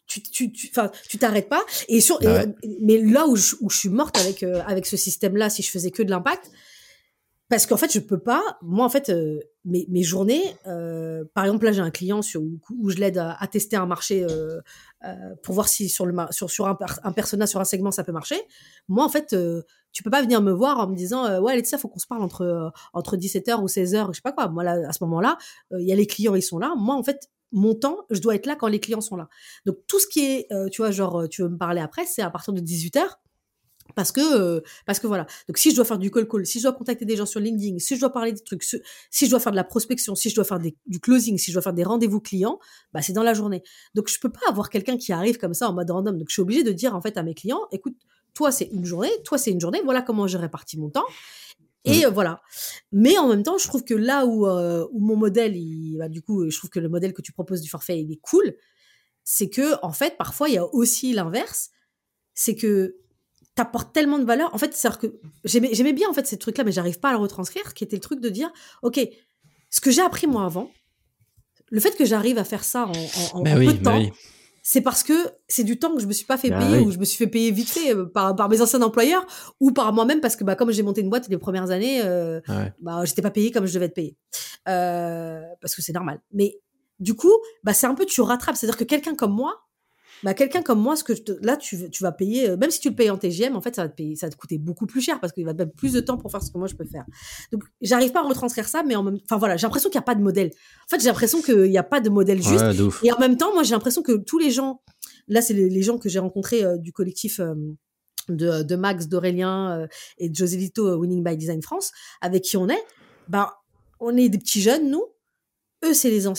tu t'arrêtes pas. Mais là où je suis morte avec ce système-là, si je faisais que de l'impact, parce qu'en fait, je peux pas. Moi, en fait, mes journées, par exemple, là, j'ai un client où je l'aide à tester un marché pour voir si sur un persona, sur un segment, ça peut marcher. Moi, en fait, tu peux pas venir me voir en me disant ouais, Laetitia, faut qu'on se parle entre 17h ou 16h, je sais pas quoi. Moi, là, à ce moment-là, il y a les clients, ils sont là. Moi, en fait, mon temps, je dois être là quand les clients sont là. Donc, tout ce qui est, tu vois, genre, tu veux me parler après, c'est à partir de 18h. Parce que voilà. Donc, si je dois faire du call, si je dois contacter des gens sur LinkedIn, si je dois parler des trucs, si je dois faire de la prospection, si je dois faire du closing, si je dois faire des rendez-vous clients, bah, c'est dans la journée. Donc, je peux pas avoir quelqu'un qui arrive comme ça en mode random. Donc, je suis obligée de dire, en fait, à mes clients, écoute, toi, c'est une journée, voilà comment j'ai réparti mon temps. Et voilà. Mais en même temps, je trouve que là où mon modèle, du coup, je trouve que le modèle que tu proposes du forfait, il est cool. C'est que, en fait, parfois, il y a aussi l'inverse. C'est que t'apportes tellement de valeur. En fait, c'est-à-dire que j'aimais bien, en fait, ces trucs-là, mais j'arrive pas à le retranscrire, qui était le truc de dire, OK, ce que j'ai appris, moi, avant, le fait que j'arrive à faire ça en peu de temps, c'est parce que c'est du temps que je me suis pas fait payer, ou je me suis fait payer vite fait par mes anciens employeurs, ou par moi-même, parce que comme j'ai monté une boîte les premières années, j'étais pas payée comme je devais être payée. Parce que c'est normal. Mais du coup, c'est un peu, tu rattrapes. C'est-à-dire que quelqu'un comme moi, là, tu vas payer, même si tu le payes en TGM, en fait, ça va te coûter beaucoup plus cher parce qu'il va te mettre plus de temps pour faire ce que moi je peux faire. Donc, j'arrive pas à retranscrire ça, mais voilà, j'ai l'impression qu'il n'y a pas de modèle. En fait, j'ai l'impression qu'il n'y a pas de modèle juste. Et en même temps, moi, j'ai l'impression que tous les gens, là, c'est les gens que j'ai rencontrés du collectif de Max, d'Aurélien et de Joselito Winning by Design France, avec qui on est des petits jeunes, nous. Eux, c'est les anciens.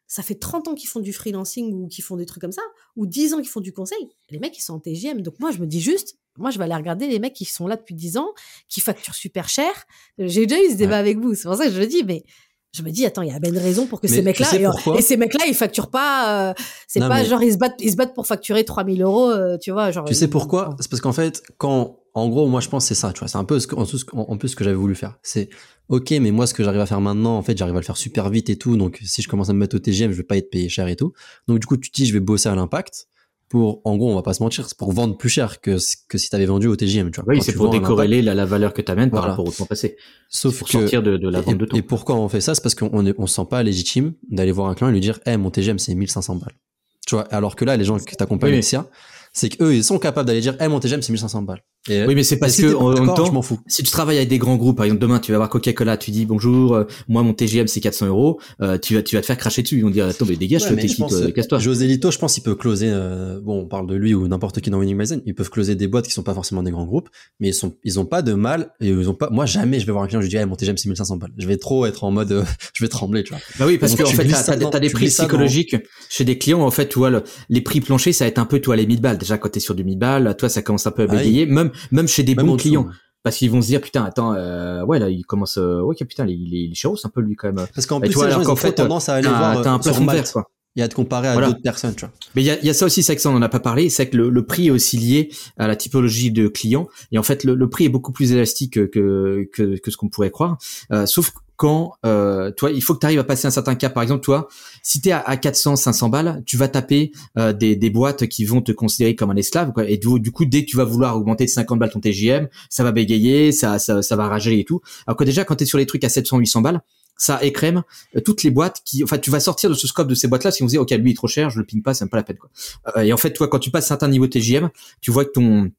ça fait 30 ans qu'ils font du freelancing ou qu'ils font des trucs comme ça, ou 10 ans qu'ils font du conseil. Les mecs, ils sont en TGM. Donc moi, je me dis juste, moi, je vais aller regarder les mecs qui sont là depuis 10 ans, qui facturent super cher. J'ai déjà eu ce débat avec vous. C'est pour ça que je le dis, mais je me dis, attends, il y a bien une raison pour que ces mecs-là, et ces mecs-là, ils facturent pas, c'est pas genre, ils se battent pour facturer 3 000 €, tu vois, genre. Tu sais pourquoi? C'est parce qu'en fait, en gros, moi, je pense que c'est ça, tu vois, c'est un peu en plus ce que j'avais voulu faire. C'est, ok, mais moi, ce que j'arrive à faire maintenant, en fait, j'arrive à le faire super vite et tout, donc si je commence à me mettre au TGM, je vais pas être payé cher et tout. Donc, du coup, tu te dis, je vais bosser à l'impact pour, en gros, on va pas se mentir, c'est pour vendre plus cher que si t'avais vendu au TGM, tu vois. Oui, c'est pour décorréler la valeur que t'amènes par rapport au temps passé. Sauf pour que sortir de la vente de temps. Et pourquoi on fait ça? C'est parce qu'on se sent pas légitime d'aller voir un client et lui dire, mon TGM, c'est 1500 balles. Tu vois, alors que là, les gens qui t'accompagnent ici, c'est qu'eux, ils sont capables d'aller dire, mon TGM, c'est 1500 balles. Et oui, mais c'est parce que, en même temps, je m'en fous. Si tu travailles avec des grands groupes, par exemple, demain, tu vas voir Coca-Cola, tu dis, bonjour, moi, mon TGM, c'est 400 €, tu vas te faire cracher dessus. Ils vont dire, attends, mais dégage, toi, t'équipe, casse-toi. José Lito, je pense, il peut closer, on parle de lui ou n'importe qui dans Winning Magazine, ils peuvent closer des boîtes qui sont pas forcément des grands groupes, mais ils ont pas de mal, et moi, jamais je vais voir un client, je lui dis, mon TGM, c'est 1500 balles. Je vais trop être en mode, je vais trembler, tu vois. Bah oui, parce que, en fait, t'as des prix psychologiques chez des clients, en fait, tu vois, les prix planchers, ça va être un peu, toi, les 1000 balles. Déjà, quand t'es sur du 1000 balles, toi, ça commence un peu à bégayer, même chez des bons clients. Parce qu'ils vont se dire, putain, attends, ouais, là, il commence, putain, il est chéros un peu, lui, quand même. Parce qu'en plus, les gens, ils ont tendance à aller voir, t'as un plafond de verre, quoi. Il y a de comparer à d'autres personnes, tu vois. Mais il y a ça aussi, c'est que ça, on en a pas parlé, c'est que le prix est aussi lié à la typologie de clients. Et en fait, le prix est beaucoup plus élastique que ce qu'on pourrait croire. Sauf quand, toi, il faut que tu arrives à passer un certain cap. Par exemple, toi, si t'es à 400, 500 balles, tu vas taper des boîtes qui vont te considérer comme un esclave, quoi. Et du coup, dès que tu vas vouloir augmenter de 50 balles ton TJM, ça va bégayer, ça va rager et tout. Alors que déjà, quand t'es sur les trucs à 700, 800 balles, ça écrème toutes les boîtes tu vas sortir de ce scope de ces boîtes-là si on se dit, ok, lui il est trop cher, je le ping pas, c'est même pas la peine, quoi. Et en fait, toi, quand tu passes un certain niveau TJM, tu vois que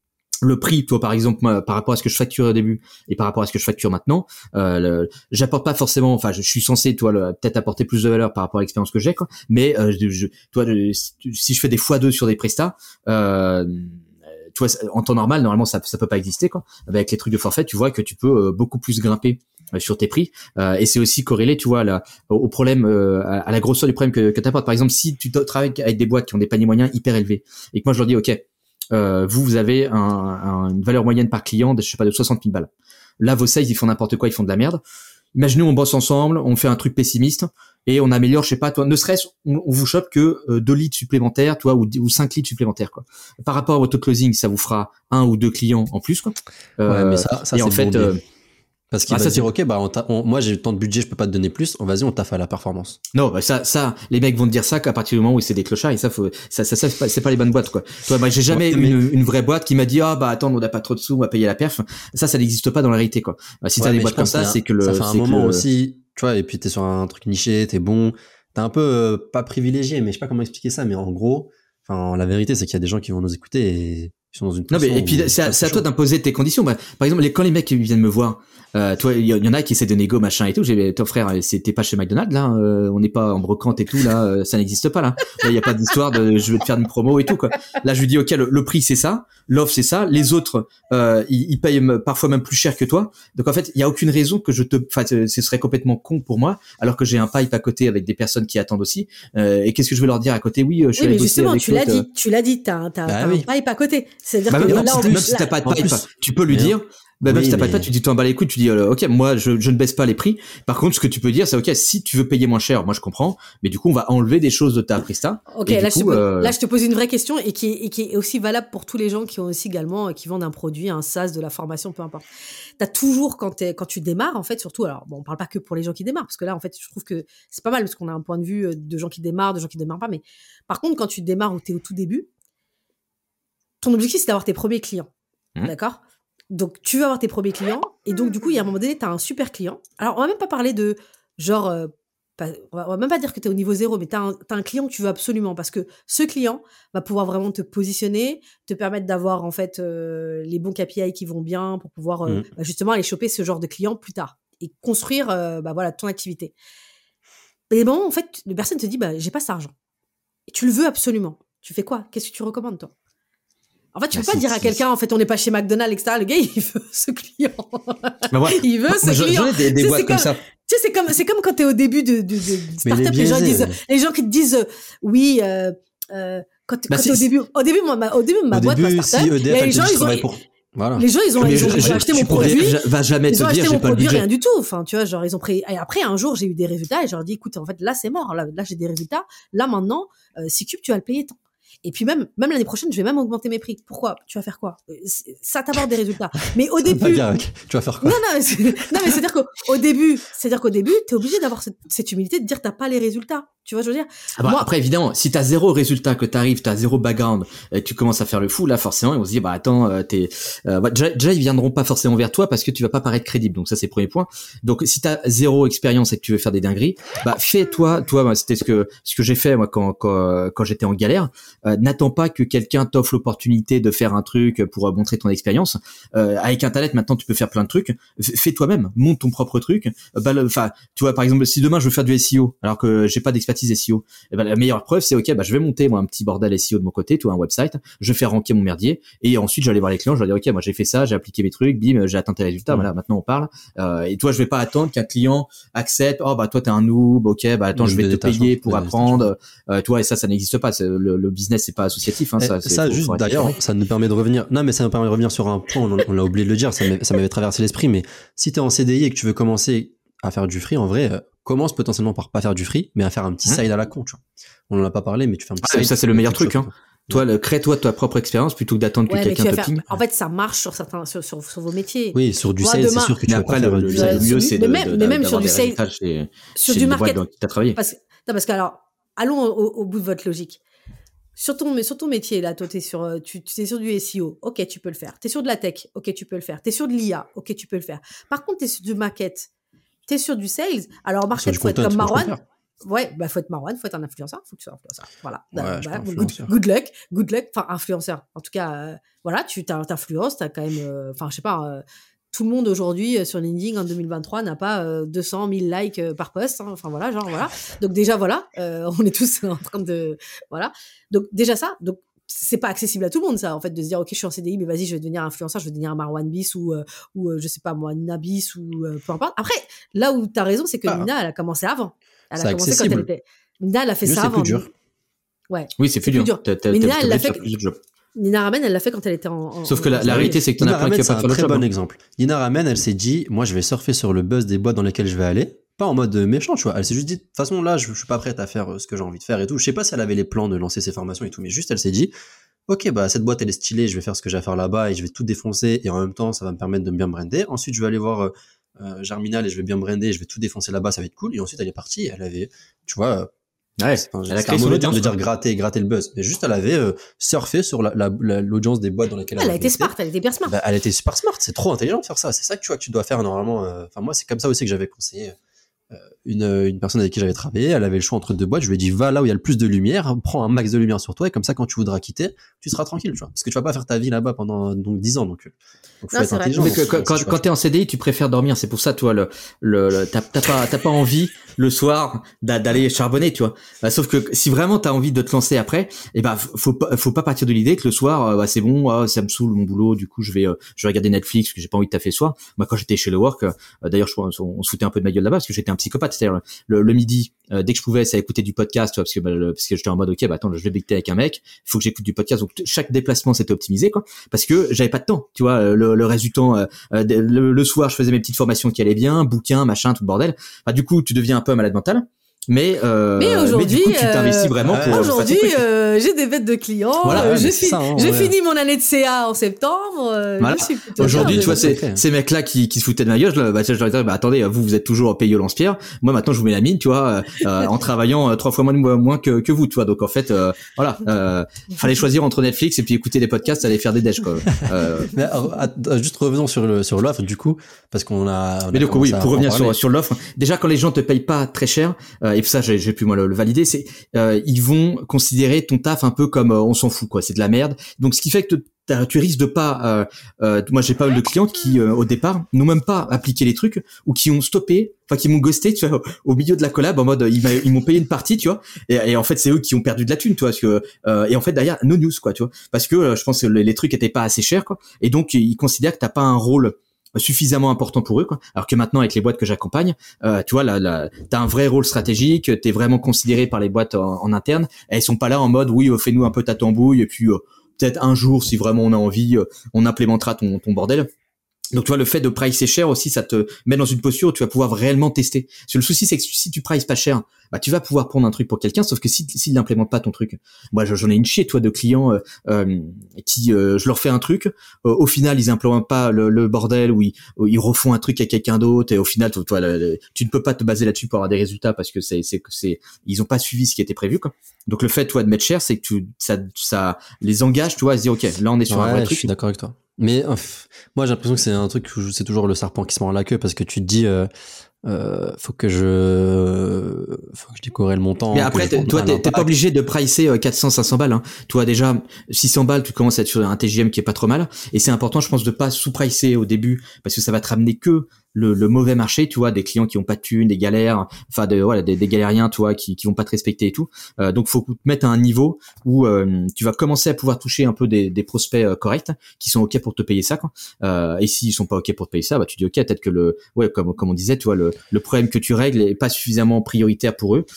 le prix, toi, par exemple, moi, par rapport à ce que je facturais au début et par rapport à ce que je facture maintenant, j'apporte pas forcément, je suis censé, toi, peut-être apporter plus de valeur par rapport à l'expérience que j'ai, quoi. Mais, si je fais des x2 sur des prestats, toi, en temps normal, normalement, ça peut pas exister, quoi. Avec les trucs de forfait, tu vois que tu peux beaucoup plus grimper sur tes prix, et c'est aussi corrélé, tu vois, au problème, à la grosseur du problème que t'apportes. Par exemple, si tu travailles avec des boîtes qui ont des paniers moyens hyper élevés et que moi je leur dis, ok, vous avez une valeur moyenne par client de, je sais pas, de 60 000 balles. Là, vos sales, ils font n'importe quoi, ils font de la merde. Imaginez, on bosse ensemble, on fait un truc pessimiste et on améliore, je sais pas, toi, ne serait-ce, on vous chope que 2 leads supplémentaires, toi, ou 5 leads supplémentaires, quoi. Par rapport à votre closing, ça vous fera 1 ou 2 clients en plus, quoi. Ouais, mais ça et en fait, parce qu'il va dire, ok, moi j'ai tant de budget, je peux pas te donner plus. Vas-y, on taffe à la performance. Non, ça, les mecs vont te dire ça qu'à partir du moment où c'est des clochards, et ça c'est pas les bonnes boîtes, quoi. Toi, j'ai jamais eu une vraie boîte qui m'a dit, attends, on n'a pas trop de sous, on va payer la perf. Ça n'existe pas dans la réalité, quoi. Si t'as des boîtes comme ça, c'est que ça fait un moment aussi, tu vois, et puis t'es sur un truc niché, t'es bon, t'es un peu, pas privilégié, mais je sais pas comment expliquer ça, mais en gros, la vérité, c'est qu'il y a des gens qui vont nous écouter et ils sont dans une position. Non, mais, et puis, c'est à toi d'imposer tes conditions. Par exemple, quand les mecs viennent me voir, toi, il y en a qui essaient de négo, machin et tout. Ton frère, t'es pas chez McDonald's, là, on n'est pas en brocante et tout, là, ça n'existe pas, là. Là, il y a pas d'histoire de, je vais te faire une promo et tout, quoi. Là, je lui dis, ok, le prix, c'est ça, l'offre, c'est ça, les autres, ils payent parfois même plus cher que toi. Donc, en fait, il y a aucune raison que ce serait complètement con pour moi, alors que j'ai un pipe à côté avec des personnes qui attendent aussi. Et qu'est-ce que je vais leur dire à côté? Oui, je suis allé bosser avec tu l'as dit, t'as un pipe à côté. C'est-à-dire que même si t'as pas de pipe, tu peux lui dire, même si t'as pas de pipe, tu dis t'en bats les couilles, tu dis, ok, moi, je ne baisse pas les prix. Par contre, ce que tu peux dire, c'est, ok, si tu veux payer moins cher, moi, je comprends, mais du coup, on va enlever des choses de ta presta. Ok, là, je te pose une vraie question et qui est aussi valable pour tous les gens qui ont aussi également, qui vendent un produit, un SaaS, de la formation, peu importe. T'as toujours, quand tu démarres, en fait, surtout, alors, bon, on parle pas que pour les gens qui démarrent, parce que là, en fait, je trouve que c'est pas mal, parce qu'on a un point de vue de gens qui démarrent, de gens qui démarrent pas, mais par contre, quand tu démarres ou t'es au tout début, ton objectif, c'est d'avoir tes premiers clients. D'accord? Donc, tu veux avoir tes premiers clients. Et donc, du coup, il y a un moment donné, tu as un super client. Alors, on va même pas parler de genre... on va même pas dire que tu es au niveau 0, mais tu as un client que tu veux absolument. Parce que ce client va pouvoir vraiment te positionner, te permettre d'avoir, en fait, les bons KPI qui vont bien pour pouvoir, justement, aller choper ce genre de client plus tard. Et construire, ton activité. Et bon, en fait, la personne te dit, j'ai pas cet argent. Et tu le veux absolument. Tu fais quoi? Qu'est-ce que tu recommandes, toi? En fait, tu peux pas dire à quelqu'un, en fait, on n'est pas chez McDonald's, etc. Le gars, il veut ce client. Il veut ce client. J'en ai des boîtes comme ça. Tu sais, c'est comme quand t'es au début de startup, les gens qui te disent, oui, quand t'es au début de ma boîte, ma startup, les gens, les gens, ils ont acheté mon produit. Va jamais te dire, j'ai pas le budget. Rien du tout. Enfin, tu vois, genre, ils ont pris, et après, un jour, j'ai eu des résultats et je leur dis, écoute, en fait, là, c'est mort. Là, j'ai des résultats. Là, maintenant, C-Cube, tu vas le payer tant. Et puis même l'année prochaine, je vais même augmenter mes prix. Pourquoi? Tu vas faire quoi? Ça t'apporte des résultats. Mais au début, tu vas faire quoi? Non, mais c'est-à-dire qu'au début, t'es obligé d'avoir cette humilité de dire t'as pas les résultats. Tu vois, je veux dire. Ah bah, moi, après, évidemment, si t'as zéro résultat, que t'as zéro background, et que tu commences à faire le fou, là, forcément, ils vont se dire, bah, attends, déjà, ils viendront pas forcément vers toi parce que tu vas pas paraître crédible. Donc ça, c'est le premier point. Donc, si t'as zéro expérience et que tu veux faire des dingueries, bah, fais-toi, c'était ce que j'ai fait, moi, quand j'étais en galère. N'attends pas que quelqu'un t'offre l'opportunité de faire un truc pour montrer ton expérience. Avec Internet, maintenant, tu peux faire plein de trucs. Fais toi-même. Monte ton propre truc. Enfin, tu vois, par exemple, si demain je veux faire du SEO, alors que j'ai pas d'expertise SEO, et ben la meilleure preuve c'est ok, bah je vais monter moi un petit bordel SEO de mon côté, tu vois, un website, je fais ranker mon merdier et ensuite je vais aller voir les clients, je vais leur dire ok, moi j'ai fait ça, j'ai appliqué mes trucs, bim, j'ai atteint tes résultats, voilà, maintenant on parle. Et toi je vais pas attendre qu'un client accepte, oh bah toi t'es un noob, ok, bah attends je vais te payer pour apprendre, tu vois, et ça n'existe pas, le business c'est pas associatif, hein, ça juste d'ailleurs ça nous permet de revenir, non mais ça nous permet de revenir sur un point, on l'a oublié de le dire, ça m'avait traversé l'esprit, mais si t'es en CDI et que tu veux commencer à faire du free, en vrai, commence potentiellement par pas faire du free, mais à faire un petit side à la con, tu vois. On en a pas parlé, mais tu fais un petit side. Ça, c'est le meilleur truc, hein. Crée-toi ta propre expérience plutôt que d'attendre que quelqu'un te ping. En fait, ça marche sur vos métiers. Oui, sur du sales, c'est sûr que tu vas pas faire du sales. Le mieux, c'est mais même sur du sales, sur du market. T'as travaillé. Parce que alors, allons au bout de votre logique. Sur ton métier, là, toi, t'es sur du SEO, ok, tu peux le faire. T'es sur de la tech, ok, tu peux le faire. T'es sur de l'IA, ok, tu peux le faire. Par contre, t'es sur du market, t'es sur du sales. Alors, market, faut être comme Marwan. Ouais, bah, faut être Marwan, faut être un influenceur, faut que tu sois influenceur. Voilà. Good luck. Enfin, influenceur. En tout cas, voilà, t'influences, t'as quand même, enfin, je sais pas, tout le monde aujourd'hui sur LinkedIn en 2023 n'a pas 200 000 likes par post. Hein. Enfin, voilà, genre, voilà. Donc, déjà, voilà, on est tous en train de, voilà. Donc, déjà ça. Donc, c'est pas accessible à tout le monde, ça, en fait, de se dire, ok, je suis en CDI, mais vas-y, je vais devenir influenceur, je vais devenir un Marwan Bis ou je sais pas, moi, Nina Bis ou peu importe. Après, là où t'as raison, c'est que Nina, elle a commencé avant. Elle a commencé quand elle était. Nina, elle a fait ça avant. C'est plus dur. Ouais. Oui, c'est plus dur. Mais Nina, elle l'a fait. Nina Ramen, elle l'a fait quand elle était Sauf que la réalité, c'est que t'en as plein qui a pas fait le job. C'est un très bon exemple. Nina Ramen, elle s'est dit, moi, je vais surfer sur le buzz des boîtes dans lesquelles je vais aller. Pas en mode méchant, tu vois. Elle s'est juste dit, de toute façon, là, je suis pas prête à faire ce que j'ai envie de faire et tout. Je sais pas si elle avait les plans de lancer ses formations et tout, mais juste, elle s'est dit, ok, bah, cette boîte, elle est stylée, je vais faire ce que j'ai à faire là-bas et je vais tout défoncer et en même temps, ça va me permettre de me bien brander. Ensuite, je vais aller voir Germinal et je vais bien brander et je vais tout défoncer là-bas, ça va être cool. Et ensuite, elle est partie, elle avait, tu vois, ouais, elle a créé son audience, de dire gratter le buzz. Mais juste, elle avait surfé sur l'audience des boîtes dans lesquelles elle a été smart, elle était hyper smart. Bah, elle était super smart, c'est trop intelligent de faire ça. C'est ça que tu dois faire normalement. Enfin, moi, c'est comme ça aussi que j'avais conseillé une personne avec qui j'avais travaillé. Elle avait le choix entre deux boîtes. Je lui ai dit, va là où il y a le plus de lumière, prends un max de lumière sur toi et comme ça, quand tu voudras quitter, tu seras tranquille, tu vois. Parce que tu vas pas faire ta vie là-bas pendant 10 ans, donc faut être intelligent. Mais quand t'es en CDI, tu préfères dormir. C'est pour ça, toi, t'as pas envie le soir d'aller charbonner, tu vois. Sauf que si vraiment t'as envie de te lancer après, et ben faut pas partir de l'idée que le soir, c'est bon, ça me saoule mon boulot, du coup je vais regarder Netflix parce que j'ai pas envie de taffer le soir. Moi, quand j'étais chez le Work, d'ailleurs, on se foutait un peu de ma gueule là-bas parce que j'étais un psychopathe. C'est-à-dire le midi, dès que je pouvais, ça écouter du podcast, tu vois, parce que j'étais en mode ok, bah attends, je vais becter avec un mec, il faut que j'écoute du podcast. Donc chaque déplacement c'était optimisé, quoi, parce que j'avais pas de temps, tu vois. Le reste du temps, le soir, je faisais mes petites formations qui allaient bien, bouquins, machin, tout le bordel. Bah, du coup, tu deviens un peu malade mental. Mais aujourd'hui, du coup, tu t'investis vraiment pour aujourd'hui, j'ai des bêtes de clients. Voilà, j'ai fini mon année de CA en septembre. Voilà. Aujourd'hui, tu vois, ces mecs-là qui se foutaient de ma gueule, je leur disais, bah attendez, vous êtes toujours payé au lance-pierre. Moi, maintenant, je vous mets la mine, tu vois, en travaillant 3 fois moins que vous, tu vois. Donc en fait, voilà, fallait choisir entre Netflix et puis écouter des podcasts, aller faire des déj, quoi. Mais juste revenons sur l'offre, du coup, parce qu'on a. Mais donc oui, pour revenir sur l'offre, déjà quand les gens te payent pas très cher. Et ça, j'ai pu moi le valider. C'est ils vont considérer ton taf un peu comme on s'en fout, quoi. C'est de la merde. Donc ce qui fait que tu risques de pas. Moi, j'ai pas mal de clients qui au départ n'ont même pas appliqué les trucs ou qui ont stoppé, enfin qui m'ont ghosté, tu vois, au milieu de la collab en mode ils m'ont payé une partie, tu vois. Et en fait, c'est eux qui ont perdu de la thune, tu vois, parce que et en fait derrière no news, quoi, tu vois, parce que je pense que les trucs étaient pas assez chers, quoi. Et donc ils considèrent que t'as pas un rôle suffisamment important pour eux, quoi. Alors que maintenant, avec les boîtes que j'accompagne, tu vois, t'as un vrai rôle stratégique, t'es vraiment considéré par les boîtes en interne. Et elles sont pas là en mode, oui, fais-nous un peu ta tambouille, et puis peut-être un jour, si vraiment on a envie, on implémentera ton bordel. Donc tu vois, le fait de pricer cher aussi, ça te met dans une posture où tu vas pouvoir réellement tester. Parce que le souci, c'est que si tu prices pas cher, bah tu vas pouvoir prendre un truc pour quelqu'un, sauf que s'il n'implémente pas ton truc. Moi, j'en ai une chier, toi, de clients qui, je leur fais un truc, au final, ils implémentent pas le bordel, ou ils refont un truc à quelqu'un d'autre, et au final, tu ne peux pas te baser là-dessus pour avoir des résultats parce que ils ont pas suivi ce qui était prévu, quoi. Donc le fait, toi, de mettre cher, c'est que ça les engage, tu vois, à se dire, ok, là, on est sur un vrai truc. Je suis d'accord avec toi. Mais moi, j'ai l'impression que c'est un truc où c'est toujours le serpent qui se mord la queue, parce que tu te dis, faut que je décorelle le montant. Mais après, toi, t'es pas obligé de pricer 400-500 balles, hein. Toi, déjà, 600 balles, tu commences à être sur un TGM qui est pas trop mal. Et c'est important, je pense, de pas sous-pricer au début, parce que ça va te ramener que le mauvais marché, tu vois, des clients qui ont pas de thunes, des galères, enfin des galériens, tu vois, qui vont pas te respecter et tout. Donc faut te mettre à un niveau où tu vas commencer à pouvoir toucher un peu des prospects corrects qui sont OK pour te payer ça, quoi. Et s'ils sont pas OK pour te payer ça, bah tu dis OK, peut-être que comme on disait, tu vois, le problème que tu règles est pas suffisamment prioritaire pour eux.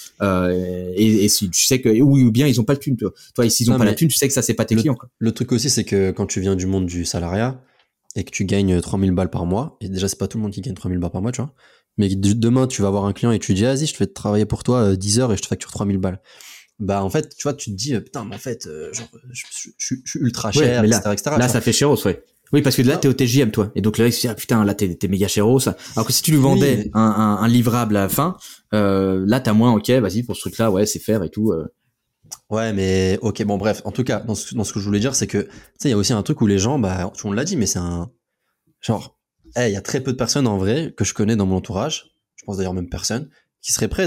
Et si tu sais que ou bien ils ont pas le thune, toi s'ils ont pas la thune, tu sais que ça c'est pas tes clients, quoi. Le truc aussi, c'est que quand tu viens du monde du salariat et que tu gagnes 3000 balles par mois, et déjà c'est pas tout le monde qui gagne 3000 balles par mois, tu vois, mais demain tu vas avoir un client et tu lui dis vas-y, je te fais travailler pour toi 10 heures et je te facture 3000 balles. Bah en fait, tu vois, tu te dis putain, mais en fait genre je suis ultra cher, mais etc. Là ça fait chéros, ouais. Oui, parce que là, t'es au TJM, toi. Et donc, là, tu te dis, ah, putain, là, t'es méga chéros. Alors que si tu lui vendais un livrable à la fin, là, t'as moins, ok, vas-y, pour ce truc-là, ouais, c'est faire et tout. Ouais, mais ok, bon, bref. En tout cas, dans ce que je voulais dire, c'est que, tu sais, il y a aussi un truc où les gens, bah, on l'a dit, mais c'est un, genre, il y a très peu de personnes, en vrai, que je connais dans mon entourage. Je pense d'ailleurs même personne, qui serait prêt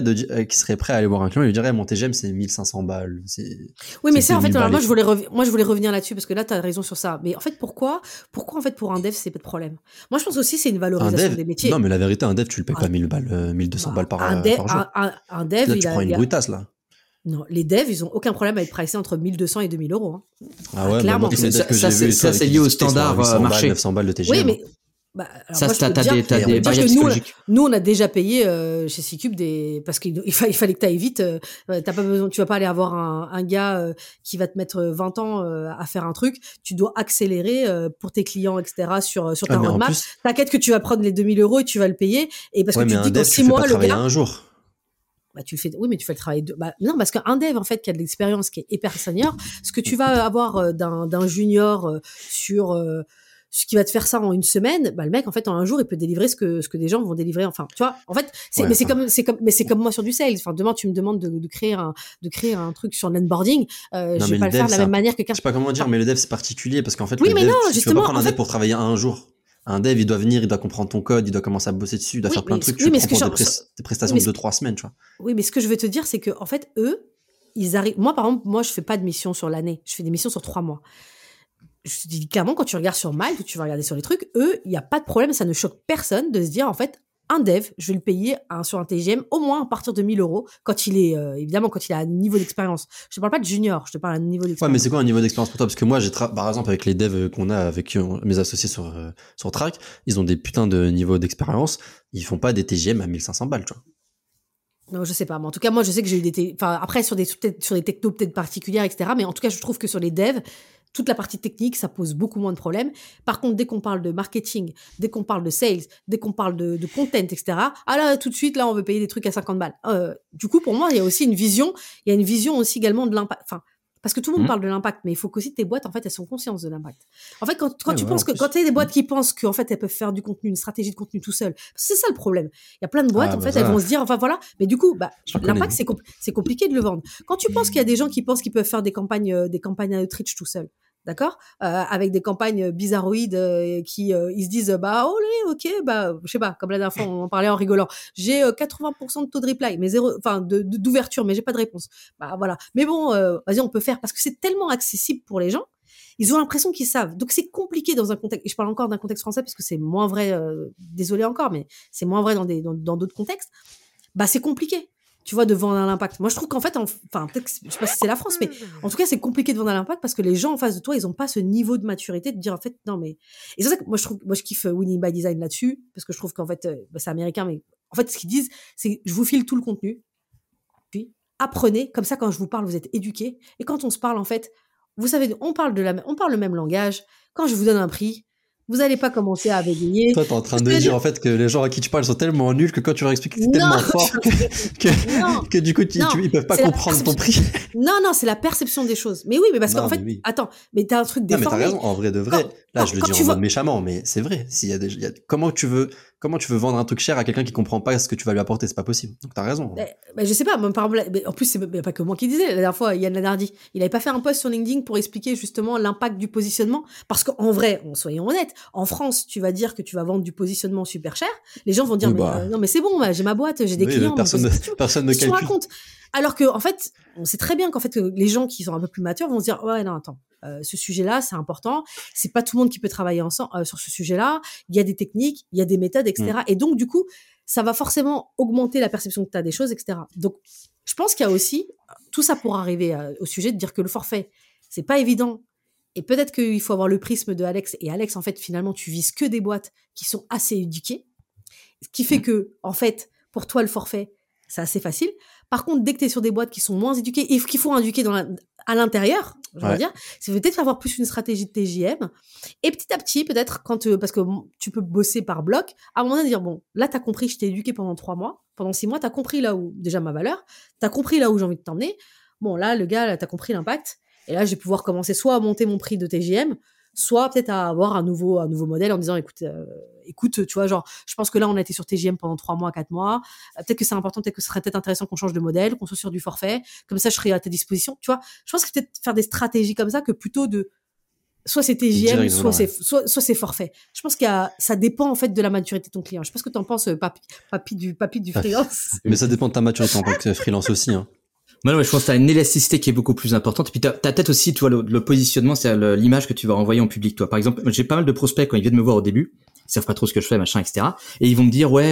à aller voir un client et lui dirait, mon TGM, c'est 1500 balles. Oui, mais ça, en fait, alors, moi, je voulais revenir là-dessus parce que là, t'as raison sur ça. Mais en fait, pourquoi, en fait, pour un dev, c'est pas de problème? Moi, je pense aussi, c'est une valorisation des métiers. Non, mais la vérité, un dev, tu le payes pas 1000 balles, 1200 balles par jour. Un dev, là, tu prends une brutasse, là. Non, les devs, ils ont aucun problème à être pricés entre 1200 et 2000 euros. Hein. Ah ouais, clairement. Ça, c'est lié au standard marché. 900 balles de TGM. Oui, mais ça, t'as des barrières psychologiques. Nous, on a déjà payé chez C-Cube parce qu'il fallait que t'ailles vite. T'as pas besoin, tu vas pas aller avoir un gars qui va te mettre 20 ans à faire un truc. Tu dois accélérer pour tes clients, etc. sur ta roadmap. T'inquiète que tu vas prendre les 2000 euros et tu vas le payer. Et parce que tu te dis qu'en 6 mois, le gars. Un jour. Bah, tu le fais, oui, mais tu fais le travail non, parce qu'un dev, en fait, qui a de l'expérience, qui est hyper senior, ce que tu vas avoir d'un junior sur ce qui va te faire ça en une semaine, bah, le mec, en fait, en un jour, il peut délivrer ce que des gens vont délivrer. Enfin, tu vois, en fait, c'est comme moi sur du sales. Enfin, demain, tu me demandes de créer un truc sur l'onboarding, je vais pas le faire de la même manière que quelqu'un. Je sais pas comment dire, mais le dev, c'est particulier parce qu'en fait, oui, le mais dev, non, tu peux pas prendre un dev pour travailler un jour. Un dev, il doit venir, il doit comprendre ton code, il doit commencer à bosser dessus, il doit faire plein de trucs. Tu prends des prestations de 2-3 semaines, tu vois. Oui, mais ce que je veux te dire, c'est que, en fait, eux, ils arrivent. Moi, par exemple, je fais pas de mission sur l'année. Je fais des missions sur 3 mois. Je te dis clairement, quand tu regardes sur Malte ou tu vas regarder sur les trucs, eux, il n'y a pas de problème, ça ne choque personne de se dire, en fait, un dev, je vais le payer sur un TGM au moins à partir de 1000 euros quand il est, évidemment, quand il a un niveau d'expérience. Je te parle pas de junior, je te parle d'un niveau d'expérience. Ouais, mais c'est quoi un niveau d'expérience pour toi? Parce que moi, par exemple, avec les devs qu'on a, avec mes associés sur Track, ils ont des putains de niveaux d'expérience. Ils font pas des TGM à 1500 balles, tu vois. Non, je sais pas. Mais en tout cas, moi, je sais que j'ai eu après, sur des technos peut-être particulières, etc. Mais en tout cas, je trouve que sur les devs, toute la partie technique, ça pose beaucoup moins de problèmes. Par contre, dès qu'on parle de marketing, dès qu'on parle de sales, dès qu'on parle de content, etc., ah là, tout de suite, là, on veut payer des trucs à 50 balles. Du coup, pour moi, il y a aussi une vision aussi également de l'impact. Enfin, parce que tout le monde parle de l'impact, mais il faut qu'aussi tes boîtes, en fait, elles sont conscientes de l'impact. En fait, quand tu penses que, quand il y a des boîtes qui pensent qu'en fait, elles peuvent faire du contenu, une stratégie de contenu tout seul, c'est ça le problème. Il y a plein de boîtes, elles vont se dire, enfin voilà, mais du coup, l'impact, c'est compliqué de le vendre. Quand tu penses qu'il y a des gens qui pensent qu'ils peuvent faire des campagnes à outreach tout seul, d'accord, avec des campagnes bizarroïdes qui ils se disent ok, je sais pas, comme la dernière fois on en parlait en rigolant, j'ai 80% de taux de reply, mais d'ouverture, mais j'ai pas de réponse. Bah voilà. Mais bon, vas-y, on peut faire parce que c'est tellement accessible pour les gens. Ils ont l'impression qu'ils savent. Donc c'est compliqué dans un contexte. Et je parle encore d'un contexte français parce que c'est moins vrai. Désolé encore, mais c'est moins vrai dans d'autres contextes. Bah c'est compliqué. tu vois, de vendre à l'impact. Moi, je trouve qu'en fait, enfin, peut-être que je sais pas si c'est la France, mais en tout cas, c'est compliqué de vendre à l'impact parce que les gens en face de toi, ils ont pas ce niveau de maturité de dire, en fait, non, mais, et c'est ça que moi, je kiffe Winning by Design là-dessus parce que je trouve qu'en fait, c'est américain, mais en fait, ce qu'ils disent, c'est, je vous file tout le contenu, puis apprenez, comme ça, quand je vous parle, vous êtes éduqués. Et quand on se parle, en fait, vous savez, on parle le même langage. Quand je vous donne un prix, vous n'allez pas commencer à bégayer. Toi, t'es en train de dire en fait que les gens à qui tu parles sont tellement nuls que quand tu leur expliques que c'est tellement fort que du coup, ils peuvent pas comprendre ton prix. Non, c'est la perception des choses. Mais oui, mais parce qu'en fait, attends, mais t'as un truc déformé. Non, mais t'as raison, en vrai de vrai. Là, je le dis en mode méchamment, mais c'est vrai. Comment tu veux vendre un truc cher à quelqu'un qui comprend pas ce que tu vas lui apporter? C'est pas possible. Donc t'as raison. Je sais pas, par exemple, en plus, c'est pas que moi qui disais. La dernière fois, Yann Ladardy, il avait pas fait un post sur LinkedIn pour expliquer justement l'impact du positionnement. Parce qu'en vrai, soyons honnêtes, en France, tu vas dire que tu vas vendre du positionnement super cher. Les gens vont dire, non, mais c'est bon, j'ai ma boîte, j'ai des clients. Personne ne calcule. Alors que, en fait, on sait très bien qu'en fait, les gens qui sont un peu plus matures vont se dire, ouais, non, attends, ce sujet-là, c'est important. C'est pas tout le monde qui peut travailler ensemble sur ce sujet-là. Il y a des techniques, il y a des méthodes, etc. Et donc, du coup, ça va forcément augmenter la perception que tu as des choses, etc. Donc, je pense qu'il y a aussi tout ça pour arriver au sujet de dire que le forfait, c'est pas évident. Et peut-être qu'il faut avoir le prisme de Alex. Et Alex, en fait, finalement, tu vises que des boîtes qui sont assez éduquées. Ce qui fait que, en fait, pour toi, le forfait, c'est assez facile. Par contre, dès que tu es sur des boîtes qui sont moins éduquées et qu'il faut éduquer à l'intérieur, je veux dire, c'est peut-être avoir plus une stratégie de TJM. Et petit à petit, peut-être, parce que tu peux bosser par bloc, à un moment donné, dire, bon, là, tu as compris, je t'ai éduqué pendant 3 mois, pendant 6 mois, tu as compris là où, déjà ma valeur, tu as compris là où j'ai envie de t'emmener. Bon, là, le gars, tu as compris l'impact. Et là, je vais pouvoir commencer soit à monter mon prix de TJM, soit peut-être à avoir un nouveau modèle en disant, écoute, tu vois, genre, je pense que là, on a été sur TJM pendant 3 mois, 4 mois. Peut-être que c'est important, peut-être que ce serait peut-être intéressant qu'on change de modèle, qu'on soit sur du forfait. Comme ça, je serai à ta disposition. Tu vois, je pense que peut-être faire des stratégies comme ça que plutôt de, soit c'est TJM, soit c'est forfait. Je pense ça dépend, en fait, de la maturité de ton client. Je sais pas ce que t'en penses, papy du freelance. Mais ça dépend de ta maturité en tant que freelance aussi, hein. Ouais, je pense que t'as une élasticité qui est beaucoup plus importante. Et puis t'as peut-être aussi, tu vois, le positionnement, c'est l'image que tu vas renvoyer en public, toi. Par exemple, j'ai pas mal de prospects quand ils viennent me voir au début, ils savent pas trop ce que je fais, machin, etc. Et ils vont me dire, ouais,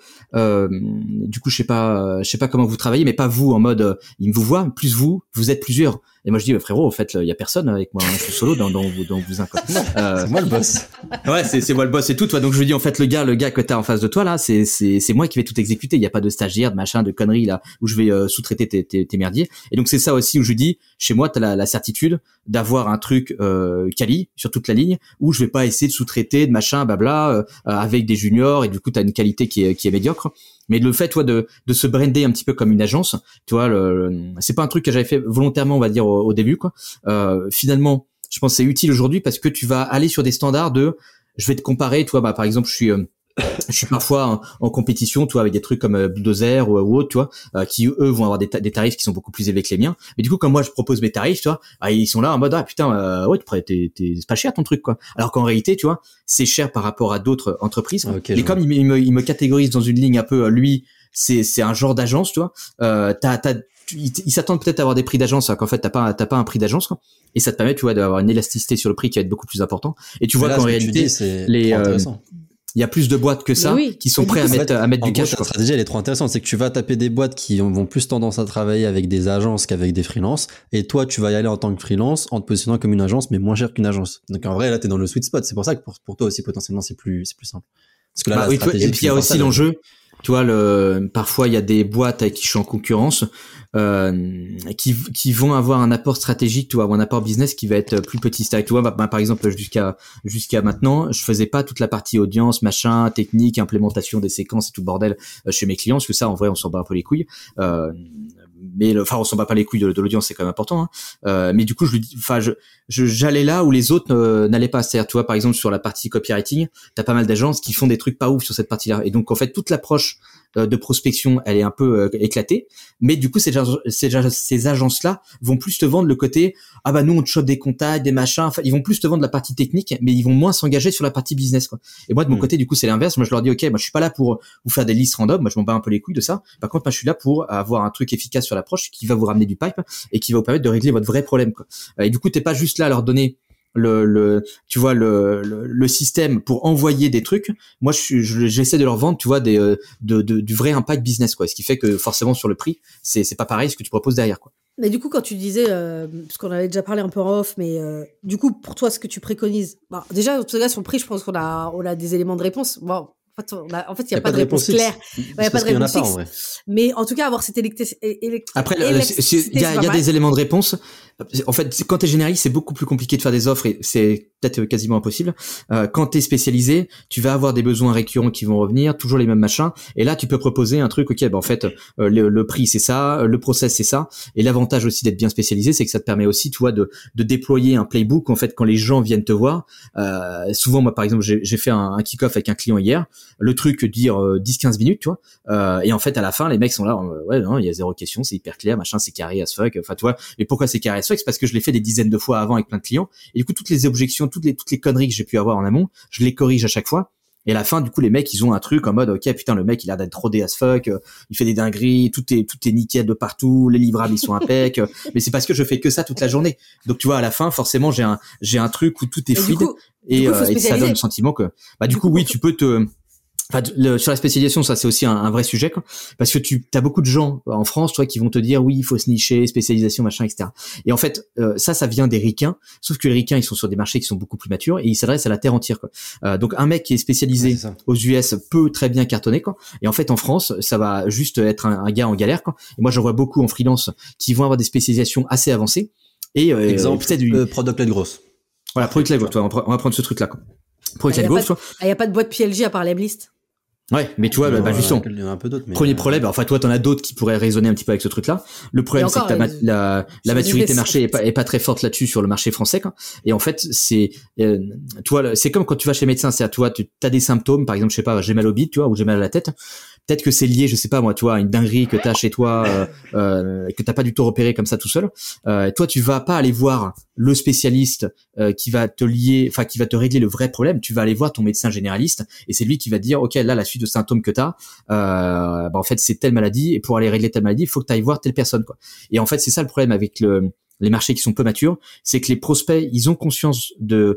du coup, je sais pas comment vous travaillez, mais pas vous, en mode, ils me vous voient, plus vous êtes plusieurs. Et moi je dis, frérot, en fait, il y a personne avec moi, je suis solo dans vous un quoi. C'est moi le boss. Ouais, c'est moi le boss et tout, toi. Donc je lui dis, en fait, le gars que t'as en face de toi là, c'est moi qui vais tout exécuter. Il y a pas de stagiaire, de machin, de conneries là où je vais sous-traiter tes merdiers. Et donc c'est ça aussi où je lui dis, chez moi t'as la certitude d'avoir un truc quali sur toute la ligne où je vais pas essayer de sous-traiter de machin, blabla, avec des juniors, et du coup t'as une qualité qui est médiocre. Mais le fait, toi, de se brander un petit peu comme une agence, tu vois, c'est pas un truc que j'avais fait volontairement, on va dire, au début, quoi. Finalement, je pense que c'est utile aujourd'hui parce que tu vas aller sur des standards je vais te comparer, toi, par exemple, je suis parfois en compétition, tu vois, avec des trucs comme Bulldozer ou autre, tu vois, qui eux vont avoir des tarifs qui sont beaucoup plus élevés que les miens. Mais du coup, quand moi je propose mes tarifs, tu vois, ils sont là en mode putain, ouais, c'est pas cher ton truc, quoi. Alors qu'en réalité, tu vois, c'est cher par rapport à d'autres entreprises. Okay, mais comme il me catégorise dans une ligne un peu, lui, c'est un genre d'agence, tu vois. Ils s'attendent peut-être à avoir des prix d'agence, alors qu'en fait t'as pas un prix d'agence, quoi. Et ça te permet, tu vois, d'avoir une élasticité sur le prix qui va être beaucoup plus important. Et tu vois qu'en réalité, il y a plus de boîtes que ça qui sont prêts à mettre du cash. La stratégie, elle est trop intéressante. C'est que tu vas taper des boîtes qui vont plus tendance à travailler avec des agences qu'avec des freelances. Et toi, tu vas y aller en tant que freelance en te positionnant comme une agence, mais moins cher qu'une agence. Donc en vrai, là, t'es dans le sweet spot. C'est pour ça que pour toi aussi, potentiellement, c'est plus simple. Parce que là, la stratégie, et puis il y a aussi l'enjeu. Tu vois, parfois il y a des boîtes avec qui je suis en concurrence qui vont avoir un apport stratégique, tu vois, ou un apport business qui va être plus petit. Tu vois, par exemple, jusqu'à maintenant, je faisais pas toute la partie audience, machin, technique, implémentation des séquences et tout le bordel chez mes clients, parce que ça, en vrai, on s'en bat un peu les couilles. Mais on s'en bat pas les couilles de l'audience, c'est quand même important, hein. Mais du coup, j'allais là où les autres n'allaient pas. C'est-à-dire, tu vois, par exemple, sur la partie copywriting, t'as pas mal d'agences qui font des trucs pas ouf sur cette partie-là. Et donc, en fait, toute l'approche de prospection, elle est un peu éclatée. Mais du coup, ces agences-là vont plus te vendre le côté, nous, on te chope des contacts, des machins. Enfin, ils vont plus te vendre la partie technique, mais ils vont moins s'engager sur la partie business, quoi. Et moi, de mon côté, du coup, c'est l'inverse. Moi, je leur dis, OK, moi, je suis pas là pour vous faire des listes random. Moi, je m'en bats un peu les couilles de ça. Par contre, moi, je suis là pour avoir un truc efficace sur l'approche qui va vous ramener du pipe et qui va vous permettre de régler votre vrai problème, quoi. Et du coup, t'es pas juste là à leur donner tu vois le système pour envoyer des trucs, moi j'essaie de leur vendre, tu vois, du vrai impact business, quoi. Ce qui fait que forcément sur le prix, c'est pas pareil ce que tu proposes derrière, quoi. Mais du coup, quand tu disais, parce qu'on avait déjà parlé un peu en off, mais du coup, pour toi, ce que tu préconises, bah, déjà, en tout cas, sur le prix, je pense qu'on a des éléments de réponse. Bon, en fait, il n'y a pas de réponse claire. Il n'y a pas de réponse fixe. Mais en tout cas, avoir cette Après, il y a des éléments de réponse. En fait, quand t'es généraliste, c'est beaucoup plus compliqué de faire des offres et c'est peut-être quasiment impossible. Quand t'es spécialisé, tu vas avoir des besoins récurrents qui vont revenir, toujours les mêmes machins. Et là, tu peux proposer un truc, ok, en fait, le prix c'est ça, le process c'est ça. Et l'avantage aussi d'être bien spécialisé, c'est que ça te permet aussi, tu vois, de déployer un playbook. En fait, quand les gens viennent te voir, souvent, moi, par exemple, j'ai fait un kick-off avec un client hier. Le truc dure 10-15 minutes, tu vois. Et en fait, à la fin, les mecs sont là, ouais, non, il y a zéro question, c'est hyper clair, machin, c'est carré as fuck. Enfin, tu vois. Et pourquoi c'est carré as fuck? C'est parce que je l'ai fait des dizaines de fois avant avec plein de clients. Et du coup, toutes les objections, toutes les conneries que j'ai pu avoir en amont, je les corrige à chaque fois. Et à la fin, du coup, les mecs, ils ont un truc en mode, ok, putain, le mec, il a l'air d'être rodé as fuck, il fait des dingueries, tout est nickel de partout, les livrables, ils sont impec, mais c'est parce que je fais que ça toute la journée. Donc, tu vois, à la fin, forcément, j'ai un truc où tout est fluide et ça donne le sentiment que, bah, du coup, oui, tu peux enfin, sur la spécialisation, ça c'est aussi un vrai sujet, quoi, parce que t'as beaucoup de gens en France, toi, qui vont te dire oui, il faut se nicher, spécialisation, machin, etc. Et en fait, ça vient des ricains, sauf que les ricains, ils sont sur des marchés qui sont beaucoup plus matures et ils s'adressent à la terre entière, quoi. Donc un mec qui est spécialisé aux US peut très bien cartonner, quoi. Et en fait, en France, ça va juste être un gars en galère, quoi. Et moi, j'en vois beaucoup en freelance qui vont avoir des spécialisations assez avancées. Et exemple, product-led growth. Voilà, product-led growth. On va prendre ce truc-là, quoi. Product-led growth. Il y a pas de boîte PLG à part Lemlist. Ouais, mais tu vois, justement. Il y en a un peu d'autres, mais premier problème, enfin, toi, t'en as d'autres qui pourraient résonner un petit peu avec ce truc-là. Le problème, c'est que la maturité marché est pas très forte là-dessus sur le marché français, quoi. Et en fait, c'est comme quand tu vas chez le médecin, c'est-à-dire, toi, tu as des symptômes, par exemple, je sais pas, j'ai mal au bide, tu vois, ou j'ai mal à la tête. Peut-être que c'est lié, je sais pas moi, tu vois, à une dinguerie que t'as chez toi, que t'as pas du tout repéré comme ça tout seul. Toi, tu vas pas aller voir le spécialiste qui va te régler le vrai problème. Tu vas aller voir ton médecin généraliste et c'est lui qui va te dire, ok, là, la suite de symptômes que t'as, en fait, c'est telle maladie et pour aller régler telle maladie, il faut que t'ailles voir telle personne, quoi. Et en fait, c'est ça le problème avec les marchés qui sont peu matures, c'est que les prospects, ils ont conscience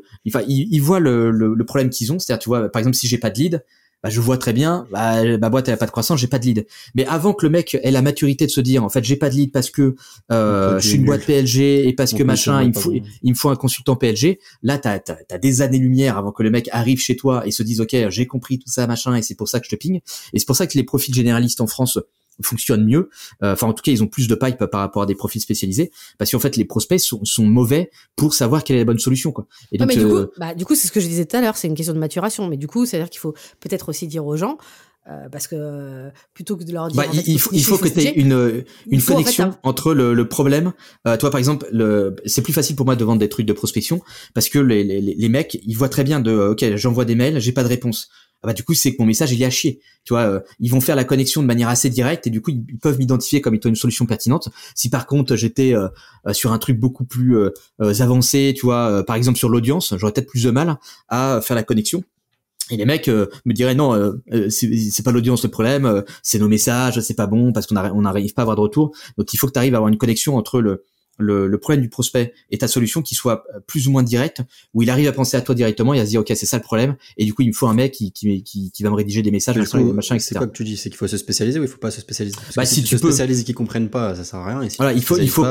ils voient le problème qu'ils ont. C'est-à-dire, tu vois, par exemple, si j'ai pas de lead, bah, je vois très bien, ma boîte elle a pas de croissance, j'ai pas de lead. Mais avant que le mec ait la maturité de se dire, en fait, j'ai pas de lead parce que je suis une boîte PLG et parce que machin, il me faut un consultant PLG. Là, t'as des années-lumière avant que le mec arrive chez toi et se dise, ok, j'ai compris tout ça, machin, et c'est pour ça que je te ping. Et c'est pour ça que les profils généralistes en France fonctionnent mieux. Enfin, en tout cas, ils ont plus de pipe par rapport à des profils spécialisés, parce qu'en fait, les prospects sont mauvais pour savoir quelle est la bonne solution, quoi. Et donc, mais du coup, c'est ce que je disais tout à l'heure, c'est une question de maturation. Mais du coup, c'est-à-dire qu'il faut peut-être aussi dire aux gens, parce que plutôt que de leur dire, il faut que tu aies une connexion entre le problème. Toi, par exemple, c'est plus facile pour moi de vendre des trucs de prospection parce que les mecs, ils voient très bien ok, j'envoie des mails, j'ai pas de réponse. Ah bah du coup c'est que mon message il est à chier, tu vois. Ils vont faire la connexion de manière assez directe et du coup ils peuvent m'identifier comme étant une solution pertinente. Si par contre j'étais sur un truc beaucoup plus avancé, tu vois, par exemple sur l'audience, j'aurais peut-être plus de mal à faire la connexion. Et les mecs me diraient non, c'est pas l'audience le problème, c'est nos messages, c'est pas bon parce qu'on n'arrive pas à avoir de retour. Donc il faut que tu arrives à avoir une connexion entre le problème du prospect et ta solution qui soit plus ou moins directe, où il arrive à penser à toi directement et à se dire ok, c'est ça le problème, et du coup il me faut un mec qui va me rédiger des messages, machin, etc. C'est quoi que tu dis, c'est qu'il faut se spécialiser ou il faut pas se spécialiser? Parce que si tu te spécialises et qu'ils comprennent pas, ça sert à rien. Voilà, il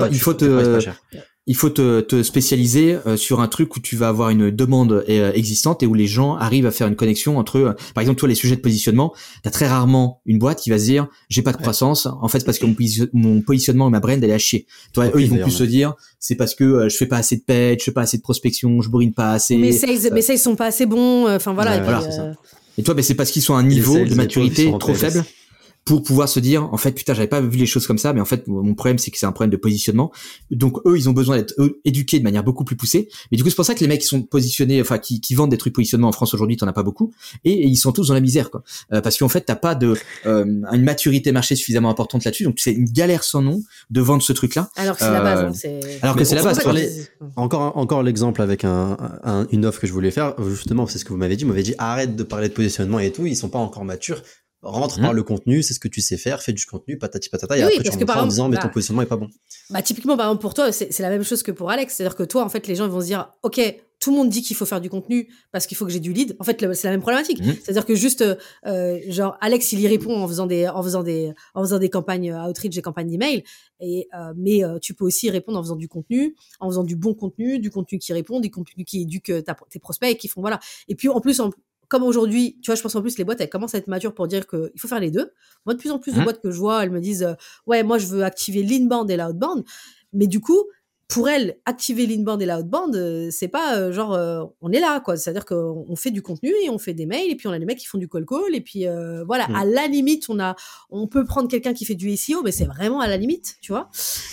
faut te spécialiser sur un truc où tu vas avoir une demande existante et où les gens arrivent à faire une connexion entre par exemple toi les sujets de positionnement, t'as très rarement une boîte qui va se dire j'ai pas de croissance, en fait c'est parce que mon positionnement et ma brand elle est à chier. Toi eux ils vont plus se dire c'est parce que je fais pas assez de pitch, je fais pas assez de prospection, je bourrine pas assez. Mais ça ils sont pas assez bons, enfin voilà. Et toi c'est parce qu'ils sont à un niveau de maturité trop faible pour pouvoir se dire en fait putain j'avais pas vu les choses comme ça, mais en fait mon problème c'est que c'est un problème de positionnement, donc eux ils ont besoin d'être éduqués de manière beaucoup plus poussée. Mais du coup c'est pour ça que les mecs qui sont positionnés, enfin qui vendent des trucs positionnement en France aujourd'hui, t'en as pas beaucoup et ils sont tous dans la misère, quoi, parce qu'en fait t'as pas une maturité marché suffisamment importante là-dessus, donc c'est une galère sans nom de vendre ce truc là alors que c'est la base, alors que c'est la base. Encore l'exemple avec une offre que je voulais faire, justement c'est ce que vous m'avez dit arrête de parler de positionnement et tout, ils sont pas encore matures. Rentre par le contenu, c'est ce que tu sais faire, fais du contenu, patati patata, et après tu rentres en disant mais ton positionnement est pas bon. Bah typiquement par exemple pour toi, c'est la même chose que pour Alex, c'est-à-dire que toi en fait les gens vont se dire ok, tout le monde dit qu'il faut faire du contenu parce qu'il faut que j'ai du lead. En fait, c'est la même problématique. C'est-à-dire que juste, genre, Alex, il y répond en faisant des campagnes outreach et campagnes d'email. Mais tu peux aussi répondre en faisant du contenu, en faisant du bon contenu, du contenu qui répond, du contenu qui éduque tes prospects et qui font, voilà. Et puis, en plus, comme aujourd'hui, tu vois, je pense en plus les boîtes, elles commencent à être matures pour dire qu'il faut faire les deux. Moi, de plus en plus de boîtes que je vois, elles me disent, ouais, moi, je veux activer l'inbound et l'outbound. Mais du coup, pour elles, activer l'inbound et l'outbound, c'est pas on est là, quoi. C'est-à-dire qu'on fait du contenu et on fait des mails et puis on a les mecs qui font du call et puis voilà. À la limite, on peut prendre quelqu'un qui fait du SEO, mais c'est vraiment à la limite, tu vois.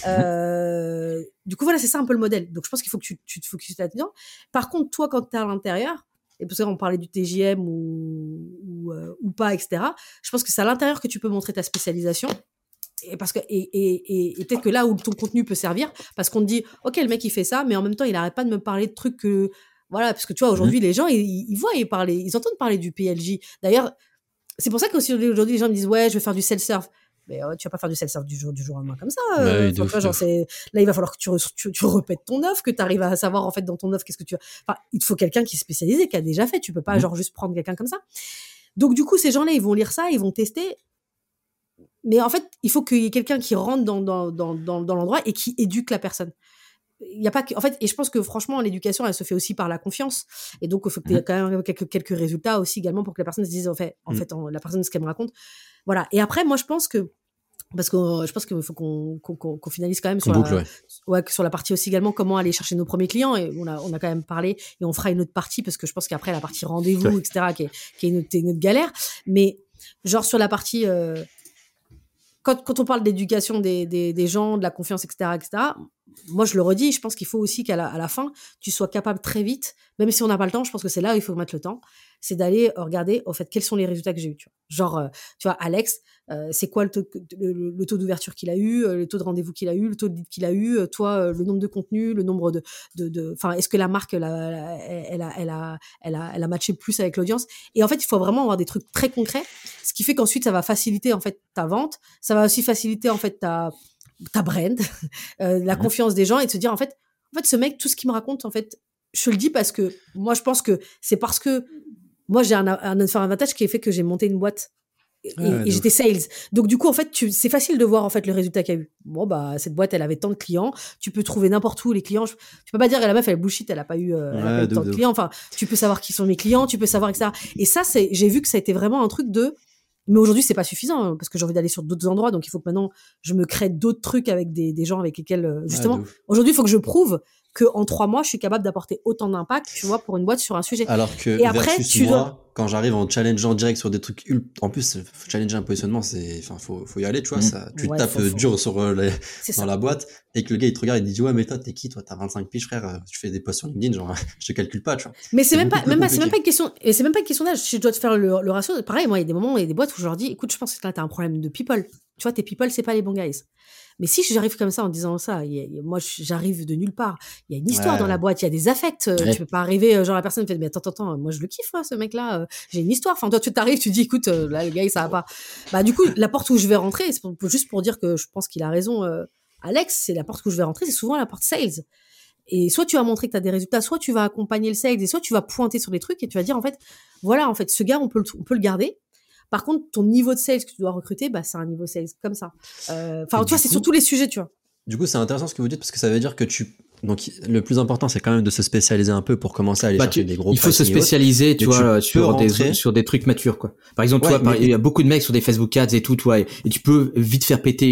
Du coup, voilà, c'est ça un peu le modèle. Donc, je pense qu'il faut que tu te focuses là-dedans. Par contre, toi, quand t'es à l'intérieur, et parce qu'on parlait du TJM ou pas, etc. Je pense que c'est à l'intérieur que tu peux montrer ta spécialisation. Et parce que peut-être que là où ton contenu peut servir, parce qu'on te dit ok, le mec il fait ça, mais en même temps il arrête pas de me parler de trucs que voilà, parce que tu vois aujourd'hui les gens ils voient ils entendent parler du PLJ. D'ailleurs c'est pour ça qu'aujourd'hui les gens me disent ouais je vais faire du self-serve. Mais tu vas pas faire du self-serve du jour au lendemain comme ça. Là il va falloir que tu répètes ton offre, que tu arrives à savoir en fait dans ton offre qu'est-ce que tu as. Enfin il te faut quelqu'un qui est spécialisé, qui a déjà fait. Tu peux pas genre juste prendre quelqu'un comme ça. Donc du coup ces gens-là ils vont lire ça, ils vont tester. Mais en fait, il faut qu'il y ait quelqu'un qui rentre dans l'endroit et qui éduque la personne. Il y a pas que, en fait, et je pense que franchement, l'éducation, elle se fait aussi par la confiance. Et donc, il faut que tu aies quand même quelques résultats aussi également pour que la personne se dise, la personne, ce qu'elle me raconte. Voilà. Et après, moi, je pense qu'il faut qu'on finalise quand même sur la partie aussi également, comment aller chercher nos premiers clients. Et on a quand même parlé, et on fera une autre partie parce que je pense qu'après, la partie rendez-vous, etc., qui est une autre galère. Mais, genre, sur la partie, quand on parle d'éducation des gens, de la confiance, etc., moi, je le redis, je pense qu'il faut aussi qu'à la fin, tu sois capable très vite, même si on n'a pas le temps, je pense que c'est là où il faut mettre le temps, c'est d'aller regarder, au fait, quels sont les résultats que j'ai eus, tu vois. Genre, tu vois, Alex, c'est quoi le taux d'ouverture qu'il a eu, le taux de rendez-vous qu'il a eu, le taux de lead qu'il a eu, toi, le nombre de contenus, le nombre enfin, est-ce que la marque, elle a matché plus avec l'audience? Et en fait, il faut vraiment avoir des trucs très concrets, ce qui fait qu'ensuite, ça va faciliter, en fait, ta vente, ça va aussi faciliter, en fait, ta brand, la confiance des gens et de se dire, en fait, ce mec, tout ce qu'il me raconte, en fait, je le dis parce que moi, je pense que c'est parce que moi, j'ai un avantage qui est fait que j'ai monté une boîte et j'étais sales. Donc, du coup, en fait, c'est facile de voir, en fait, le résultat qu'il y a eu. Bon, bah, cette boîte, elle avait tant de clients. Tu peux trouver n'importe où les clients. Tu peux pas dire, la meuf, elle est bullshit, elle a pas eu tant de clients. Enfin, tu peux savoir qui sont mes clients, tu peux savoir, etc. Et ça, j'ai vu que ça a été vraiment un truc mais aujourd'hui, c'est pas suffisant parce que j'ai envie d'aller sur d'autres endroits. Donc, il faut que maintenant, je me crée d'autres trucs avec des gens avec lesquels, justement, aujourd'hui, il faut que je prouve que en 3 mois, je suis capable d'apporter autant d'impact, tu vois, pour une boîte sur un sujet. Alors que et après, quand j'arrive en challengeant direct sur des trucs en plus, challenger un positionnement, faut y aller, tu vois, tu tapes dur sur dans la boîte et que le gars il te regarde et il dit ouais mais toi t'es qui, toi t'as 25 piges frère, tu fais des posts sur LinkedIn, genre je te calcule pas, tu vois. Mais c'est même pas une question, et c'est même pas une question d'âge. Si je dois te faire le ratio, pareil, moi il y a des moments, il y a des boîtes où je leur dis écoute, je pense que là t'as un problème de people, tu vois, tes people c'est pas les bons guys. Mais si j'arrive comme ça en disant ça, moi j'arrive de nulle part. Il y a une histoire dans la boîte, il y a des affects. Tu peux pas arriver, genre la personne fait mais attends, moi je le kiffe ce mec-là. J'ai une histoire. Enfin toi tu t'arrives, tu dis écoute là le gars ça va pas. Bah du coup la porte où je vais rentrer, c'est juste pour dire que je pense qu'il a raison. Alex, c'est la porte où je vais rentrer, c'est souvent la porte sales. Et soit tu vas montrer que tu as des résultats, soit tu vas accompagner le sales, et soit tu vas pointer sur des trucs et tu vas dire en fait voilà en fait ce gars on peut le garder. Par contre, ton niveau de sales que tu dois recruter, bah, c'est un niveau sales comme ça. Enfin, tu vois, c'est sur tous les sujets, tu vois. Du coup, c'est intéressant ce que vous dites parce que ça veut dire que donc, le plus important, c'est quand même de se spécialiser un peu pour commencer à aller chercher des gros. Il faut se spécialiser, tu vois, sur des trucs matures, quoi. Par exemple, il y a beaucoup de mecs sur des Facebook Ads et tout, tu vois, et tu peux vite faire péter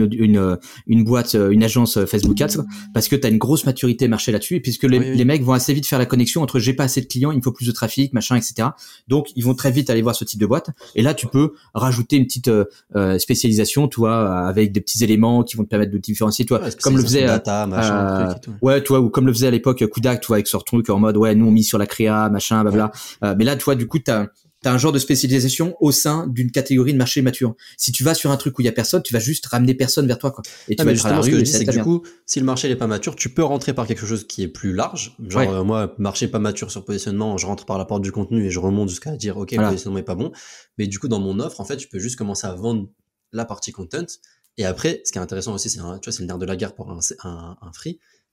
une boîte, une agence Facebook Ads, quoi, parce que t'as une grosse maturité marché là-dessus, et puisque les mecs vont assez vite faire la connexion entre j'ai pas assez de clients, il me faut plus de trafic, machin, etc. Donc, ils vont très vite aller voir ce type de boîte. Et là, tu peux rajouter une petite spécialisation, tu vois, avec des petits éléments qui vont te permettre de différencier, tu vois, comme le faisait data, machin, truc et tout. Ouais, tu vois, ou comme le faisait à l'époque Kudak, tu vois, avec ce truc en mode, ouais, nous on mise sur la créa, machin, blabla. Mais là, tu vois, du coup, t'as un genre de spécialisation au sein d'une catégorie de marché mature. Si tu vas sur un truc où il y a personne, tu vas juste ramener personne vers toi, quoi. Et tu vas justement, ce que je dis, c'est que du coup, si le marché n'est pas mature, tu peux rentrer par quelque chose qui est plus large. Genre, moi, marché pas mature sur positionnement, je rentre par la porte du contenu et je remonte jusqu'à dire, OK, le positionnement est pas bon. Mais du coup, dans mon offre, en fait, je peux juste commencer à vendre la partie content. Et après, ce qui est intéressant aussi, tu vois, c'est le nerf de la guerre pour un free.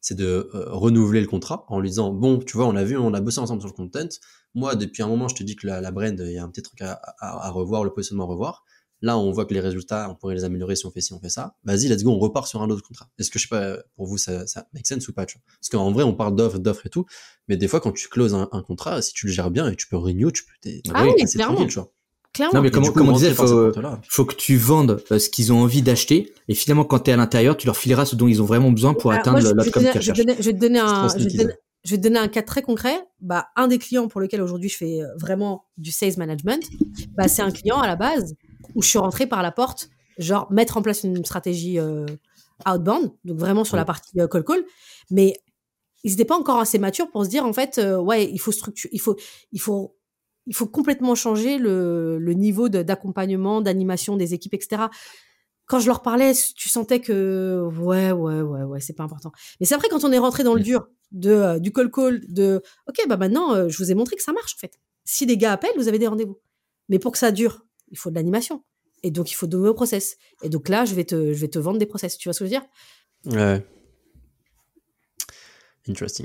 c'est de renouveler le contrat en lui disant bon, tu vois, on a bossé ensemble sur le content. Moi, depuis un moment, je te dis que la brand, il y a un petit truc à revoir, le positionnement à revoir. Là, on voit que les résultats, on pourrait les améliorer si on fait ci, on fait ça. Vas-y, let's go, on repart sur un autre contrat. Est-ce que, je sais pas, pour vous, ça make sense ou pas, tu vois? Parce qu'en vrai, on parle d'offres et tout, mais des fois, quand tu closes un contrat, si tu le gères bien et tu peux renew, c'est tranquille, tu vois. Clairement. Non, mais comme on disait, faut faut que tu vendes ce qu'ils ont envie d'acheter, et finalement, quand t'es à l'intérieur, tu leur fileras ce dont ils ont vraiment besoin pour atteindre l'outcome qu'ils recherchent. Je vais te donner un cas très concret. Un des clients pour lequel aujourd'hui je fais vraiment du sales management, c'est un client à la base où je suis rentrée par la porte, genre mettre en place une stratégie outbound, donc vraiment sur la partie call, mais ils n'étaient pas encore assez matures pour se dire en fait, il faut complètement changer le niveau d'accompagnement, d'animation des équipes, etc. Quand je leur parlais, tu sentais que ouais, c'est pas important. Mais c'est après quand on est rentré dans le dur du call, ok, maintenant je vous ai montré que ça marche en fait. Si les gars appellent, vous avez des rendez-vous. Mais pour que ça dure, il faut de l'animation. Et donc il faut de nouveaux process. Et donc là, je vais te vendre des process. Tu vois ce que je veux dire? Ouais. Interesting.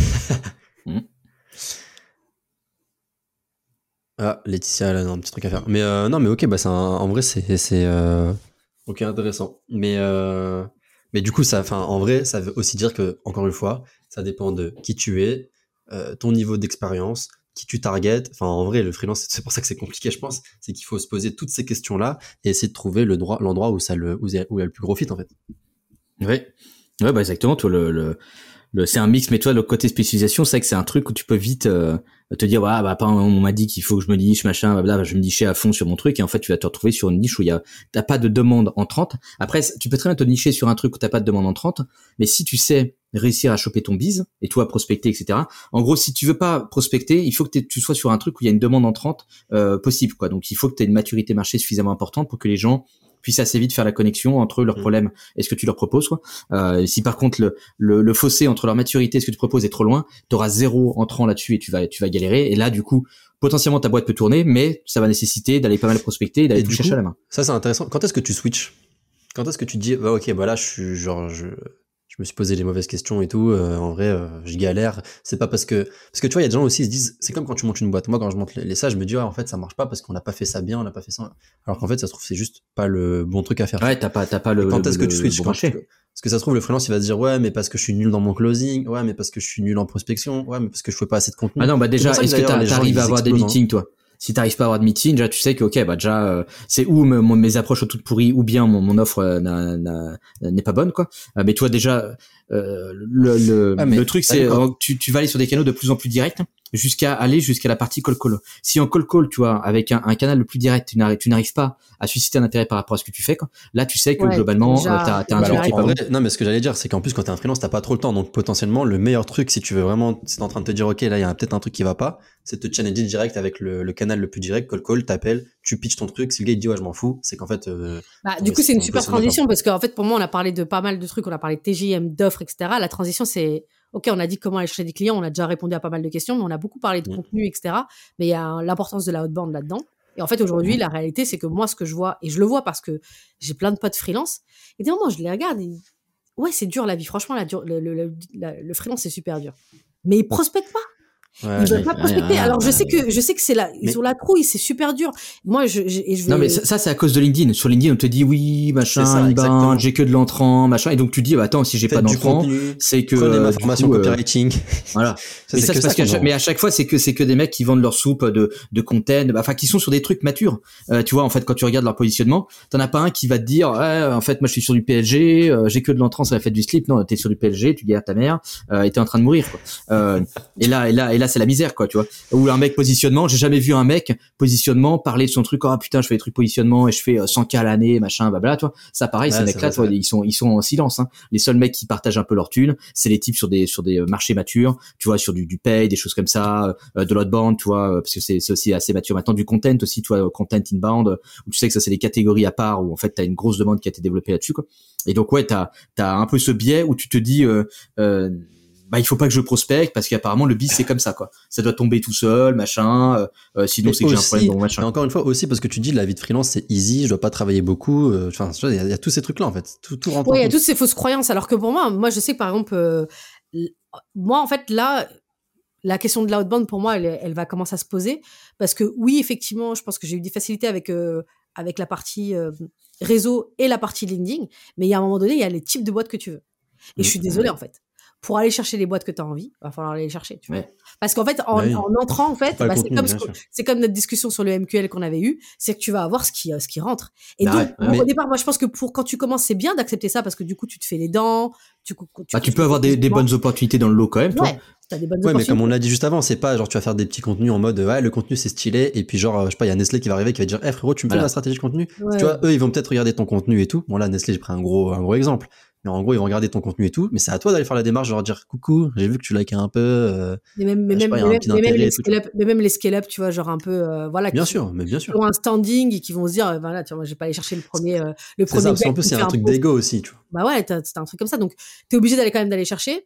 Ah, Laetitia, elle a un petit truc à faire. Mais non, mais ok, en vrai, c'est ok, intéressant. Mais du coup, en vrai, ça veut aussi dire que, encore une fois, ça dépend de qui tu es, ton niveau d'expérience, qui tu targetes. Enfin, en vrai, le freelance, c'est pour ça que c'est compliqué, je pense. C'est qu'il faut se poser toutes ces questions-là et essayer de trouver l'endroit où il y a le plus gros fit, en fait. Ouais, exactement. Toi, c'est un mix, mais toi, le côté spécialisation, c'est vrai que c'est un truc où tu peux vite te dire, on m'a dit qu'il faut que je me niche, machin, je vais me nicher à fond sur mon truc, et en fait, tu vas te retrouver sur une niche où t'as pas de demande entrante. Après, tu peux très bien te nicher sur un truc où t'as pas de demande entrante, mais si tu sais réussir à choper ton bise, et toi, prospecter, etc. En gros, si tu veux pas prospecter, il faut que tu sois sur un truc où il y a une demande entrante possible, quoi. Donc, il faut que tu aies une maturité marché suffisamment importante pour que les gens puissent assez vite faire la connexion entre leurs problèmes et ce que tu leur proposes, quoi. Si par contre le fossé entre leur maturité et ce que tu proposes est trop loin, t'auras zéro entrant là-dessus et tu vas galérer. Et là, du coup, potentiellement ta boîte peut tourner, mais ça va nécessiter d'aller pas mal prospecter et d'aller tout chercher à la main. Ça, c'est intéressant. Quand est-ce que tu switches? Quand est-ce que tu te dis, ok, là, je me suis posé les mauvaises questions et tout, en vrai, je galère. C'est pas parce que tu vois, il y a des gens aussi, ils se disent, c'est comme quand tu montes une boîte. Moi, quand je monte ça, je me dis, en fait, ça marche pas parce qu'on n'a pas fait ça bien, on n'a pas fait ça. Alors qu'en fait, ça se trouve, c'est juste pas le bon truc à faire. Ouais, t'as pas le. Quand est-ce que tu switches? Parce que ça se trouve, le freelance, il va se dire, ouais, mais parce que je suis nul dans mon closing, ouais, mais parce que je suis nul en prospection, ouais, mais parce que je fais pas assez de contenu. Ah non, déjà, est-ce que t'arrives à avoir des meetings, toi? Si t'arrives pas à avoir de meeting, déjà tu sais que c'est où mes approches sont toutes pourries, ou bien mon offre n'est pas bonne, quoi. Mais toi déjà le truc c'est tu vas aller sur des canaux de plus en plus directs jusqu'à la partie call. Si en call, tu vois, avec un canal le plus direct, tu n'arrives pas à susciter un intérêt par rapport à ce que tu fais, quoi. Là, tu sais que globalement, t'as un truc qui est pas bon. Non, mais ce que j'allais dire, c'est qu'en plus, quand t'es un freelance, t'as pas trop le temps. Donc, potentiellement, le meilleur truc, si tu veux vraiment, c'est en train de te dire, ok, là, il y a peut-être un truc qui va pas, c'est de te challenger direct avec le canal le plus direct, call, t'appelles, tu pitches ton truc. Si le gars, il dit, ouais, je m'en fous, c'est qu'en fait, du coup, c'est une super transition parce qu'en fait, pour moi, on a parlé de pas mal de trucs, on a parlé de TJM, d'offres, etc. La transition, c'est, ok, on a dit comment aller chercher des clients, on a déjà répondu à pas mal de questions, mais on a beaucoup parlé de contenu, etc. Mais il y a l'importance de la outbound là-dedans. Et en fait, aujourd'hui, la réalité, c'est que moi, ce que je vois, et je le vois parce que j'ai plein de potes freelance, et des moments, je les regarde et ouais, c'est dur la vie. Franchement, le freelance, c'est super dur. Mais ils prospectent pas. Ouais, ils veulent pas prospecter. Alors je sais que c'est là, ils ont la trouille, c'est super dur. Moi, je vais... Non, mais ça c'est à cause de LinkedIn. Sur LinkedIn, on te dit oui, machin, j'ai que de l'entrant, machin, et donc tu dis, attends, si j'ai pas d'entrant, c'est que prenez ma formation copywriting. Voilà. Mais ça, c'est parce mais à chaque fois, c'est que des mecs qui vendent leur soupe de content, enfin, qui sont sur des trucs matures. Tu vois, en fait, quand tu regardes leur positionnement, t'en as pas un qui va te dire, en fait, moi, je suis sur du PLG, j'ai que de l'entrant, ça va faire du slip. Non, t'es sur du PLG, tu galères ta mère, et t'es en train de mourir, quoi. Et là, c'est la misère, quoi, tu vois. Ou un mec positionnement, j'ai jamais vu un mec positionnement parler de son truc, putain, je fais des trucs positionnement et je fais 100K à l'année, machin, blabla, tu vois. Ça, pareil, ces mecs-là, ils sont en silence, hein. Les seuls mecs qui partagent un peu leur thune, c'est les types sur des marchés matures, tu vois, sur du pay, des choses comme ça, de l'outbound, tu vois, parce que c'est aussi assez mature maintenant, du content aussi, tu vois, content inbound, où tu sais que ça, c'est des catégories à part, où en fait, t'as une grosse demande qui a été développée là-dessus, quoi. Et donc, ouais, t'as un peu ce biais où tu te dis, il faut pas que je prospecte parce qu'apparemment le biz c'est comme ça quoi. Ça doit tomber tout seul, machin. Sinon c'est que j'ai un problème dans mon machin. Et encore une fois aussi parce que tu dis la vie de freelance c'est easy, je dois pas travailler beaucoup. Enfin, il y a tous ces trucs là en fait. Tout rentre. Oui, il y a toutes ces fausses croyances. Alors que pour moi, je sais que par exemple, moi en fait là, la question de l'outbound pour moi, elle va commencer à se poser parce que oui, effectivement, je pense que j'ai eu des facilités avec la partie réseau et la partie LinkedIn, mais il y a un moment donné, il y a les types de boîtes que tu veux. Et je suis désolée en fait. Pour aller chercher les boîtes que tu as envie, va falloir aller les chercher, tu vois. Ouais. Parce qu'en fait, en entrant, en fait, c'est comme notre discussion sur le MQL qu'on avait eu, c'est que tu vas avoir ce qui rentre. Et donc, au départ, moi, je pense que quand tu commences, c'est bien d'accepter ça parce que du coup, tu te fais les dents. Tu peux avoir des bonnes opportunités dans le lot quand même, toi. T'as des bonnes opportunités. Mais comme on l'a dit juste avant, c'est pas genre tu vas faire des petits contenus en mode le contenu c'est stylé et puis genre je sais pas, il y a Nestlé qui va arriver qui va dire frérot, tu me fais la stratégie de contenu. Tu vois, eux ils vont peut-être regarder ton contenu et tout. Bon là Nestlé, j'ai pris un gros exemple. Mais en gros, ils vont regarder ton contenu et tout, mais c'est à toi d'aller faire la démarche, de leur dire coucou, j'ai vu que tu likes un peu. Mais même les scale-up, tu vois, genre un peu, voilà. Bien sûr. Qui ont un standing et qui vont se dire, voilà, tu vois, moi, je vais pas aller chercher le premier. C'est ça, c'est un peu, c'est un truc d'ego aussi, tu vois. Bah ouais, t'as un truc comme ça, donc t'es obligé d'aller chercher.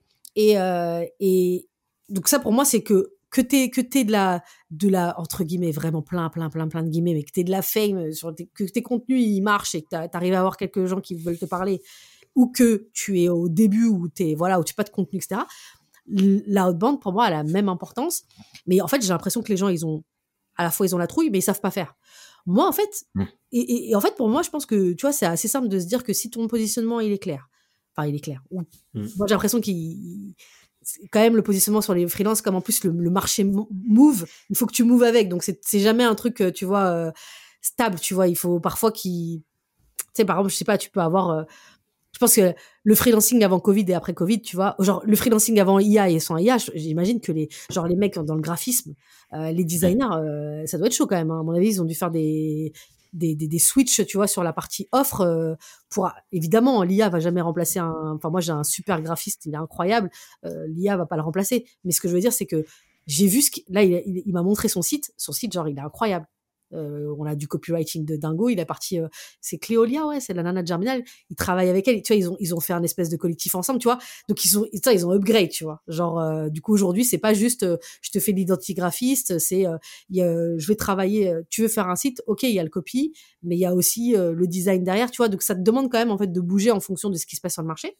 Et donc ça, pour moi, c'est que t'aies de la, entre guillemets, vraiment plein de guillemets, mais que t'aies de la fame, que tes contenus, ils marchent et que t'arrives à avoir quelques gens qui veulent te parler, ou que tu es au début où tu n'as pas de contenu, etc. L'outbound, pour moi, a la même importance. Mais en fait, j'ai l'impression que les gens, à la fois, ils ont la trouille, mais ils savent pas faire. Moi, en fait, et en fait, pour moi, je pense que, tu vois, c'est assez simple de se dire que si ton positionnement, il est clair. Moi, j'ai l'impression quand même, le positionnement sur les freelances, comme en plus le marché move, il faut que tu moves avec. Donc, c'est jamais un truc, tu vois, stable, tu vois. Il faut parfois tu sais, par exemple, je sais pas, tu peux avoir, je pense que le freelancing avant Covid et après Covid, tu vois, genre le freelancing avant IA et sans IA, j'imagine que les mecs dans le graphisme, les designers, ça doit être chaud quand même. Hein. À mon avis, ils ont dû faire des switches, tu vois, sur la partie offre. Évidemment, l'IA va jamais remplacer enfin, moi, j'ai un super graphiste, il est incroyable. L'IA va pas le remplacer. Mais ce que je veux dire, c'est que j'ai vu là, il m'a montré son site. Son site, genre, il est incroyable. On a du copywriting de dingo. Il est parti, c'est Cléolia, ouais, c'est la nana de Germinal. Ils travaillent avec elle. Tu vois, ils ont fait un espèce de collectif ensemble, tu vois. Donc ils ont upgrade, tu vois. Genre, du coup aujourd'hui, c'est pas juste, je te fais l'identité graphiste, c'est, je vais travailler. Tu veux faire un site, ok, il y a le copy, mais il y a aussi le design derrière, tu vois. Donc ça te demande quand même en fait de bouger en fonction de ce qui se passe sur le marché.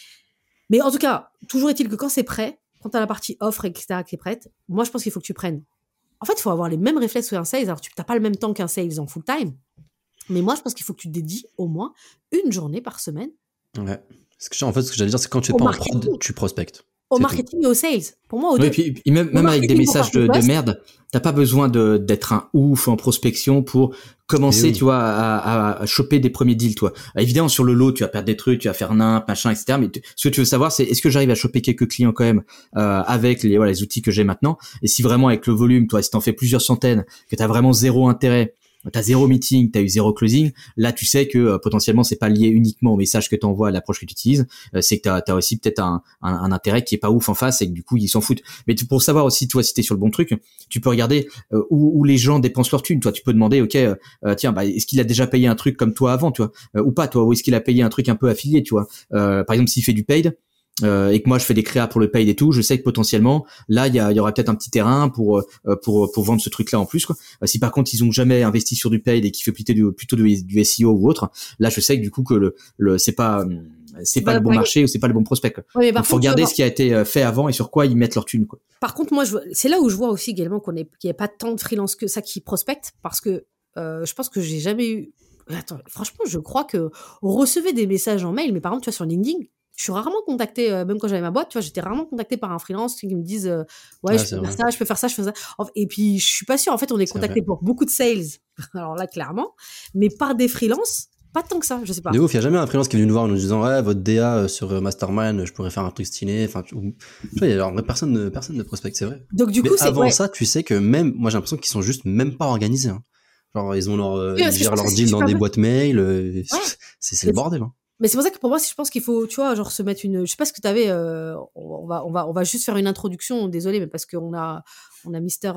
Mais en tout cas, toujours est-il que quand c'est prêt, quand t'as la partie offre, etc., qui est prête, moi je pense qu'il faut que tu prennes. En fait, il faut avoir les mêmes réflexes qu'un sales. Alors, tu n'as pas le même temps qu'un sales en full time. Mais moi, je pense qu'il faut que tu te dédies au moins une journée par semaine. Ouais. En fait, ce que j'allais dire, c'est quand tu n'es pas en prod, tu prospectes. Au marketing et au sales. Pour moi, puis même avec des messages de merde, t'as pas besoin d'être un ouf en prospection pour commencer, tu vois, à choper des premiers deals, toi. Évidemment, sur le lot, tu vas perdre des trucs, tu vas faire nimp, machin, etc. Mais ce que tu veux savoir, c'est est-ce que j'arrive à choper quelques clients quand même avec les outils que j'ai maintenant. Et si vraiment avec le volume, toi, si t'en fais plusieurs centaines, que t'as vraiment zéro intérêt, t'as zéro meeting, t'as eu zéro closing, là tu sais que potentiellement c'est pas lié uniquement au message que t'envoies, à l'approche que tu utilises, c'est que t'as aussi peut-être un intérêt qui est pas ouf en face et que du coup ils s'en foutent. Mais pour savoir aussi toi si t'es sur le bon truc, tu peux regarder où les gens dépensent leur thune. Toi tu peux demander tiens est-ce qu'il a déjà payé un truc comme toi avant, tu vois, ou pas toi, ou est-ce qu'il a payé un truc un peu affilié, tu vois, par exemple s'il fait du paid et que moi je fais des créas pour le paid et tout, je sais que potentiellement là il y aura peut-être un petit terrain pour vendre ce truc là en plus, quoi. Si par contre ils ont jamais investi sur du paid et qui fait plutôt du SEO ou autre, là je sais que du coup que c'est pas le bon marché ou c'est pas le bon prospect, quoi. Ouais, donc faut regarder ce qui a été fait avant et sur quoi ils mettent leur thune, quoi. Par contre moi c'est là où je vois aussi également qu'il n'y a pas tant de freelance que ça qui prospectent, parce que je pense que j'ai jamais eu. Attends, franchement je crois que on recevait des messages en mail, mais par exemple tu vois sur LinkedIn, je suis rarement contactée, même quand j'avais ma boîte, tu vois, j'étais rarement contactée par un freelance qui me dise ouais, je peux faire ça, je peux faire ça, je fais ça. Et puis je suis pas sûre, en fait, on est contacté pour beaucoup de sales. Alors là clairement, mais par des freelances, pas tant que ça, je sais pas. De ouf, il y a jamais un freelance qui est venu nous voir en nous disant ouais, votre DA sur Mastermind, je pourrais faire un truc stylé, enfin tu vois, il y a en vrai personne ne prospecte, c'est vrai. Donc du coup, c'est avant ça, tu sais que même moi j'ai l'impression qu'ils sont juste même pas organisés, hein. Genre ils ont ils gèrent leur deal dans des boîtes mail, c'est le bordel, hein. Mais c'est pour ça que pour moi, je pense qu'il faut, tu vois, genre se mettre je sais pas ce que t'avais, on va juste faire une introduction, désolé, mais parce qu'on a Mister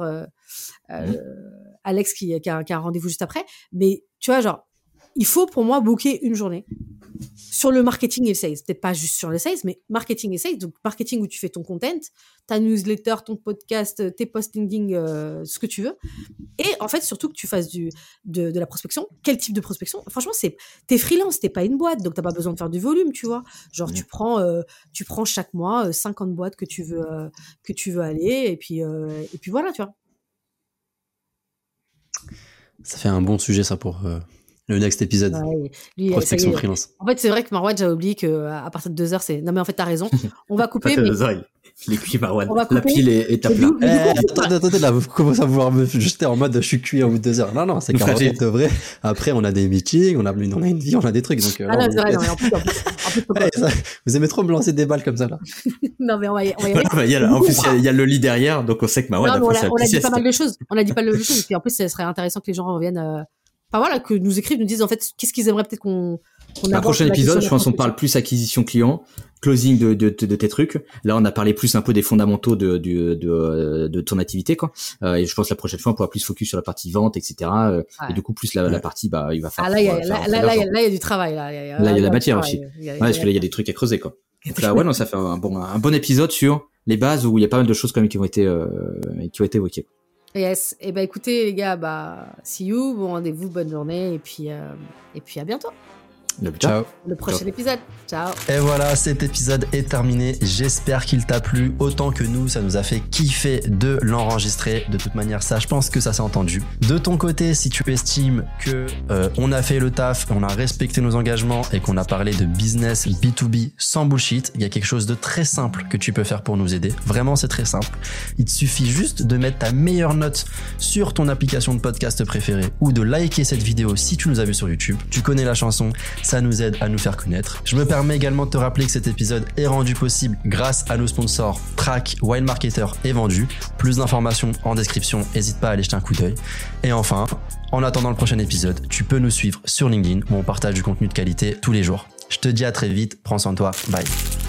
Alex qui a un rendez-vous juste après. Mais tu vois, genre, il faut pour moi booker une journée sur le marketing et le sales. Peut-être pas juste sur le sales, mais marketing et sales. Donc, marketing où tu fais ton content, ta newsletter, ton podcast, tes posts LinkedIn, ce que tu veux. Et en fait, surtout que tu fasses de la prospection. Quel type de prospection? Franchement, t'es freelance, t'es pas une boîte, donc t'as pas besoin de faire du volume, tu vois. Genre, tu prends chaque mois 50 boîtes que tu veux aller, et puis voilà, tu vois. Ça fait un bon sujet, ça, pour le next épisode. Ouais, lui, prospection ça y est. freelance. En fait, c'est vrai que Marwan, j'avais oublié qu'à partir de 2 heures, c'est... Non, mais en fait, t'as raison. On va couper, mais... Les cuits, Marwan. On va La couper. pile est à Mais plat. du coup, Attendez, là, vous commencez à vouloir me jeter en mode je suis cuit au bout de 2 heures. Non, c'est carrément de vrai. Après, on a des meetings, on a une vie, on a des trucs. Donc, Ah non, c'est vrai, non, mais en plus, faut pas. vous aimez trop me lancer des balles comme ça, là. Non, mais on va y aller. En plus, il y a le lit derrière, donc on sait que Marwan Non, mais a fait on a dit sieste. pas mal de choses. Et puis en plus, ça serait intéressant que les gens reviennent. Enfin voilà, que nous écrivent, nous disent en fait qu'est-ce qu'ils aimeraient peut-être qu'on Un prochain épisode, je pense qu'on parle plus acquisition client, closing de tes trucs. Là, on a parlé plus un peu des fondamentaux de ton activité, quoi. Et je pense que la prochaine fois, on pourra plus focus sur la partie vente, etc. Ouais. Et du coup, plus la partie, il va faire. Ah là, il y a du travail. Là, il y a la matière aussi. Parce que là, il y a des trucs à creuser, quoi. Donc là, ouais, non, ça fait un bon épisode sur les bases où il y a pas mal de choses quand même qui ont été évoquées. Yes. Et écoutez les gars, see you, bon rendez-vous, bonne journée et puis à bientôt. Ciao. Le prochain épisode. Ciao. Et voilà, cet épisode est terminé. J'espère qu'il t'a plu autant que nous. Ça nous a fait kiffer de l'enregistrer. De toute manière, ça, je pense que ça s'est entendu. De ton côté, si tu estimes que on a fait le taf, on a respecté nos engagements et qu'on a parlé de business B2B sans bullshit, il y a quelque chose de très simple que tu peux faire pour nous aider. Vraiment, c'est très simple. Il te suffit juste de mettre ta meilleure note sur ton application de podcast préférée ou de liker cette vidéo si tu nous as vu sur YouTube. Tu connais la chanson. Ça nous aide à nous faire connaître. Je me permets également de te rappeler que cet épisode est rendu possible grâce à nos sponsors Track, Wild Marketer et Vendu. Plus d'informations en description, n'hésite pas à aller jeter un coup d'œil. Et enfin, en attendant le prochain épisode, tu peux nous suivre sur LinkedIn où on partage du contenu de qualité tous les jours. Je te dis à très vite, prends soin de toi, bye.